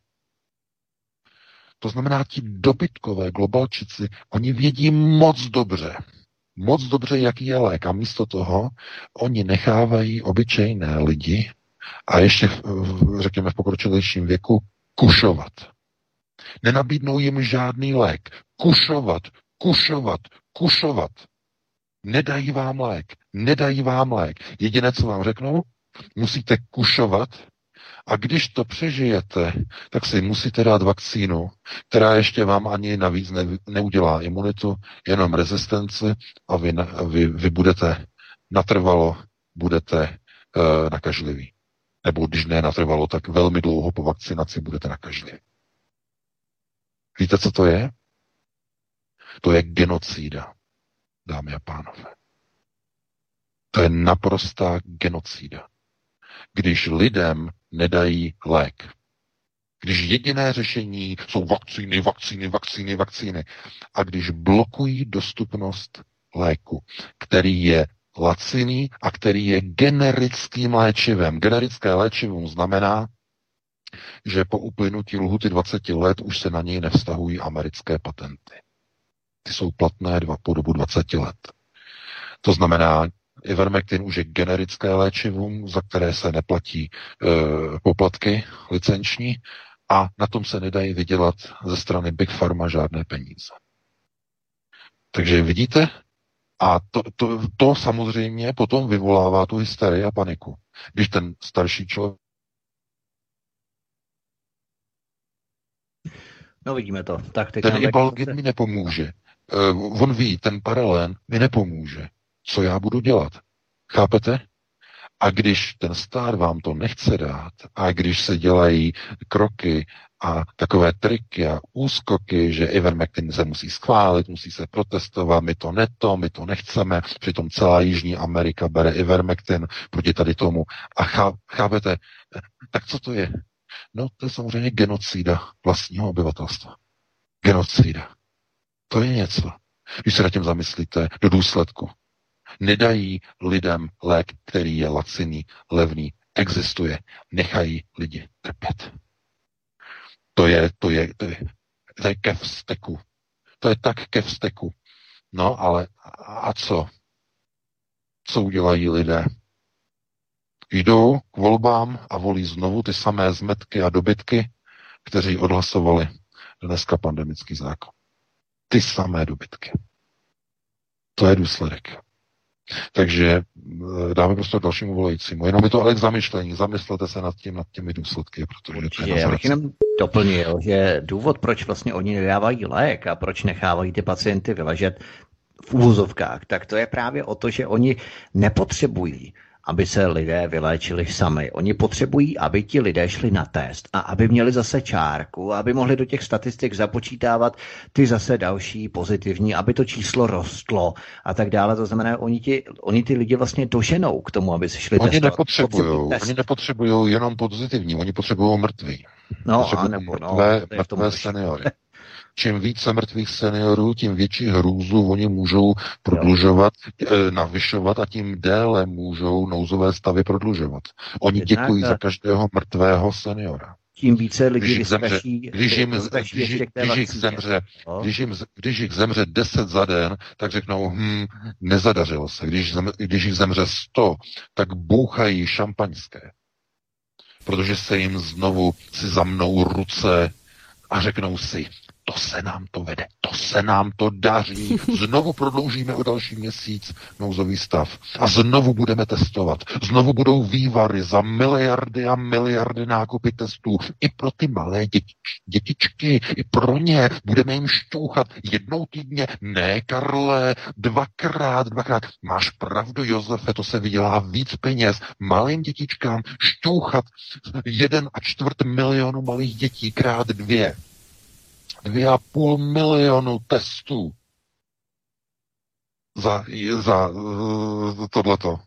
To znamená, ti dobytkové globalčici, oni vědí moc dobře, moc dobře, jaký je lék. A místo toho oni nechávají obyčejné lidi a ještě, v, řekněme, v pokročilejším věku kušovat. Nenabídnou jim žádný lék. Kušovat, kušovat, kušovat. Nedají vám lék, nedají vám lék. Jediné, co vám řeknou, musíte kušovat a když to přežijete, tak si musíte dát vakcínu, která ještě vám ani navíc ne, neudělá imunitu, jenom rezistenci a vy, vy, vy budete natrvalo, budete uh, nakažliví. Nebo když ne natrvalo, tak velmi dlouho po vakcinaci budete nakažliví. Víte, co to je? To je genocída, dámy a pánové. To je naprostá genocída. Když lidem nedají lék. Když jediné řešení jsou vakcíny, vakcíny, vakcíny, vakcíny. A když blokují dostupnost léku, který je laciný a který je generickým léčivem. Generické léčivum znamená, že po uplynutí lhuty dvacet let už se na něj nevztahují americké patenty. Ty jsou platné dva, po dobu dvacet let. To znamená, ivermectin už je generické léčivum, za které se neplatí e, poplatky licenční a na tom se nedají vydělat ze strany Big Pharma žádné peníze. Takže vidíte? A to, to, to samozřejmě potom vyvolává tu hysterii a paniku. Když ten starší člověk No vidíme to. Tak ten Ibalgin mi nepomůže. Uh, on ví, ten paralén mi nepomůže. Co já budu dělat? Chápete? A když ten stát vám to nechce dát, a když se dělají kroky a takové triky a úskoky, že Ivermectin se musí schválit, musí se protestovat, my to neto, my to nechceme, přitom celá Jižní Amerika bere Ivermectin proti tady tomu. A chápete, tak co to je? No, to je samozřejmě genocída vlastního obyvatelstva. Genocída. To je něco. Když se nad tím zamyslíte do důsledku. Nedají lidem lék, který je laciný, levný, existuje. Nechají lidi trpět. To je, to je, to je, to je ke vzteku. To je tak ke vzteku. No, ale a co? Co udělají lidé? Jdou k volbám a volí znovu ty samé zmetky a dobytky, kteří odhlasovali dneska pandemický zákon. Ty samé dobytky. To je důsledek. Takže dáme prostě dalšímu volajícímu. Jenom je to ale k zamyšlení. Zamyslete se nad tím, nad těmi důsledky, protože to je. Já bych jenom doplnil, že důvod, proč vlastně oni nedávají lék a proč nechávají ty pacienty vyležet v úvozovkách, tak to je právě o to, že oni nepotřebují, aby se lidé vyléčili sami. Oni potřebují, aby ti lidé šli na test a aby měli zase čárku, aby mohli do těch statistik započítávat ty zase další pozitivní, aby to číslo rostlo a tak dále. To znamená, oni, ti, oni ty lidi vlastně doženou k tomu, aby se šli oni testovat. Nepotřebují, oni nepotřebují jenom pozitivní, oni potřebují mrtví. No, a nebo no, mrtvé, mrtvé seniory. Čím více mrtvých seniorů, tím větší hrůzu oni můžou prodlužovat, jo. navyšovat a tím déle můžou nouzové stavy prodlužovat. Oni Jednak, děkují za každého mrtvého seniora. Tím více lidí když zemře, když jim, když, když jich zemře, když jim, když jich zemře deset za den, tak řeknou, hm, nezadařilo se. Když, když jich zemře sto, tak bouchají šampaňské. Protože se jim znovu si zamnou ruce a řeknou si, to se nám to vede, to se nám to daří. Znovu prodloužíme o další měsíc nouzový stav. A znovu budeme testovat. Znovu budou vývary za miliardy a miliardy nákupy testů. I pro ty malé dětič, dětičky, i pro ně. Budeme jim šťouchat jednou týdně. Ne, Karle, dvakrát, dvakrát. Máš pravdu, Josefe, to se vydělá víc peněz. Malým dětičkám šťouchat jeden a čtvrt milionu malých dětí krát dvě. Dvě a půl milionu testů za, za uh, tohleto.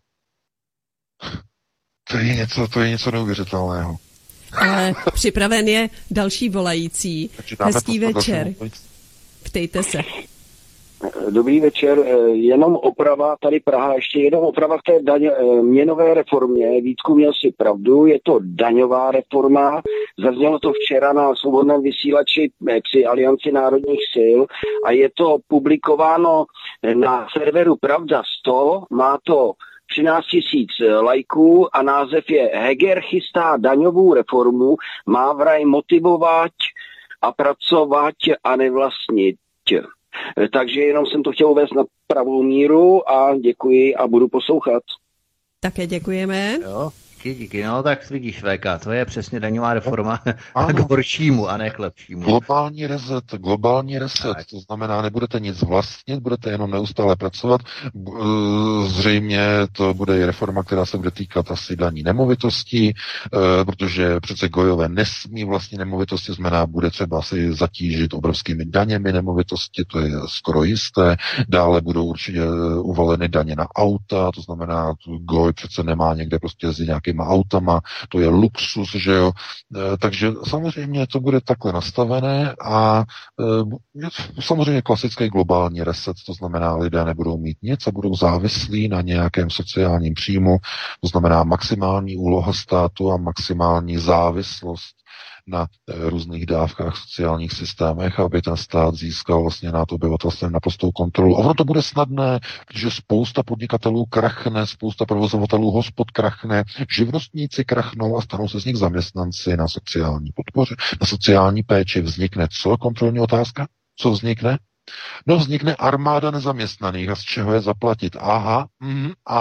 To je něco, to je něco neuvěřitelného. Ale připraven je další volající. Hezký večer. Ptejte se. Dobrý večer, jenom oprava, tady Praha, ještě jenom oprava k té daň, měnové reformě. Vítku, měl si pravdu, je to daňová reforma, zaznělo to včera na svobodném vysílači při Alianci národních sil a je to publikováno na serveru Pravda sto, má to třináct tisíc lajků a název je Heger chystá daňovou reformu, má vraj motivovat a pracovat a nevlastnit. Takže jenom jsem to chtěl uvést na pravou míru a děkuji a budu poslouchat. Také děkujeme. Jo, díky, díky. No tak vidíš, V K, to je přesně daňová reforma k horšímu a ne k lepšímu. Globální reset, globální reset, tak. To znamená, nebudete nic vlastnit, budete jenom neustále pracovat. Zřejmě to bude i reforma, která se bude týkat asi daní nemovitostí, protože přece Gojové nesmí vlastní nemovitosti, znamená, bude třeba si zatížit obrovskými daněmi nemovitosti, to je skoro jisté. Dále budou určitě uvaleny daně na auta, to znamená, Goj přece nemá někde prostě jezdit nějakýma autama, to je luxus, že jo. Takže samozřejmě to bude takhle nastavené a e, samozřejmě klasický globální reset, to znamená, lidé nebudou mít nic a budou závislí na nějakém sociálním příjmu, to znamená maximální úloha státu a maximální závislost na e, různých dávkách, sociálních systémech, aby ten stát získal vlastně na to obyvatelstvo naprostou kontrolu. A ono to bude snadné, protože spousta podnikatelů krachne, spousta provozovatelů hospod krachne, živnostníci krachnou a stanou se z nich zaměstnanci na sociální podpoře, na sociální péči. Vznikne co? Kontrolní otázka? Co vznikne? No vznikne armáda nezaměstnaných a z čeho je zaplatit? Aha, mm, aha,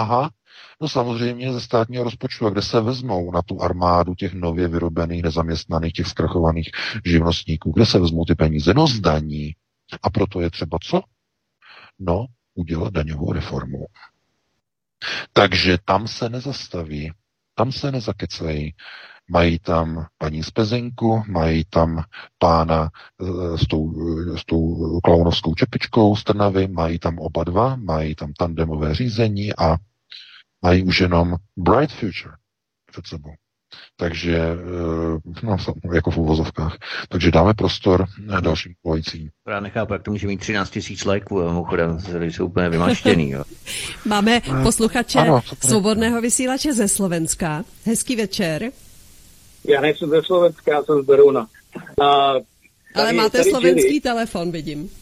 No samozřejmě ze státního rozpočtu, a kde se vezmou na tu armádu těch nově vyrobených, nezaměstnaných, těch zkrachovaných živnostníků, kde se vezmou ty peníze? No z daní. A proto je třeba co? No, udělat daňovou reformu. Takže tam se nezastaví, tam se nezakecají. Mají tam paní z Pezinku, mají tam pána s tou, s tou klaunovskou čepičkou z Trnavy, mají tam oba dva, mají tam tandemové řízení a mají už jenom bright future před sebou. Takže, no, jako v uvozovkách. Takže dáme prostor dalším volajícím. Já nechápu, jak to může mít třináct tisíc lajků, a mimochodem jsou úplně vymaštěný. Jo. Máme posluchače ano, svobodného vysílače ze Slovenska. Hezký večer. Já nejsem ze Slovenska, já jsem z Berouna. A ale máte slovenský Jerry. Telefon, vidím.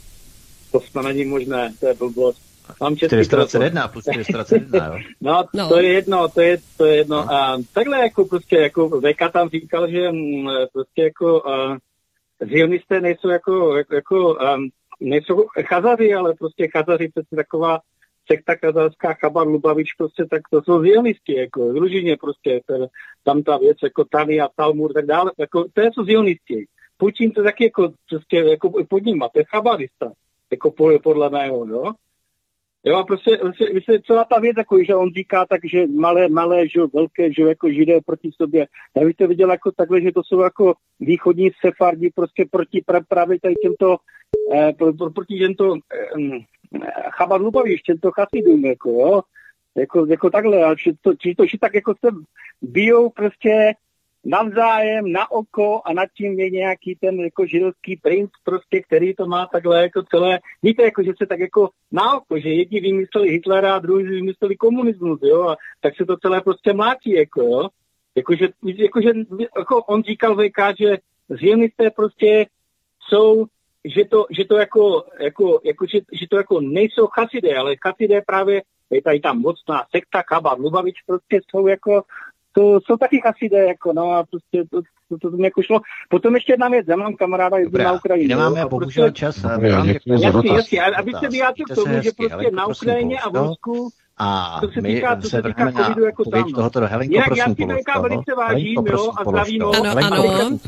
To není možné, to je blbost. Mám čtyři sta dvacet jedna plus čtyři sta dvacet jedna, jo? No, no, to je jedno, to je, to je jedno. No. A takhle jako prostě, jako Veka tam říkal, že m, prostě jako uh, zionisté nejsou jako, jako, jako um, nejsou chazaři, ale prostě chazaři, přesně taková sekta kazařská, Chabar Lubavič, prostě tak to jsou zionisti, jako zružině prostě, ten, tam ta věc, jako Tania, Talmud, tak dále, jako to jsou zionisti. Putin to taky jako, prostě, jako pod ním, to je chabarista, jako podle mého, jo. Jo, a prostě, prostě celá ta věc, jako, že on říká tak, že malé, malé, že velké, že jako židé proti sobě. Já bych to viděl jako takhle, že to jsou jako východní sefardi prostě proti pra, právě tady těmto, eh, pro, proti těmto eh, Chabar Lubavič, těmto chasidům, jako jo. Jako, jako takhle, a že to, že to, že tak jako se bijou prostě navzájem na oko a nad tím je nějaký ten jako židovský princ prostě, který to má takhle jako celé, víte, jako že se tak jako na oko, že jedni vymysleli Hitlera a druhý vymysleli komunismus, jo, a tak se to celé prostě mlátí, jako jo. Jakože, jakože jako on říkal V K, že zionisté prostě jsou, že to, že to jako, jako, jako že, že to jako nejsou chasidé, ale chasidé právě, je tady tam mocná sekta, Chabar Lubavič prostě jsou jako to jsou taky chasidé, jako, no a prostě to, to, to, to mě jako šlo. Potom ještě jedna věc, já mám kamaráda, jezdím na Ukrajině. Nemáme bohužel prostě, čas. Jasně, jasně, aby se vyjádřil k tomu, že prostě na Ukrajině a v Rusku, a to se týká, to se týká covidu jako tam. Tohoto, Helenko, jinak prosím, já si Velká velice vážím, jo, a zdravím. Ano, ano.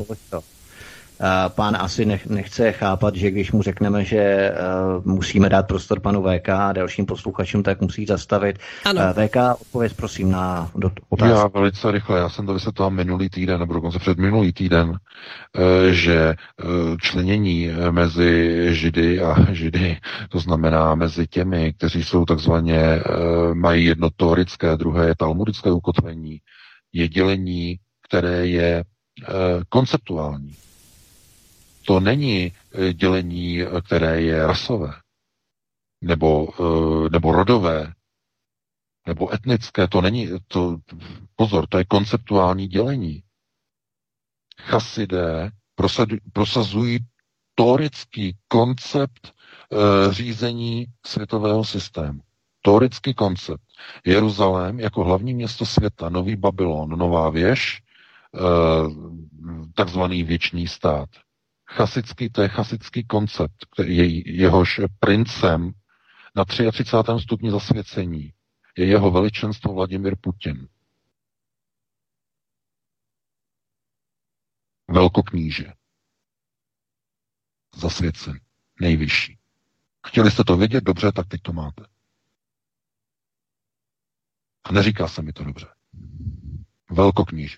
Pán asi nech, nechce chápat, že když mu řekneme, že uh, musíme dát prostor panu V K a dalším posluchačům, tak musí zastavit. Ano. Uh, V K, odpověď prosím na otázku. Já velice rychle, já jsem to vysvětloval minulý týden, nebo dokonce před minulý týden, uh, že uh, členění mezi Židy a Židy, to znamená mezi těmi, kteří jsou takzvaně, uh, mají jedno tórické, druhé je talmudické ukotvení, je dělení, které je uh, konceptuální. To není dělení, které je rasové, nebo, nebo rodové, nebo etnické, to není, to, pozor, to je konceptuální dělení. Chasidé prosazují tórický koncept e, řízení světového systému. Tórický koncept. Jeruzalém jako hlavní město světa, Nový Babylon, Nová věž, e, takzvaný věčný stát. Chasický, to je chasický koncept, který, jehož princem na třicátém třetím stupni zasvěcení je jeho veličenstvo Vladimír Putin. Velkokníže. Zasvěcen. Nejvyšší. Chtěli jste to vědět? Dobře, tak teď to máte. A neříká se mi to dobře. Velkokníže.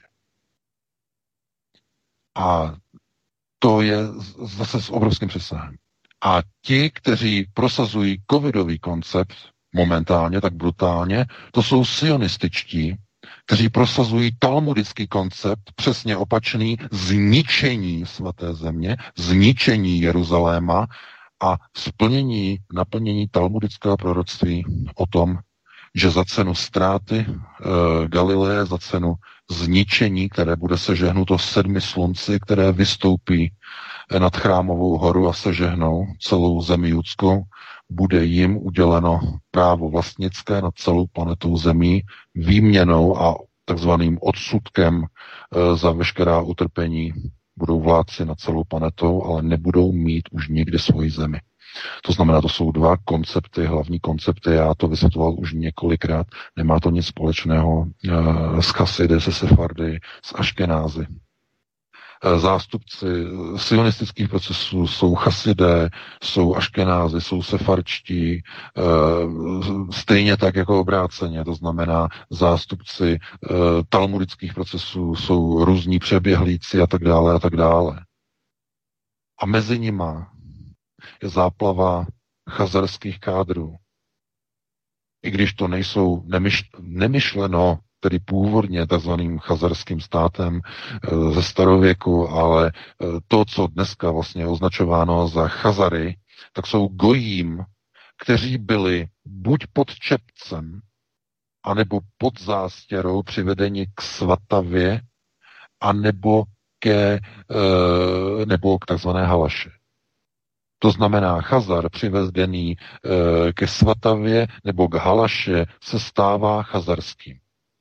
A to je zase s obrovským přesahem. A ti, kteří prosazují covidový koncept momentálně, tak brutálně, to jsou sionističtí, kteří prosazují talmudický koncept, přesně opačný, zničení svaté země, zničení Jeruzaléma a splnění, naplnění talmudického proroctví o tom, že za cenu ztráty e, Galileje, za cenu zničení, které bude sežehnuto sedmi slunci, které vystoupí nad Chrámovou horu a sežehnou celou zemi judskou, bude jim uděleno právo vlastnické nad celou planetou Zemí výměnou a takzvaným odsudkem e, za veškerá utrpení. Budou vládci nad celou planetou, ale nebudou mít už nikdy svoji zemi. To znamená, to jsou dva koncepty, hlavní koncepty, já to vysvětloval už několikrát, nemá to nic společného s Chasidy, se Sefardy, s Aškenázy. Zástupci sionistických procesů jsou Chasidé, jsou Aškenázy, jsou Sefarčtí, stejně tak jako obráceně, to znamená zástupci talmudických procesů jsou různí přeběhlíci a tak dále a tak dále. A mezi nima je záplava chazarských kádrů. I když to nejsou nemyš, nemyšleno, tedy původně takzvaným chazarským státem e, ze starověku, ale e, to, co dneska vlastně je označováno za Chazary, tak jsou gojím, kteří byli buď pod čepcem, anebo pod zástěrou přivedeni k Svatavě, anebo ke, e, nebo k takzvané Halaše. To znamená, Chazar přivedený e, ke Svatavě nebo k Halaše se stává chazarským.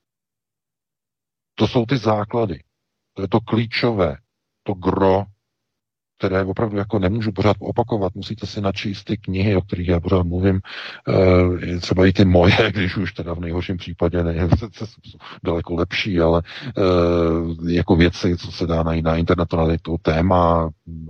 To jsou ty základy. To je to klíčové, to gro, které opravdu jako nemůžu pořád opakovat. Musíte si načíst ty knihy, o kterých já pořád mluvím, e, třeba i ty moje, když už teda v nejhorším případě ne, daleko lepší, ale e, jako věci, co se dá najít na internetu, na to téma,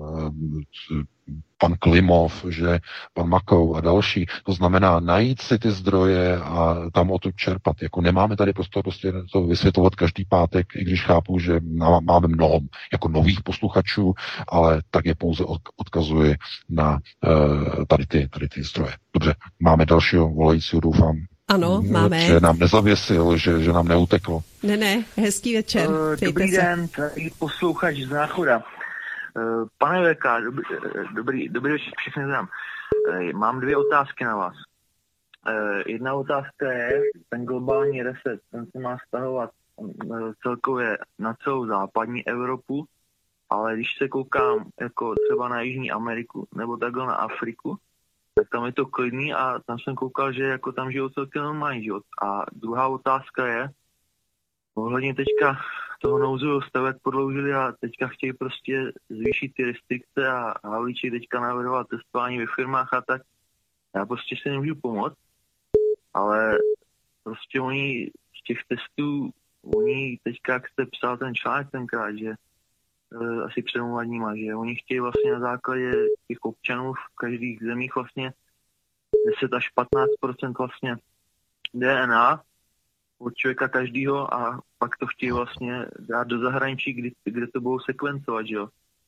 e, pan Klimov, že pan Makou a další. To znamená najít si ty zdroje a tam o to čerpat. Jako nemáme tady prostor prostě to vysvětlovat každý pátek, i když chápu, že máme mnoho jako nových posluchačů, ale tak je pouze odkazuji na uh, tady, ty, tady ty zdroje. Dobře, máme dalšího volajícího, doufám. Ano, máme. Že nám nezavěsil, že, že nám neuteklo. Ne, ne, hezký večer. Uh, dobrý se. Den, tady posluchač z Záchoda. Pane V K, dobrý, dobrý, dobrý večer, všechny znám. Mám dvě otázky na vás. Jedna otázka je, ten globální reset, ten se má vztahovat celkově na celou západní Evropu, ale když se koukám jako třeba na Jižní Ameriku nebo takhle na Afriku, tak tam je to klidný a tam jsem koukal, že jako tam žijou celkem normální život. A druhá otázka je, ohledně teďka toho nouzového stavu, jak prodloužili a teďka chtějí prostě zvýšit ty restrikce a Havlíček teďka navrhovat testování ve firmách a tak. Já prostě si nemůžu pomoct, ale prostě oni z těch testů, oni teďka, jak jste psal ten článek tenkrát, že e, asi před mladníma, že oni chtějí vlastně na základě těch občanů v každých zemích vlastně deset až patnáct procent vlastně D N A od člověka každýho a pak to chtějí vlastně dát do zahraničí, kde, kde to budou sekvencovat, že jo.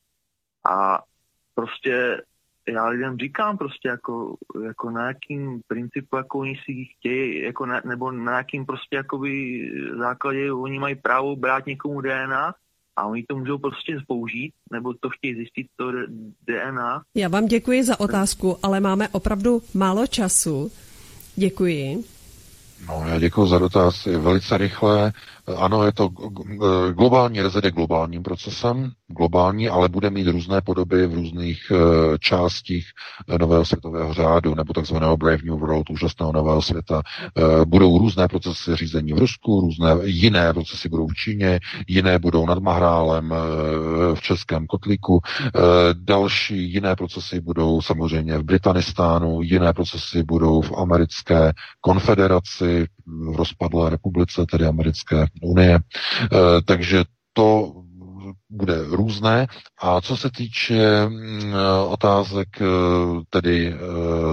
A prostě já lidem říkám prostě jako, jako na jakým principu jako oni si chtějí, jako na, nebo na jakým prostě jakoby základě oni mají právo brát někomu D N A a oni to můžou prostě použít, nebo to chtějí zjistit to D N A. Já vám děkuji za otázku, ale máme opravdu málo času. Děkuji. No, já děkuji za dotaz. Je velice rychle. Ano, je to globální reset je globálním procesem, globální, ale bude mít různé podoby v různých uh, částích nového světového řádu, nebo takzvaného Brave New World, úžasného nového světa. Uh, budou různé procesy řízení v Rusku, různé jiné procesy budou v Číně, jiné budou nad Mahrálem, uh, v Českém kotlíku, uh, další jiné procesy budou samozřejmě v Britanistánu, jiné procesy budou v americké konfederaci, v rozpadlé republice, tedy americké unie. E, takže to bude různé. A co se týče e, otázek, e, tedy, e,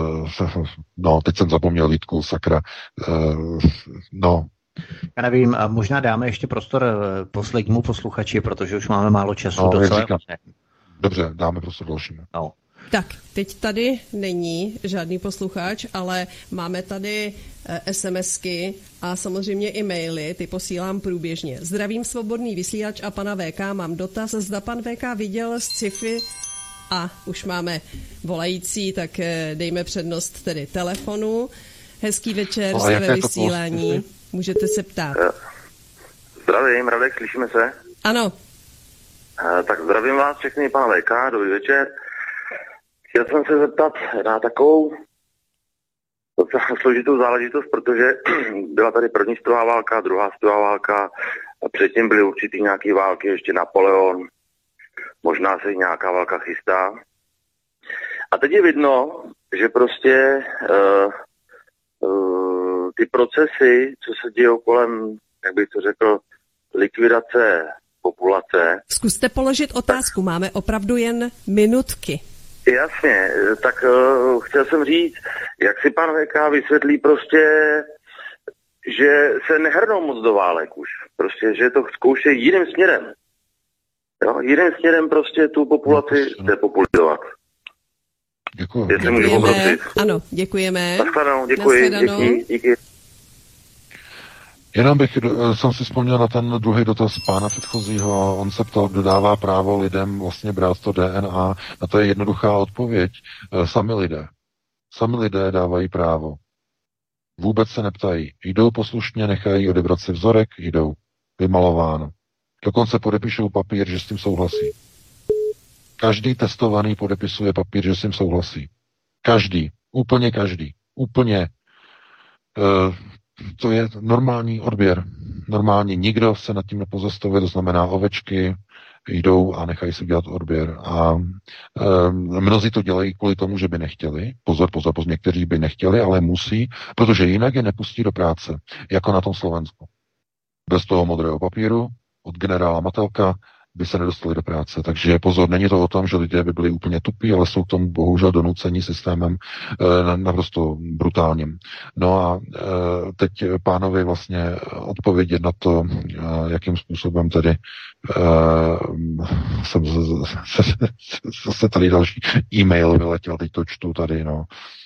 no, teď jsem zapomněl Vítku, sakra, e, no, Já nevím, a možná dáme ještě prostor poslednímu posluchači, protože už máme málo času. No, docela. Dobře, dáme prostor dalšímu. No. Tak, teď tady není žádný posluchač, ale máme tady SMSky a samozřejmě i maily, ty posílám průběžně. Zdravím svobodný vysílač a pana V K, mám dotaz, zda pan V K viděl sci-fi a už máme volající, tak dejme přednost tedy telefonu. Hezký večer, jste ve vysílání, můžete se ptát. Zdravím, Radek, slyšíme se? Ano. Tak zdravím vás všechny, pana V K, dobrý večer. Chtěl jsem se zeptat na takovou docela složitou záležitost, protože byla tady první světová válka, druhá světová válka, a předtím byly určitý nějaké války, ještě Napoleon, možná se nějaká válka chystá. A teď je vidno, že prostě uh, uh, ty procesy, co se dějí kolem, jak bych to řekl, likvidace populace. Zkuste položit otázku, máme opravdu jen minutky. Jasně, tak uh, chtěl jsem říct, jak si pan V K vysvětlí prostě, že se nehrnou moc do válek už. Prostě, že to zkoušejí jiným směrem. Jo, jiným směrem prostě tu populaci depopulizovat. Děkuji. Děkujeme. Ano, děkujeme. Naschledanou, děkuji. Naschledanou. Díky, díky. Jenom bych, jsem si vzpomněl na ten druhý dotaz pána předchozího. On se ptal, kdo dává právo lidem vlastně brát to D N A. Na to je jednoduchá odpověď. Sami lidé. Sami lidé dávají právo. Vůbec se neptají. Jdou poslušně, nechají odebrat si vzorek, jdou. Vymalováno. Dokonce podepíšou papír, že s tím souhlasí. Každý testovaný podepisuje papír, že s tím souhlasí. Každý. Úplně každý. Úplně. Uh, to je normální odběr. Normální. Nikdo se nad tím nepozastavuje, to znamená ovečky jdou a nechají si dělat odběr. A e, mnozí to dělají kvůli tomu, že by nechtěli. Pozor, pozor, pozor, někteří by nechtěli, ale musí, protože jinak je nepustí do práce. Jako na tom Slovensku. Bez toho modrého papíru od generála Matelka by se nedostali do práce. Takže pozor, není to o tom, že lidé by byli úplně tupí, ale jsou k tomu bohužel donuceni systémem e, naprosto brutálním. No a e, teď pánovi vlastně odpovědět na to, e, jakým způsobem tedy e, jsem zase tady další e-mail vyletěl, teď to čtu tady, no.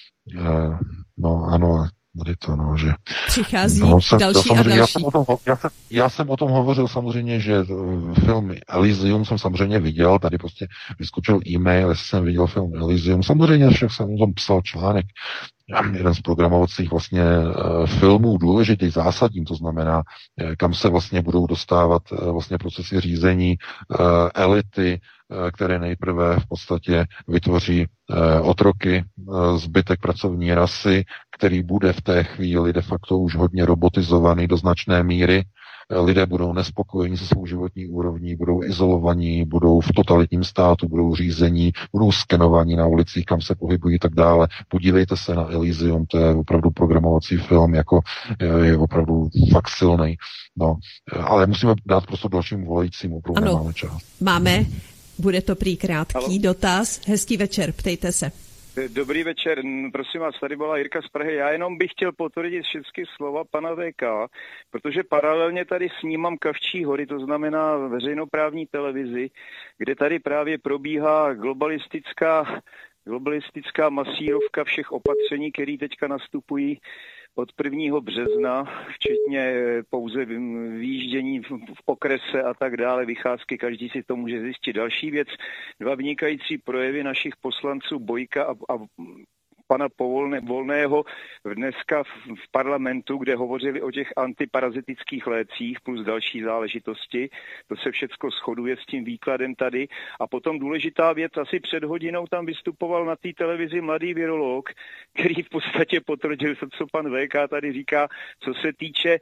E, no ano, tady to, no, že... Přichází no, jsem, další já, a další. Já jsem, o tom, já, jsem, já jsem o tom hovořil samozřejmě, že film Elysium jsem samozřejmě viděl, tady prostě vyskočil e-mail, jestli jsem viděl film Elysium, samozřejmě však jsem o tom psal článek, jeden z programovacích vlastně uh, filmů důležitých, zásadním, to znamená, uh, kam se vlastně budou dostávat uh, vlastně procesy řízení uh, elity, uh, které nejprve v podstatě vytvoří uh, otroky, uh, zbytek pracovní rasy, který bude v té chvíli de facto už hodně robotizovaný do značné míry. Lidé budou nespokojení se svou životní úrovní, budou izolovaní, budou v totalitním státu, budou řízení, budou skenovaní na ulicích, kam se pohybují a tak dále. Podívejte se na Elysium, to je opravdu programovací film, jako je opravdu fakt silný. No, ale musíme dát prostě dalšímu volajícímu, opravdu nemáme čas. Máme, bude to prý krátký Halo? Dotaz. Hezký večer, ptejte se. Dobrý večer, prosím vás, tady byla Jirka z Prahy. Já jenom bych chtěl potvrdit všechny slova pana V K, protože paralelně tady snímám Kavčí hory, to znamená veřejnoprávní televizi, kde tady právě probíhá globalistická, globalistická masírovka všech opatření, které teďka nastupují od prvního března, včetně pouze výjíždění v okrese a tak dále, vycházky, každý si to může zjistit. Další věc, dva vynikající projevy našich poslanců Bojka a, a pana Povolné, Volného dneska v, v parlamentu, kde hovořili o těch antiparazitických lécích plus další záležitosti. To se všecko shoduje s tím výkladem tady. A potom důležitá věc, asi před hodinou tam vystupoval na té televizi mladý virolog, který v podstatě potvrdil to, co pan V K tady říká, co se týče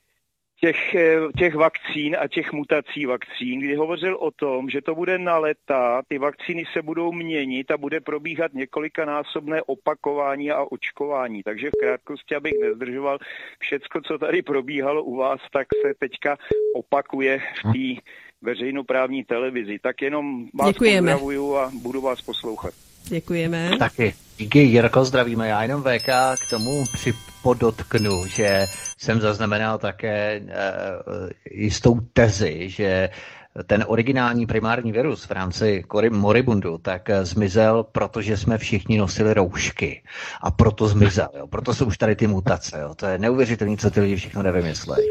Těch, těch vakcín a těch mutací vakcín, kdy hovořil o tom, že to bude na léta, ty vakcíny se budou měnit a bude probíhat několikanásobné opakování a očkování. Takže v krátkosti, abych nezdržoval, všecko, co tady probíhalo u vás, tak se teďka opakuje v té veřejnoprávní televizi. Tak jenom vás Děkujeme. Pozdravuju a budu vás poslouchat. Děkujeme. Taky. Díky, Jirko, zdravíme. Já jenom V K k tomu připodotknu, že jsem zaznamenal také uh, jistou tezi, že ten originální primární virus v rámci moribundu tak zmizel, protože jsme všichni nosili roušky. A proto zmizel. Jo. Proto jsou už tady ty mutace. Jo. To je neuvěřitelné, co ty lidi všechno nevymyslejí.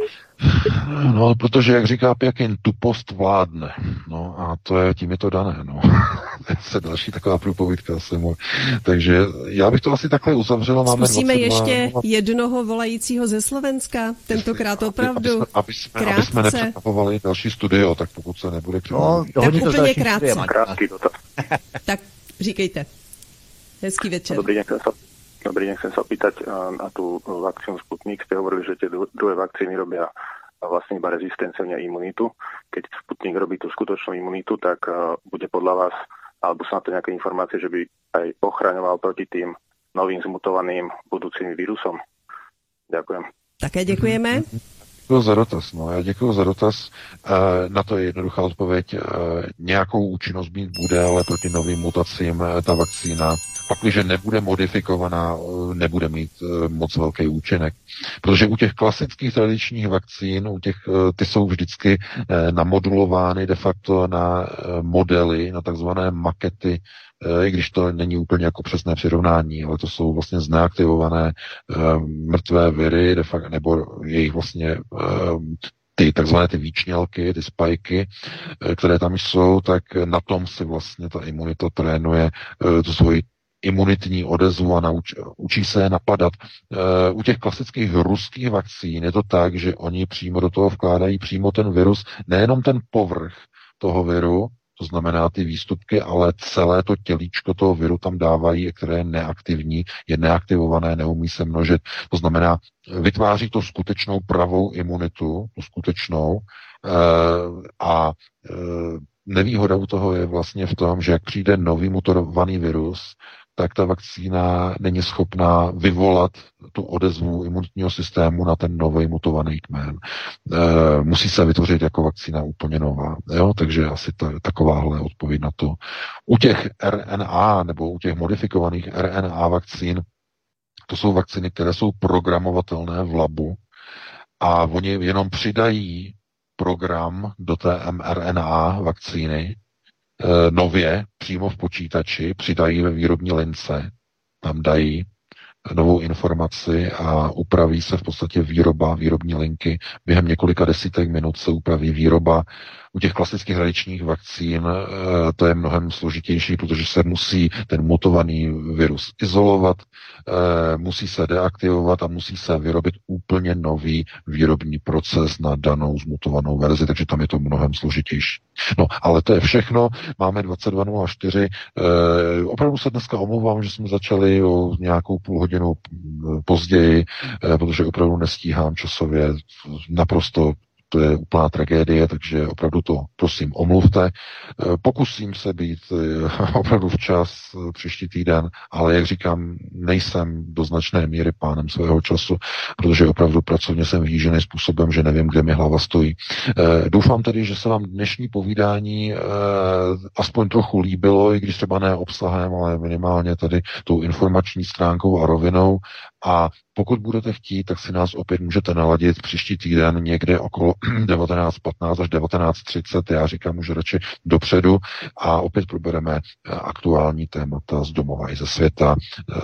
No, protože, jak říká Pěkin, tupost vládne. No a to je, tím je to dané. No. To je další taková průpovídka. Takže já bych to asi takhle uzavřela. Máme Zkusíme dvacet dva ještě jednoho volajícího ze Slovenska. Tentokrát opravdu aby, aby, jsme, aby, jsme, aby jsme nepřetapovali další studio, tak pokud se nebude no, tak úplně krátce. Krátký dotaz. Tak říkejte. Hezký večer. Dobrý deň, chcem sa, dobrý deň, chcem sa opýtať na tú vakcínu Sputnik. Ste hovorili, že tie druhé vakcíny robia vlastne iba rezistenciu, nie imunitu. Keď Sputnik robí tú skutočnú imunitu, tak bude podľa vás alebo sú na to nejaké informácie, že by aj ochraňoval proti tým novým zmutovaným budúcim vírusom? Ďakujem. Také děkujeme. Děkuji za dotaz. No, já děkuji za dotaz. E, na to je jednoduchá odpověď. E, nějakou účinnost mít bude, ale proti novým mutacím e, ta vakcína, pakliže nebude modifikovaná, e, nebude mít e, moc velký účinek. Protože u těch klasických tradičních vakcín, u těch, e, ty jsou vždycky e, namodulovány de facto na e, modely, na takzvané makety, i když to není úplně jako přesné přirovnání, ale to jsou vlastně zneaktivované e, mrtvé viry, de facto, nebo jejich vlastně e, ty takzvané ty výčnělky, ty spajky, e, které tam jsou, tak na tom si vlastně ta imunita trénuje e, tu svoji imunitní odezvu a nauč, učí se je napadat. E, u těch klasických ruských vakcín je to tak, že oni přímo do toho vkládají přímo ten virus, nejenom ten povrch toho viru, to znamená ty výstupky, ale celé to tělíčko toho viru tam dávají, které je neaktivní, je neaktivované, neumí se množit. To znamená, vytváří to skutečnou pravou imunitu, tu skutečnou, a nevýhoda u toho je vlastně v tom, že jak přijde nový mutovaný virus, tak ta vakcína není schopná vyvolat tu odezvu imunitního systému na ten nový mutovaný kmen. E, musí se vytvořit jako vakcína úplně nová. Jo? Takže asi ta, takováhle odpověď na to. U těch R N A nebo u těch modifikovaných R N A vakcín, to jsou vakcíny, které jsou programovatelné v labu a oni jenom přidají program do té mRNA vakcíny, nově přímo v počítači, přidají ve výrobní lince, tam dají novou informaci a upraví se v podstatě výroba výrobní linky. Během několika desítek minut se upraví výroba. U těch klasických tradičních vakcín to je mnohem složitější, protože se musí ten mutovaný virus izolovat, musí se deaktivovat a musí se vyrobit úplně nový výrobní proces na danou zmutovanou verzi, takže tam je to mnohem složitější. No, ale to je všechno. Máme dvacet dva nula čtyři. E, opravdu se dneska omlouvám, že jsme začali o nějakou půl hodinu později, e, protože opravdu nestíhám časově naprosto. To je úplná tragédie, takže opravdu to prosím omluvte. Pokusím se být opravdu včas příští týden, ale jak říkám, nejsem do značné míry pánem svého času, protože opravdu pracovně jsem vyjížený způsobem, že nevím, kde mi hlava stojí. Doufám tedy, že se vám dnešní povídání aspoň trochu líbilo, i když třeba ne obsahem, ale minimálně tady tou informační stránkou a rovinou. A pokud budete chtít, tak si nás opět můžete naladit příští týden někde okolo devatenáct patnáct až devatenáct třicet. Já říkám už radši dopředu a opět probereme aktuální témata z domova i ze světa.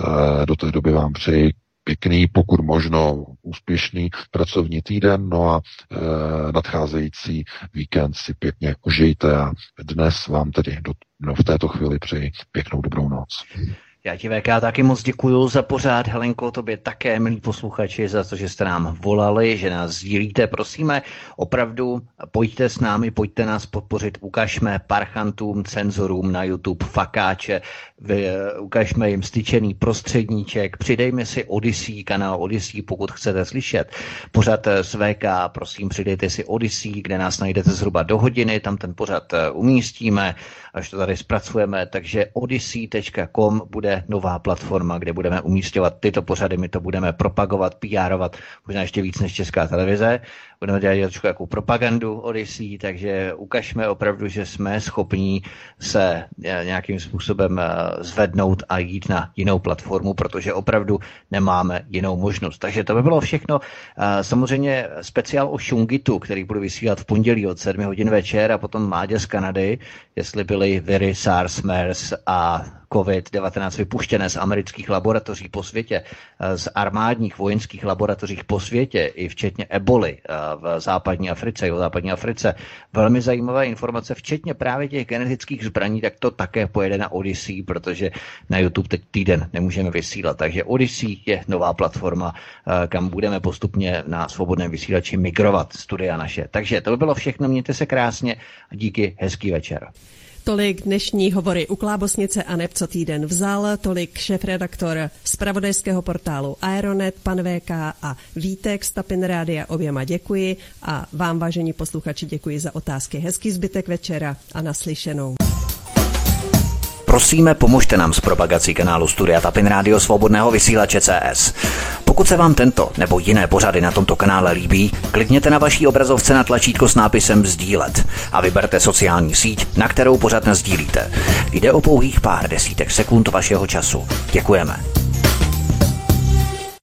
Do té doby vám přeji pěkný, pokud možno úspěšný pracovní týden, no a e, nadcházející víkend si pěkně užijte a dnes vám tedy do, no, v této chvíli přeji pěknou dobrou noc. Já ti, V K, taky moc děkuju za pořád, Helenko, tobě také, milí posluchači, za to, že jste nám volali, že nás sdílíte, prosíme, opravdu pojďte s námi, pojďte nás podpořit, ukažme parchantům, cenzorům na YouTube fakáče, vy, ukažme jim styčený prostředníček, přidejme si Odyssey, kanál Odyssey, pokud chcete slyšet pořad s V K, prosím, přidejte si Odyssey, kde nás najdete zhruba do hodiny, tam ten pořad umístíme, až to tady zpracujeme, takže odyssey tečka com bude nová platforma, kde budeme umísťovat tyto pořady, my to budeme propagovat, pírovat, možná ještě víc než Česká televize. Budeme dělat trošku jako propagandu Odyssey, takže ukažme opravdu, že jsme schopní se nějakým způsobem zvednout a jít na jinou platformu, protože opravdu nemáme jinou možnost. Takže to by bylo všechno. Samozřejmě speciál o Šungitu, který budu vysílat v pondělí od sedmi hodin večer a potom Máďa z Kanady, jestli byly viry SARS, MERS a covid devatenáct vypuštěné z amerických laboratoří po světě, z armádních vojenských laboratořích po světě, i včetně eboli v západní Africe, v západní Africe. Velmi zajímavé informace, včetně právě těch genetických zbraní, tak to také pojede na Odyssey, protože na YouTube teď týden nemůžeme vysílat. Takže Odyssey je nová platforma, kam budeme postupně na svobodném vysílači migrovat studia naše. Takže to by bylo všechno, mějte se krásně a díky, hezký večer. Tolik dnešní hovory u Klábosnice a neb co týden vzal, tolik šéfredaktor zpravodajského portálu Aeronet, pan V K a Vítek z Tapin Rádia, oběma děkuji a vám, vážení posluchači, děkuji za otázky. Hezký zbytek večera a naslyšenou. Prosíme, pomožte nám s propagací kanálu Studia Tapin Rádio Svobodného vysílače C S. Pokud se vám tento nebo jiné pořady na tomto kanále líbí, klikněte na vaší obrazovce na tlačítko s nápisem sdílet a vyberte sociální síť, na kterou pořad nasdílíte. Jde o pouhých pár desítek sekund vašeho času. Děkujeme.